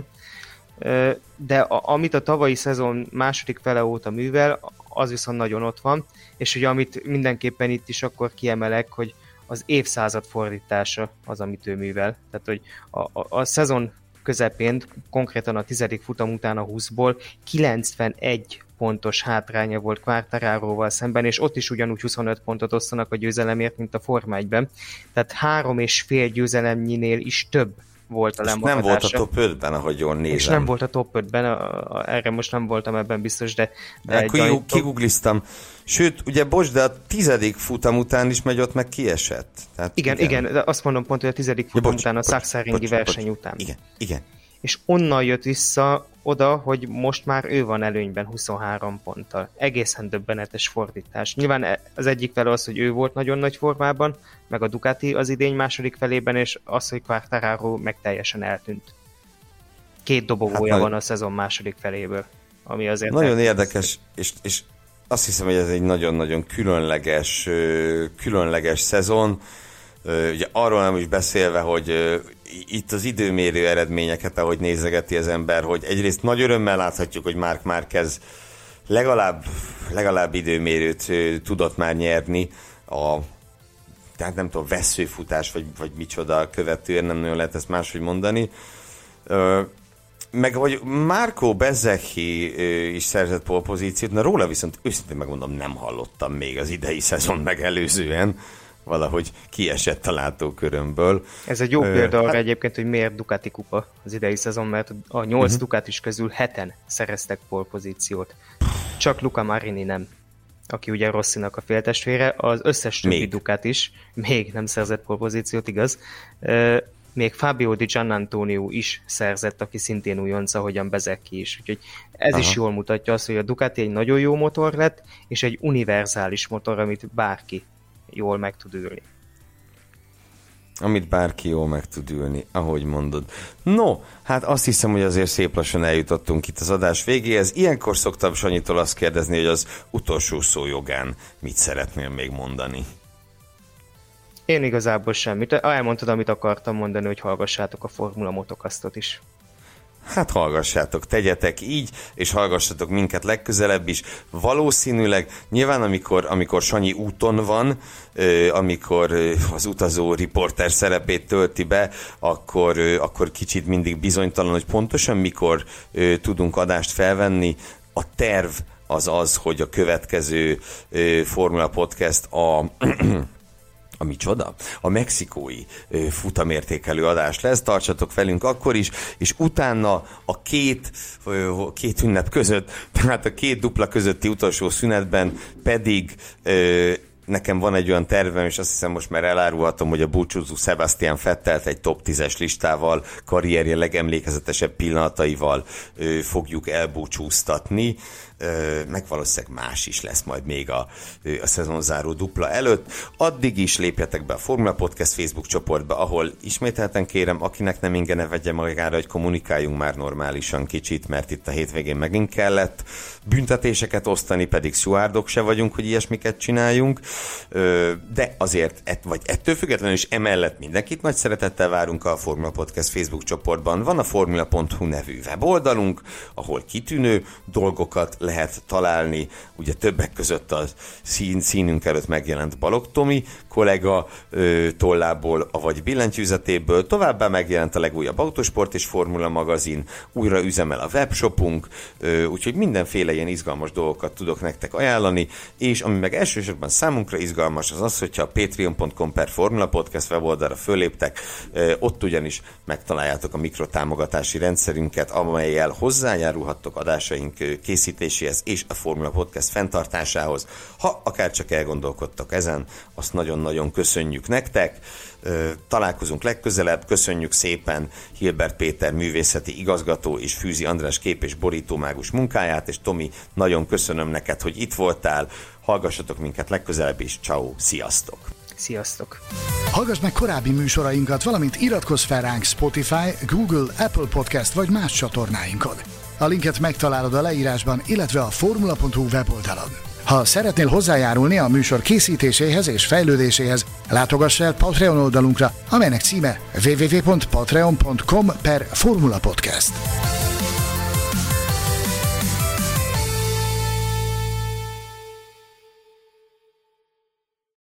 [SPEAKER 3] De a, amit a tavalyi szezon második fele óta művel, az viszont nagyon ott van, és ugye amit mindenképpen itt is akkor kiemelek, hogy az évszázad fordítása az, amit ő művel. Tehát, hogy a, a, a szezon közepén, konkrétan a tizedik futam után a húszból kilencvenegy pontos hátránya volt Quartararóval szemben, és ott is ugyanúgy huszonöt pontot osztanak a győzelemért, mint a Forma egyben. Tehát három és fél győzelemnyinél is több volt a lemaradása.
[SPEAKER 2] Nem volt a top ötben, ahogy jól nézem.
[SPEAKER 3] És nem volt a top ötben, a, a, erre most nem voltam ebben biztos, de...
[SPEAKER 2] de akkor kigugliztam. Sőt, ugye bocs, de a tizedik futam után is megy ott meg kiesett. Tehát
[SPEAKER 3] igen, igen, igen, de azt mondom pont, hogy a tizedik futam ja, bocs, után, a Sachsenringi verseny bocs, után.
[SPEAKER 2] Igen, igen.
[SPEAKER 3] És onnan jött vissza oda, hogy most már ő van előnyben huszonhárom ponttal. Egészen döbbenetes fordítás. Nyilván az egyik fele az, hogy ő volt nagyon nagy formában, meg a Ducati az idény második felében, és az, hogy Quartararo meg teljesen eltűnt. Két dobogója hát van a szezon második feléből, ami azért...
[SPEAKER 2] Nagyon érdekes, és, és azt hiszem, hogy ez egy nagyon-nagyon különleges, különleges szezon. Ugye arról nem is beszélve, hogy itt az időmérő eredményeket, ahogy nézegeti az ember, hogy egyrészt nagy örömmel láthatjuk, hogy Marc Márquez legalább, legalább időmérőt tudott már nyerni, a, tehát nem tudom, vesszőfutás, vagy, vagy micsoda követően, nem nagyon lehet ezt máshogy mondani. Meg hogy Marco Bezzecchi is szerzett polpozíciót, na róla viszont őszintén megmondom, nem hallottam még az idei szezon megelőzően, valahogy kiesett a látókörömből.
[SPEAKER 3] Ez egy jó példa arra hát... egyébként, hogy miért Ducati kupa az idei szezon, mert a nyolc uh-huh. Ducatis közül heten szereztek polpozíciót. Csak Luca Marini nem, aki ugye Rossinak a féltestvére, az összes többi még. Ducatis még nem szerzett polpozíciót, igaz? Még Fabio Di Giannantonio is szerzett, aki szintén újonc, ahogyan Bezzecchi is. Úgyhogy ez Aha. is jól mutatja azt, hogy a Ducati egy nagyon jó motor lett, és egy univerzális motor, amit bárki jól meg tud ülni.
[SPEAKER 2] Amit bárki jól meg tud ülni, ahogy mondod. No, hát azt hiszem, hogy azért szép lassan eljutottunk itt az adás végéhez. Ilyenkor szoktam Sanyitól azt kérdezni, hogy az utolsó szó jogán mit szeretnél még mondani?
[SPEAKER 3] Én igazából semmit. Elmondtad, amit akartam mondani, hogy hallgassátok a Formula Motocastot is.
[SPEAKER 2] Hát hallgassátok, tegyetek így, és hallgassatok minket legközelebb is. Valószínűleg, nyilván amikor, amikor Sanyi úton van, amikor az utazó riporter szerepét tölti be, akkor, akkor kicsit mindig bizonytalan, hogy pontosan mikor tudunk adást felvenni. A terv az az, hogy a következő Formula Podcast a... A micsoda? A mexikói ö, futamértékelő adás lesz, tartsatok velünk akkor is, és utána a két, ö, két ünnep között, tehát a két dupla közötti utolsó szünetben pedig ö, nekem van egy olyan tervem, és azt hiszem most már elárulhatom, hogy a búcsúzó Sebastian Vettelt egy top tízes listával, karrierje legemlékezetesebb pillanataival ö, fogjuk elbúcsúztatni. Meg valószínűleg más is lesz majd még a, a szezonzáró dupla előtt. Addig is lépjetek be a Formula Podcast Facebook csoportba, ahol ismételten kérem, akinek nem inge, ne vegye magára, hogy kommunikáljunk már normálisan kicsit, mert itt a hétvégén megint kellett büntetéseket osztani, pedig szuárdok se vagyunk, hogy ilyesmiket csináljunk, de azért, vagy ettől függetlenül is emellett mindenkit nagy szeretettel várunk a Formula Podcast Facebook csoportban. Van a formula pont hu nevű weboldalunk, ahol kitűnő dolgokat lehet találni, ugye többek között a szín, színünk előtt megjelent Balogh Tomi kollega ö, tollából, avagy billentyűzetéből, továbbá megjelent a legújabb Autosport és Formula magazin, újra üzemel a webshopunk, ö, úgyhogy mindenféle ilyen izgalmas dolgokat tudok nektek ajánlani, és ami meg elsősorban számunkra izgalmas, az az, hogyha a patreon pont com per Formula Podcast weboldalra föléptek, ö, ott ugyanis megtaláljátok a mikrotámogatási rendszerünket, amellyel hozzájárulhattok adásaink készítéséhez és a Formula Podcast fenntartásához. Ha akár csak elgondolkodtak ezen, azt nagyon-nagyon köszönjük nektek. Találkozunk legközelebb, köszönjük szépen Hilbert Péter művészeti igazgató és Fűzi András kép és borítómágus munkáját, és Tomi, nagyon köszönöm neked, hogy itt voltál. Hallgassatok minket legközelebb is, ciao, sziasztok!
[SPEAKER 3] Sziasztok!
[SPEAKER 1] Hallgass meg korábbi műsorainkat, valamint iratkozz fel ránk Spotify, Google, Apple Podcast vagy más csatornáinkon. A linket megtalálod a leírásban, illetve a formula pont hu weboldalon. Ha szeretnél hozzájárulni a műsor készítéséhez és fejlődéséhez, látogass el Patreon oldalunkra, amelynek címe double-u double-u double-u pont patreon pont com per Formula Podcast.